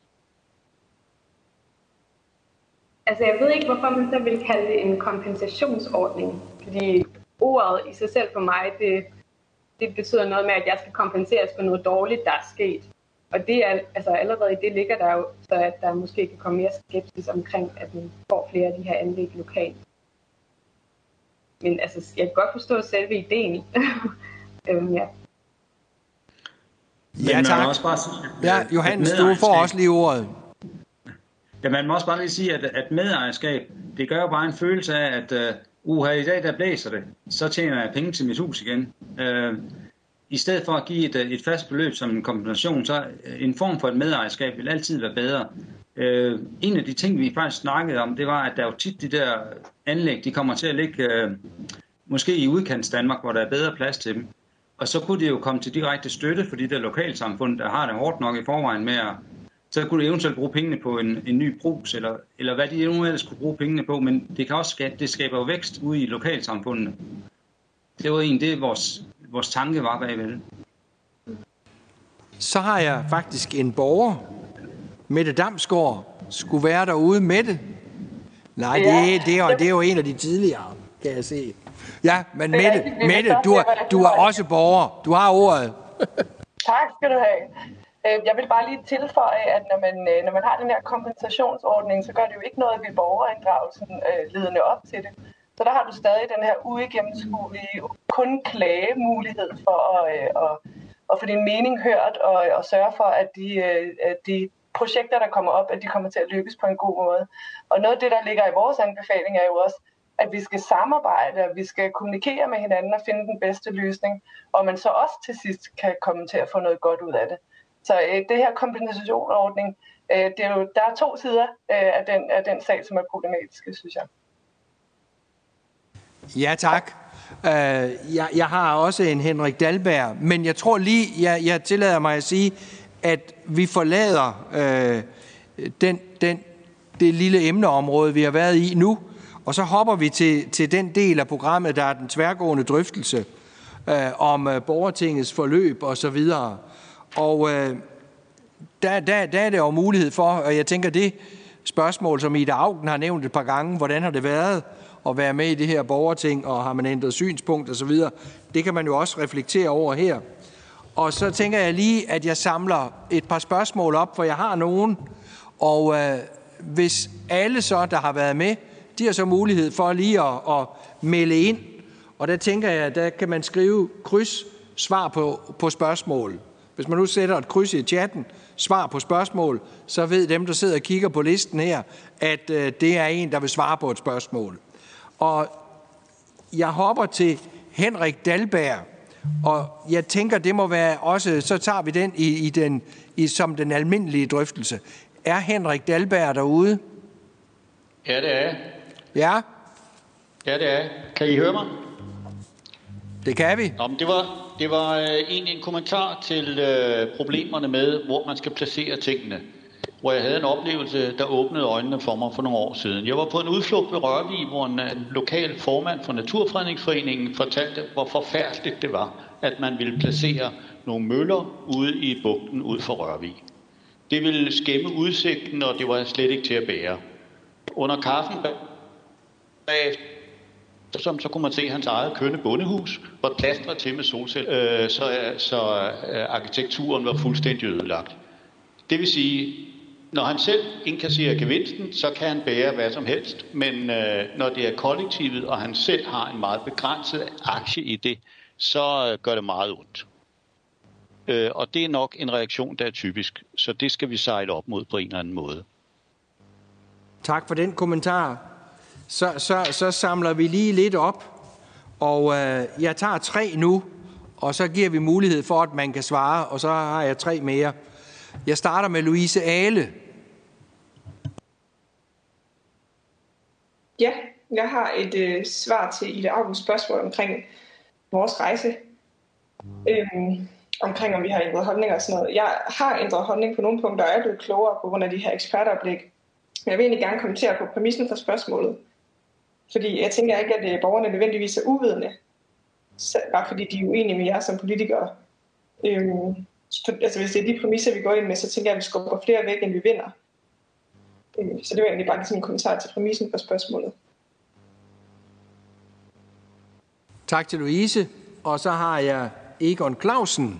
Altså, jeg ved ikke, hvorfor man så vil kalde det en kompensationsordning, fordi ordet i sig selv for mig, det betyder noget med, at jeg skal kompenseres for noget dårligt, der er sket. Og det er, altså allerede i det ligger der jo, så at der måske kan komme mere skepsis omkring, at man får flere af de her anlæg lokalt. Men altså, jeg kan godt forstå selve ideen. Ja. Ja, tak. Ja, Johannes, du får også lige ordet. Ja, man må også bare lige sige, at medejerskab, det gør jo bare en følelse af, at her i dag, der blæser det, så tjener jeg penge til mit hus igen. I stedet for at give et fast beløb som en kompensation, så en form for et medejerskab vil altid være bedre. En af de ting, vi faktisk snakkede om, det var, at der jo tit de der anlæg, de kommer til at ligge måske i udkants Danmark, hvor der er bedre plads til dem. Og så kunne de jo komme til direkte støtte for de der lokalsamfund, der har det hårdt nok i forvejen med at... Så kunne de eventuelt bruge pengene på en ny brus, eller hvad de ellers kunne bruge pengene på, men det kan også det skaber jo vækst ude i lokalsamfundene. Det var egentlig det, vores tanke var bagved det. Så har jeg faktisk en borger, Mette Damsgaard, skulle være derude. Mette? Nej, det er jo en af de tidligere, kan jeg se. Ja, men Mette, du er også borger. Du har ordet. Tak skal du have. Jeg vil bare lige tilføje, at når man har den her kompensationsordning, så gør det jo ikke noget ved borgerinddragelsen ledende op til det. Så der har du stadig den her uigennemskuelige, kun klagemulighed for at få din mening hørt og sørge for, at de projekter, der kommer op, at de kommer til at lykkes på en god måde. Og noget af det, der ligger i vores anbefaling, er jo også, at vi skal samarbejde, og vi skal kommunikere med hinanden og finde den bedste løsning, og man så også til sidst kan komme til at få noget godt ud af det. Så det her kompensationsordning, der er to sider af den sag, som er problematiske, synes jeg. Ja, tak. Jeg har også en Henrik Dahlberg, men jeg tror lige, jeg tillader mig at sige, at vi forlader det lille emneområde, vi har været i nu, og så hopper vi til den del af programmet, der er den tværgående drøftelse om borgertingets forløb og så videre. Og der er det jo mulighed for, og jeg tænker det spørgsmål, som Ida Auken har nævnt et par gange, hvordan har det været at være med i det her borgerting, og har man ændret synspunkt og så videre, det kan man jo også reflektere over her. Og så tænker jeg lige, at jeg samler et par spørgsmål op, for jeg har nogen, og hvis alle så, der har været med, de har så mulighed for lige at melde ind, og der tænker jeg, der kan man skrive kryds, svar på spørgsmål. Hvis man nu sætter et kryds i chatten, svar på spørgsmål, så ved dem, der sidder og kigger på listen her, at det er en, der vil svare på et spørgsmål. Og jeg hopper til Henrik Dahlberg, og jeg tænker, det må være også, så tager vi den som den almindelige drøftelse. Er Henrik Dahlberg derude? Ja, det er jeg. Ja? Ja, det er jeg. Kan I høre mig? Det kan vi. Nå, men det var egentlig en kommentar til problemerne med, hvor man skal placere tingene. Hvor jeg havde en oplevelse, der åbnede øjnene for mig for nogle år siden. Jeg var på en udflugt ved Rørvig, hvor en lokal formand for Naturfredningsforeningen fortalte, hvor forfærdeligt det var, at man ville placere nogle møller ude i bugten ud for Rørvig. Det ville skæmme udsigten, og det var slet ikke til at bære. Under kaffen så kunne man se hans eget kønne bondehus, hvor plastret til med solceller, så arkitekturen var fuldstændig ødelagt. Det vil sige, når han selv indkasserer gevinsten, så kan han bære hvad som helst, men når det er kollektivet, og han selv har en meget begrænset aktie i det, så gør det meget ondt. Og det er nok en reaktion, der er typisk, så det skal vi sejle op mod på en eller anden måde. Tak for den kommentar. Så samler vi lige lidt op, og jeg tager 3 nu, og så giver vi mulighed for, at man kan svare, og så har jeg 3 mere. Jeg starter med Louise Ale. Ja, jeg har et svar til Ida Aukens spørgsmål omkring vores rejse. Omkring om vi har ændret holdninger og sådan noget. Jeg har ændret holdning på nogle punkter, og jeg er blevet klogere på grund af de her ekspertoplæg. Men jeg vil egentlig gerne kommentere på præmissen for spørgsmålet. Fordi jeg tænker ikke, at borgerne nødvendigvis er uvidende. Bare fordi de er uenige med jer som politikere. Altså hvis det er de præmisser, vi går ind med, så tænker jeg, at vi skubber flere væk, end vi vinder. Så det var egentlig bare sådan en kommentar til præmissen for spørgsmålet. Tak til Louise. Og så har jeg Egon Clausen.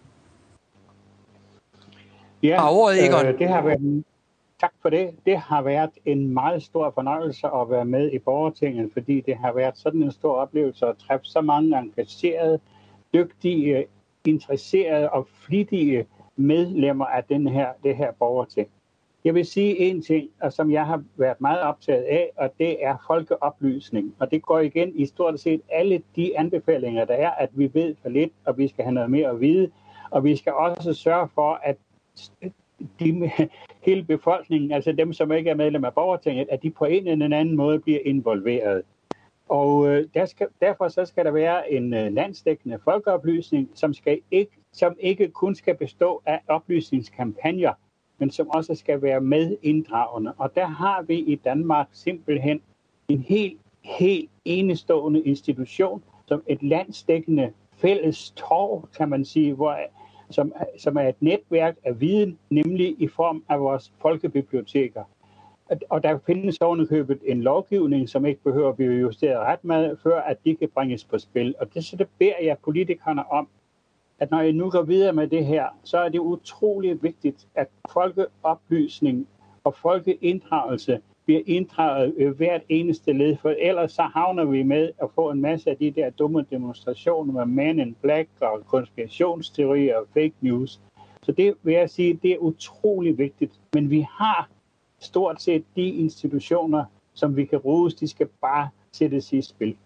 Ja, ordet, Egon. Det har været, tak for det. Det har været en meget stor fornøjelse at være med i borgertinget, fordi det har været sådan en stor oplevelse at træffe så mange engagerede, dygtige, interesserede og flittige medlemmer af det her borgerting. Jeg vil sige en ting, som jeg har været meget optaget af, og det er folkeoplysning. Og det går igen i stort set alle de anbefalinger, der er, at vi ved for lidt, og vi skal have noget mere at vide. Og vi skal også sørge for, at hele befolkningen, altså dem, som ikke er medlem af borgertinget, at de på en eller anden måde bliver involveret. Og derfor så skal der være en landsdækkende folkeoplysning, som ikke kun skal bestå af oplysningskampagner, men som også skal være med inddragende. Og der har vi i Danmark simpelthen en helt enestående institution, som et landsdækkende fælles torv, kan man sige, som er et netværk af viden, nemlig i form af vores folkebiblioteker. Og der findes ovenikøbet en lovgivning, som ikke behøver at blive justeret ret meget, før at de kan bringes på spil. Og det beder jeg politikerne om, at når I nu går videre med det her, så er det utroligt vigtigt, at folkeoplysning og folkeinddragelse bliver inddraget hvert eneste led, for ellers så havner vi med at få en masse af de der dumme demonstrationer med Man in Black og konspirationsteorier og fake news. Så det vil jeg sige, det er utrolig vigtigt. Men vi har stort set de institutioner, som vi kan bruge, de skal bare sættes i spil.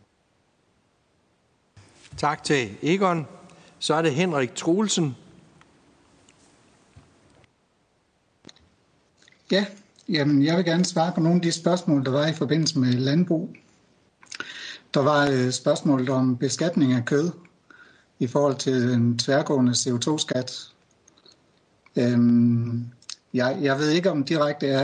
Tak til Egon. Så er det Henrik Troelsen. Ja, jamen, jeg vil gerne svare på nogle af de spørgsmål, der var i forbindelse med landbrug. Der var spørgsmålet om beskatning af kød i forhold til en tværgående CO2-skat. Jeg ved ikke, om direkte er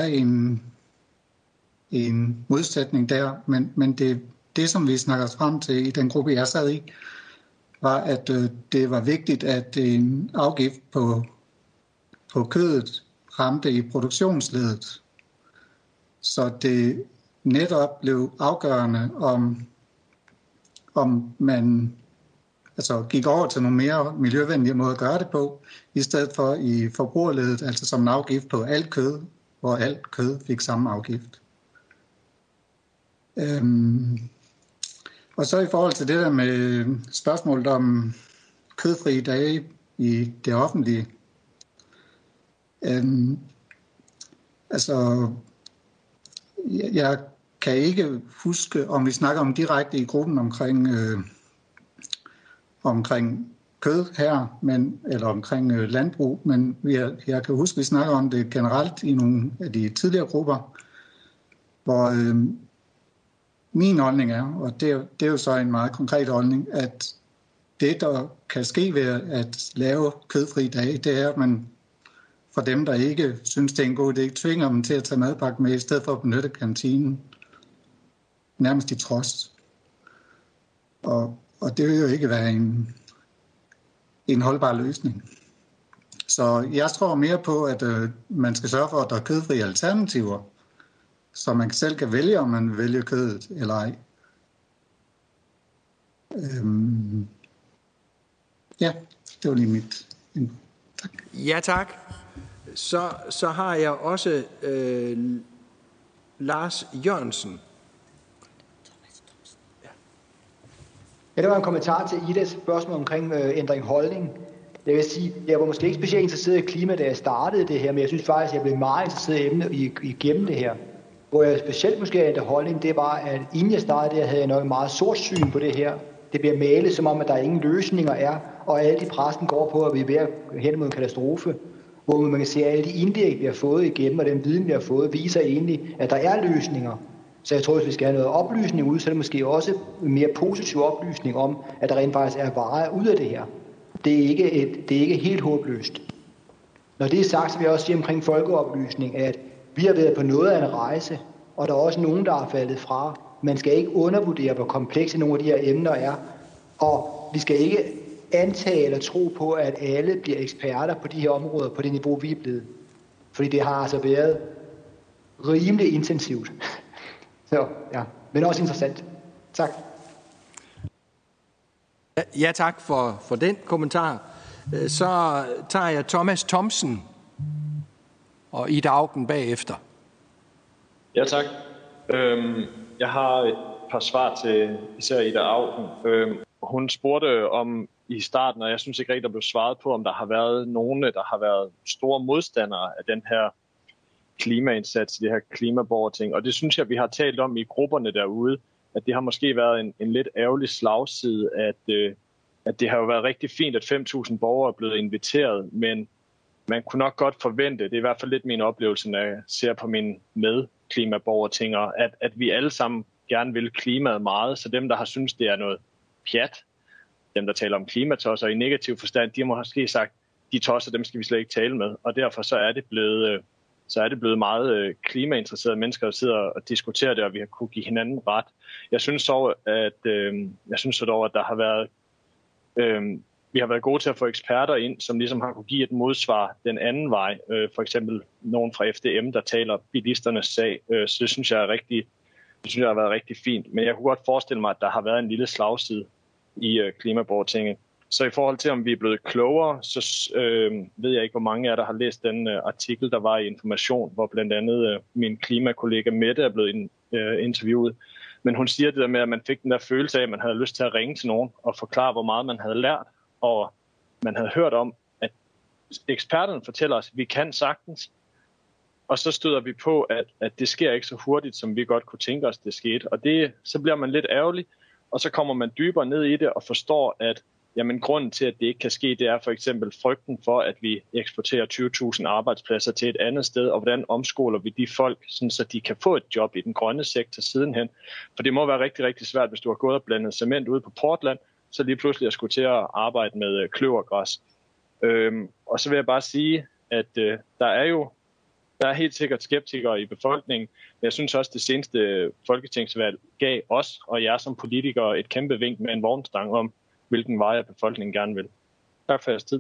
en modsætning der, men det, som vi snakker frem til i den gruppe, jeg sad i, var, at det var vigtigt, at en afgift på kødet ramte i produktionsledet. Så det netop blev afgørende, om man gik over til nogle mere miljøvenlige måder at gøre det på, i stedet for i forbrugerledet, altså som en afgift på alt kød, hvor alt kød fik samme afgift. Og så i forhold til det der med spørgsmålet om kødfrie dage i det offentlige. Jeg kan ikke huske, om vi snakker om direkte i gruppen omkring kød her, eller omkring landbrug, men jeg kan huske, at vi snakker om det generelt i nogle af de tidligere grupper, hvor min holdning er, og det er jo så en meget konkret holdning, at det, der kan ske ved at lave kødfri dage, det er, at man for dem, der ikke synes, det er en god idé, tvinger dem til at tage madpakke med, i stedet for at benytte kantinen, nærmest i trods. Og det vil jo ikke være en holdbar løsning. Så jeg tror mere på, at man skal sørge for, at der er kødfrie alternativer, så man selv kan vælge, om man vil vælge kødet eller ej. Ja, det var lige mit. Tak. Ja, tak. Så har jeg også Lars Jørgensen. Ja, det var en kommentar til Idas spørgsmål omkring ændring holdning. Jeg vil sige, jeg var måske ikke specielt interesseret i klima, da jeg startede det her, men jeg synes faktisk, jeg blev meget interesseret i emnet igennem det her. Hvor jeg specielt måske ændrede holdning, det var, at inden jeg startede det, havde jeg nok meget sort syn på det her. Det bliver malet som om, at der ingen løsninger er, og alle de pressen går på, at vi er ved at hen mod en katastrofe. Hvor man kan se, at alle de indlæg, vi har fået igennem, og den viden, vi har fået, viser egentlig, at der er løsninger. Så jeg tror, at hvis vi skal have noget oplysning ud, så er det måske også en mere positiv oplysning om, at der rent faktisk er veje ud af det her. Det er ikke helt håbløst. Når det er sagt, så vil jeg også sige omkring folkeoplysning, at vi har været på noget af en rejse, og der er også nogen, der er faldet fra. Man skal ikke undervurdere, hvor komplekse nogle af de her emner er, og vi skal ikke antage eller tro på, at alle bliver eksperter på de her områder, på det niveau, vi er blevet. Fordi det har altså været rimelig intensivt. Så ja, men også interessant. Tak. Ja, tak for den kommentar. Så tager jeg Thomas Thomsen og Ida Auken bagefter. Ja, tak. Jeg har et par svar til især Ida Auken. Hun spurgte om i starten, og jeg synes ikke rigtig, der blev svaret på, om der har været nogen, der har været store modstandere af den her klimaindsats, det her klimaborgerting. Og det synes jeg, vi har talt om i grupperne derude, at det har måske været en lidt ærgerlig slagside, at det har jo været rigtig fint, at 5.000 borgere er blevet inviteret, men man kunne nok godt forvente, det er i hvert fald lidt min oplevelse, når jeg ser på mine medklimaborgertingere, at vi alle sammen gerne vil klimaet meget, så dem, der har synes det er noget pjat, dem, der taler om klimatosser i negativ forstand, de har måske sagt, de tosser, dem skal vi slet ikke tale med, og derfor så er det blevet meget klimainteresserede mennesker, der sidder og diskuterer det, og vi har kunne give hinanden ret. Jeg synes dog, at der har været vi har været gode til at få eksperter ind, som ligesom har kunne give et modsvar den anden vej. For eksempel nogen fra FDM, der taler bilisternes sag. Så det synes jeg har været rigtig fint. Men jeg kunne godt forestille mig, at der har været en lille slagside i klimaborgertinget. Så i forhold til, om vi er blevet klogere, så ved jeg ikke, hvor mange af jer, der har læst den artikel, der var i Information, hvor blandt andet min klimakollega Mette er blevet interviewet. Men hun siger det der med, at man fik den der følelse af, at man havde lyst til at ringe til nogen og forklare, hvor meget man havde lært. Og man havde hørt om, at eksperterne fortæller os, at vi kan sagtens. Og så støder vi på, at det sker ikke så hurtigt, som vi godt kunne tænke os, det skete. Og så bliver man lidt ærgerlig, og så kommer man dybere ned i det og forstår, at jamen, grunden til, at det ikke kan ske, det er for eksempel frygten for, at vi eksporterer 20.000 arbejdspladser til et andet sted, og hvordan omskoler vi de folk, så de kan få et job i den grønne sektor sidenhen. For det må være rigtig, rigtig svært, hvis du har gået og blandet cement ude på Portland, så lige pludselig at skulle til at arbejde med kløvergræs. Og så vil jeg bare sige, at der er helt sikkert skeptikere i befolkningen, men jeg synes også, at det seneste folketingsvalg gav os og jer som politikere et kæmpe vink med en vognstang om, hvilken vej befolkningen gerne vil. Tak for jeres tid.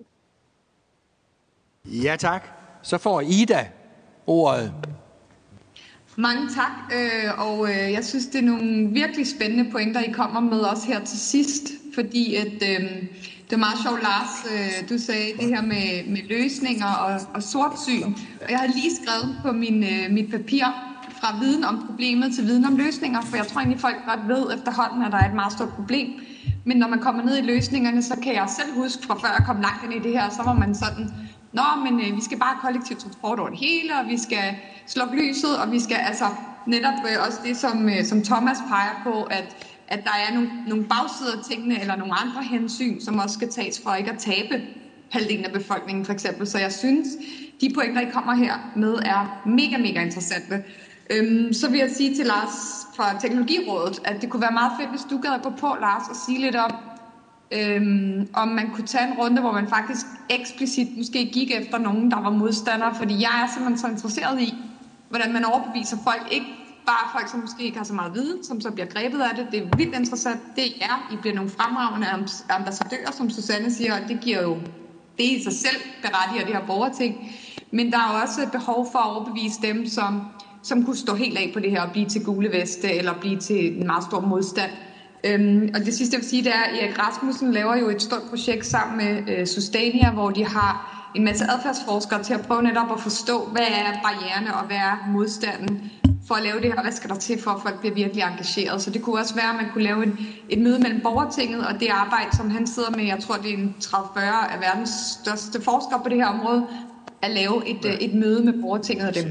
Ja, tak. Så får Ida ordet. Mange tak, og jeg synes, det er nogle virkelig spændende pointer, I kommer med også her til sidst, fordi at, det er meget sjovt, Lars, du sagde det her med løsninger og sortsyn, og jeg har lige skrevet på mit papir fra viden om problemet til viden om løsninger, for jeg tror egentlig, folk godt ved efterhånden, at der er et meget stort problem, men når man kommer ned i løsningerne, så kan jeg selv huske fra før jeg kom langt ind i det her, så var man sådan, vi skal bare have kollektiv transport over det hele, og vi skal slukke lyset, og vi skal altså netop også det, som Thomas peger på, at der er nogle bagsider af tingene, eller nogle andre hensyn, som også skal tages for ikke at tabe halvdelen af befolkningen for eksempel. Så jeg synes, de pointer, I kommer her med, er mega, mega interessante. Så vil jeg sige til Lars fra Teknologirådet, at det kunne være meget fedt, hvis du gad at gå på, Lars, og sige lidt om man kunne tage en runde, hvor man faktisk eksplicit måske gik efter nogen, der var modstandere, fordi jeg er simpelthen så interesseret i, hvordan man overbeviser folk, ikke bare folk, som måske ikke har så meget viden, som så bliver grebet af det. Det er vildt interessant. Det er, I bliver nogle fremragende ambassadører, som Susanne siger, og det giver jo, det i sig selv berettiger det her borgerting. Men der er også et behov for at overbevise dem, som kunne stå helt af på det her og blive til gule veste, eller blive til en meget stor modstand. Og det sidste, jeg vil sige, det er, at Erik Rasmussen laver jo et stort projekt sammen med Sustainia, hvor de har en masse adfærdsforskere til at prøve netop at forstå, hvad er barriererne og hvad er modstanden for at lave det her, hvad skal der til for, at folk bliver virkelig engageret. Så det kunne også være, at man kunne lave et møde mellem borgertinget og det arbejde, som han sidder med, jeg tror, det er en 30-40 af verdens største forskere på det her område, at lave et møde med borgertinget og dem.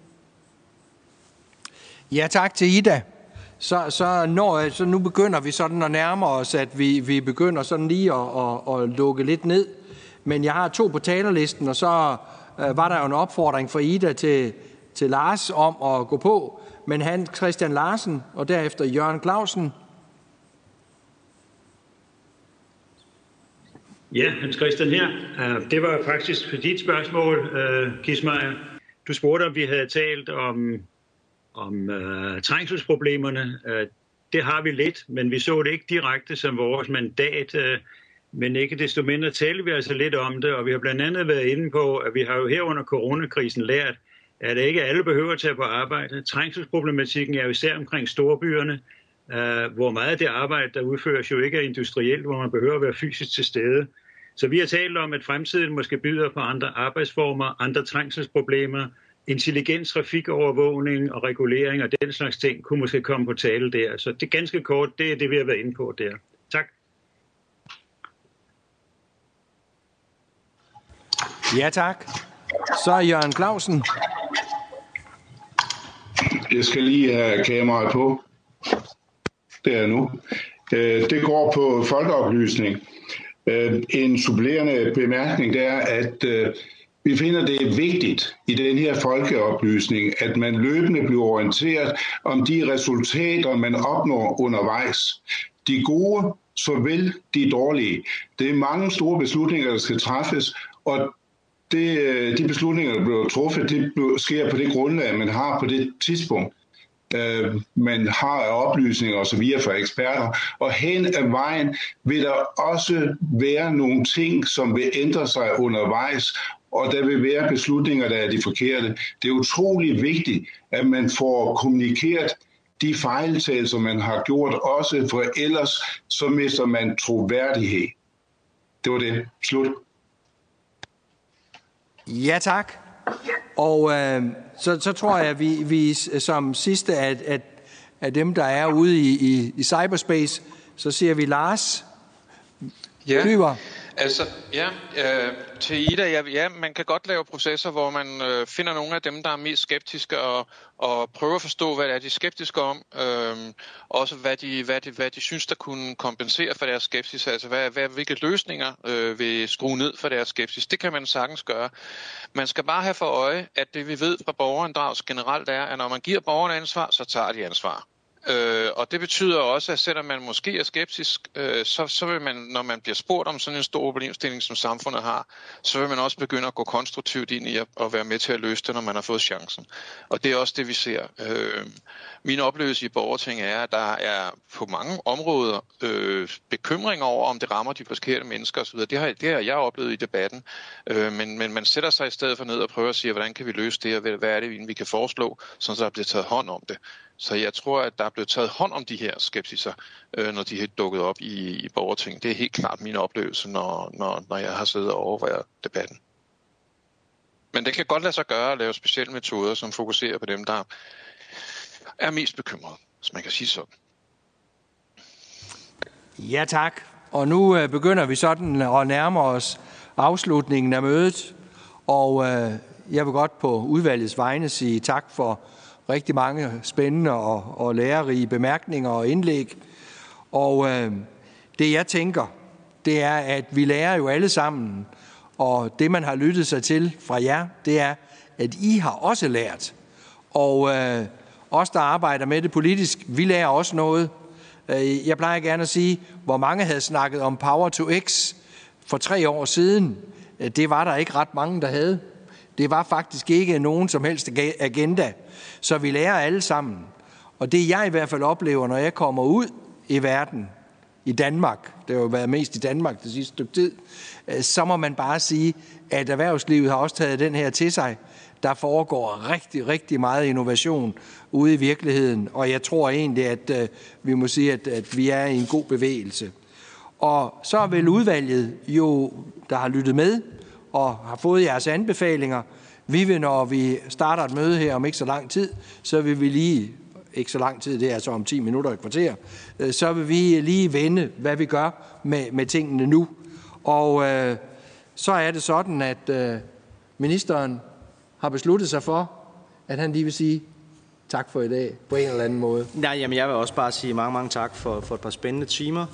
Ja, tak til Ida. Så nu begynder vi sådan at nærme os, at vi begynder sådan lige at lukke lidt ned. Men jeg har 2 på talerlisten, og så var der jo en opfordring fra Ida til Lars om at gå på. Men Hans Christian Larsen og derefter Jørgen Clausen. Ja, Hans Christian her. Det var faktisk for dit spørgsmål, Kismager. Du spurgte, om vi havde talt om trængselsproblemerne. Det har vi lidt, men vi så det ikke direkte som vores mandat, men ikke desto mindre taler vi altså lidt om det, og vi har blandt andet været inde på, at vi har jo her under coronakrisen lært, at ikke alle behøver at tage på arbejde. Trængselsproblematikken er jo især omkring storbyerne, hvor meget af det arbejde, der udføres, jo ikke er industrielt, hvor man behøver at være fysisk til stede. Så vi har talt om, at fremtiden måske byder på andre arbejdsformer, andre trængselsproblemer, intelligent trafikovervågning og regulering og den slags ting kunne måske komme på tale der. Så det ganske kort, det er det, vi har været inde på der. Tak. Ja, tak. Så er Jørgen Clausen. Jeg skal lige have kameraet på. Det er nu. Det går på folkeoplysning. En supplerende bemærkning, det er, at Vi finder, det er vigtigt i den her folkeoplysning, at man løbende bliver orienteret om de resultater, man opnår undervejs. De gode, såvel de dårlige. Det er mange store beslutninger, der skal træffes, og de beslutninger, der bliver truffet, det sker på det grundlag, man har på det tidspunkt. Man har oplysninger og så videre fra eksperter, og hen ad vejen vil der også være nogle ting, som vil ændre sig undervejs, og der vil være beslutninger, der er de forkerte. Det er utrolig vigtigt, at man får kommunikeret de fejltagelser, man har gjort også, for ellers så mister man troværdighed. Det var det. Slut. Ja, tak. Og så tror jeg, at vi som sidste af dem, der er ude i cyberspace, så siger vi Lars Lyber. Altså, til Ida, man kan godt lave processer, hvor man finder nogle af dem, der er mest skeptiske, og prøver at forstå, hvad det er, de er skeptiske om. Også hvad de synes, der kunne kompensere for deres skepsis. Altså, hvilke løsninger vil skrue ned for deres skepsis. Det kan man sagtens gøre. Man skal bare have for øje, at det vi ved fra borgerinddragelse generelt er, at når man giver borgerne ansvar, så tager de ansvar. Og det betyder også, at selvom man måske er skeptisk, så vil man, når man bliver spurgt om sådan en stor problemstilling, som samfundet har, så vil man også begynde at gå konstruktivt ind i at være med til at løse det, når man har fået chancen. Og det er også det, vi ser. Min oplevelse i borgertinget er, at der er på mange områder bekymring over, om det rammer de forkerte mennesker osv. Det har jeg oplevet i debatten. Men man sætter sig i stedet for ned og prøver at sige, hvordan kan vi løse det, og hvad er det, vi kan foreslå, så der bliver taget hånd om det. Så jeg tror, at der er blevet taget hånd om de her skepsiser, når de er dukket op i borgerting. Det er helt klart min oplevelse, når jeg har siddet og overvejet debatten. Men det kan godt lade sig gøre at lave specielle metoder, som fokuserer på dem, der er mest bekymrede, hvis man kan sige sådan. Ja, tak. Og nu begynder vi sådan at nærme os afslutningen af mødet. Og jeg vil godt på udvalgets vegne sige tak for rigtig mange spændende og lærerige bemærkninger og indlæg. Og det jeg tænker, det er, at vi lærer jo alle sammen, og det man har lyttet sig til fra jer, det er, at I har også lært. Og os, der arbejder med det politisk, vi lærer også noget. Jeg plejer gerne at sige, hvor mange havde snakket om Power to X for 3 år siden. Det var der ikke ret mange, der havde. Det var faktisk ikke nogen som helst agenda. Så vi lærer alle sammen. Og det jeg i hvert fald oplever, når jeg kommer ud i verden, i Danmark, det har jo været mest i Danmark det sidste stykke tid, så må man bare sige, at erhvervslivet har også taget den her til sig. Der foregår rigtig, rigtig meget innovation ude i virkeligheden, og jeg tror egentlig, at vi må sige, at vi er i en god bevægelse. Og så vil udvalget jo, der har lyttet med og har fået jeres anbefalinger, vi vil, når vi starter et møde her om ikke så lang tid, så vil vi lige, ikke så lang tid, det er så om 10 minutter og et kvarter, så vil vi lige vende, hvad vi gør med tingene nu. Og så er det sådan, at ministeren har besluttet sig for, at han lige vil sige tak for i dag på en eller anden måde. Nej, jamen jeg vil også bare sige mange tak for et par spændende timer.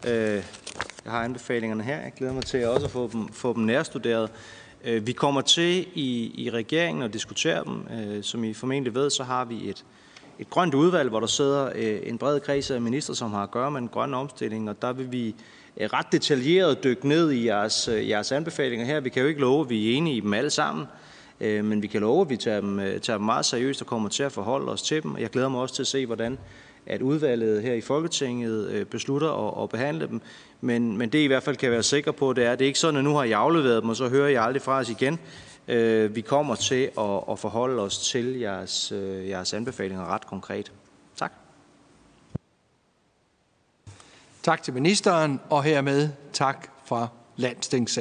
Jeg har anbefalingerne her. Jeg glæder mig til også at få dem nærstuderet. Vi kommer til i regeringen at diskutere dem. Som I formentlig ved, så har vi et grønt udvalg, hvor der sidder en bred kreds af minister, som har at gøre med den grønne omstilling, og der vil vi ret detaljeret dykke ned i jeres anbefalinger her. Vi kan jo ikke love, at vi er enige i dem alle sammen, men vi kan love, at vi tager dem meget seriøst og kommer til at forholde os til dem. Jeg glæder mig også til at se, hvordan at udvalget her i Folketinget beslutter at behandle dem. Men det I hvert fald kan være sikre på, det er ikke sådan, at nu har I afleveret dem, og så hører I aldrig fra os igen. Vi kommer til at forholde os til jeres anbefalinger ret konkret. Tak. Tak til ministeren, og hermed tak fra Landstingssalen.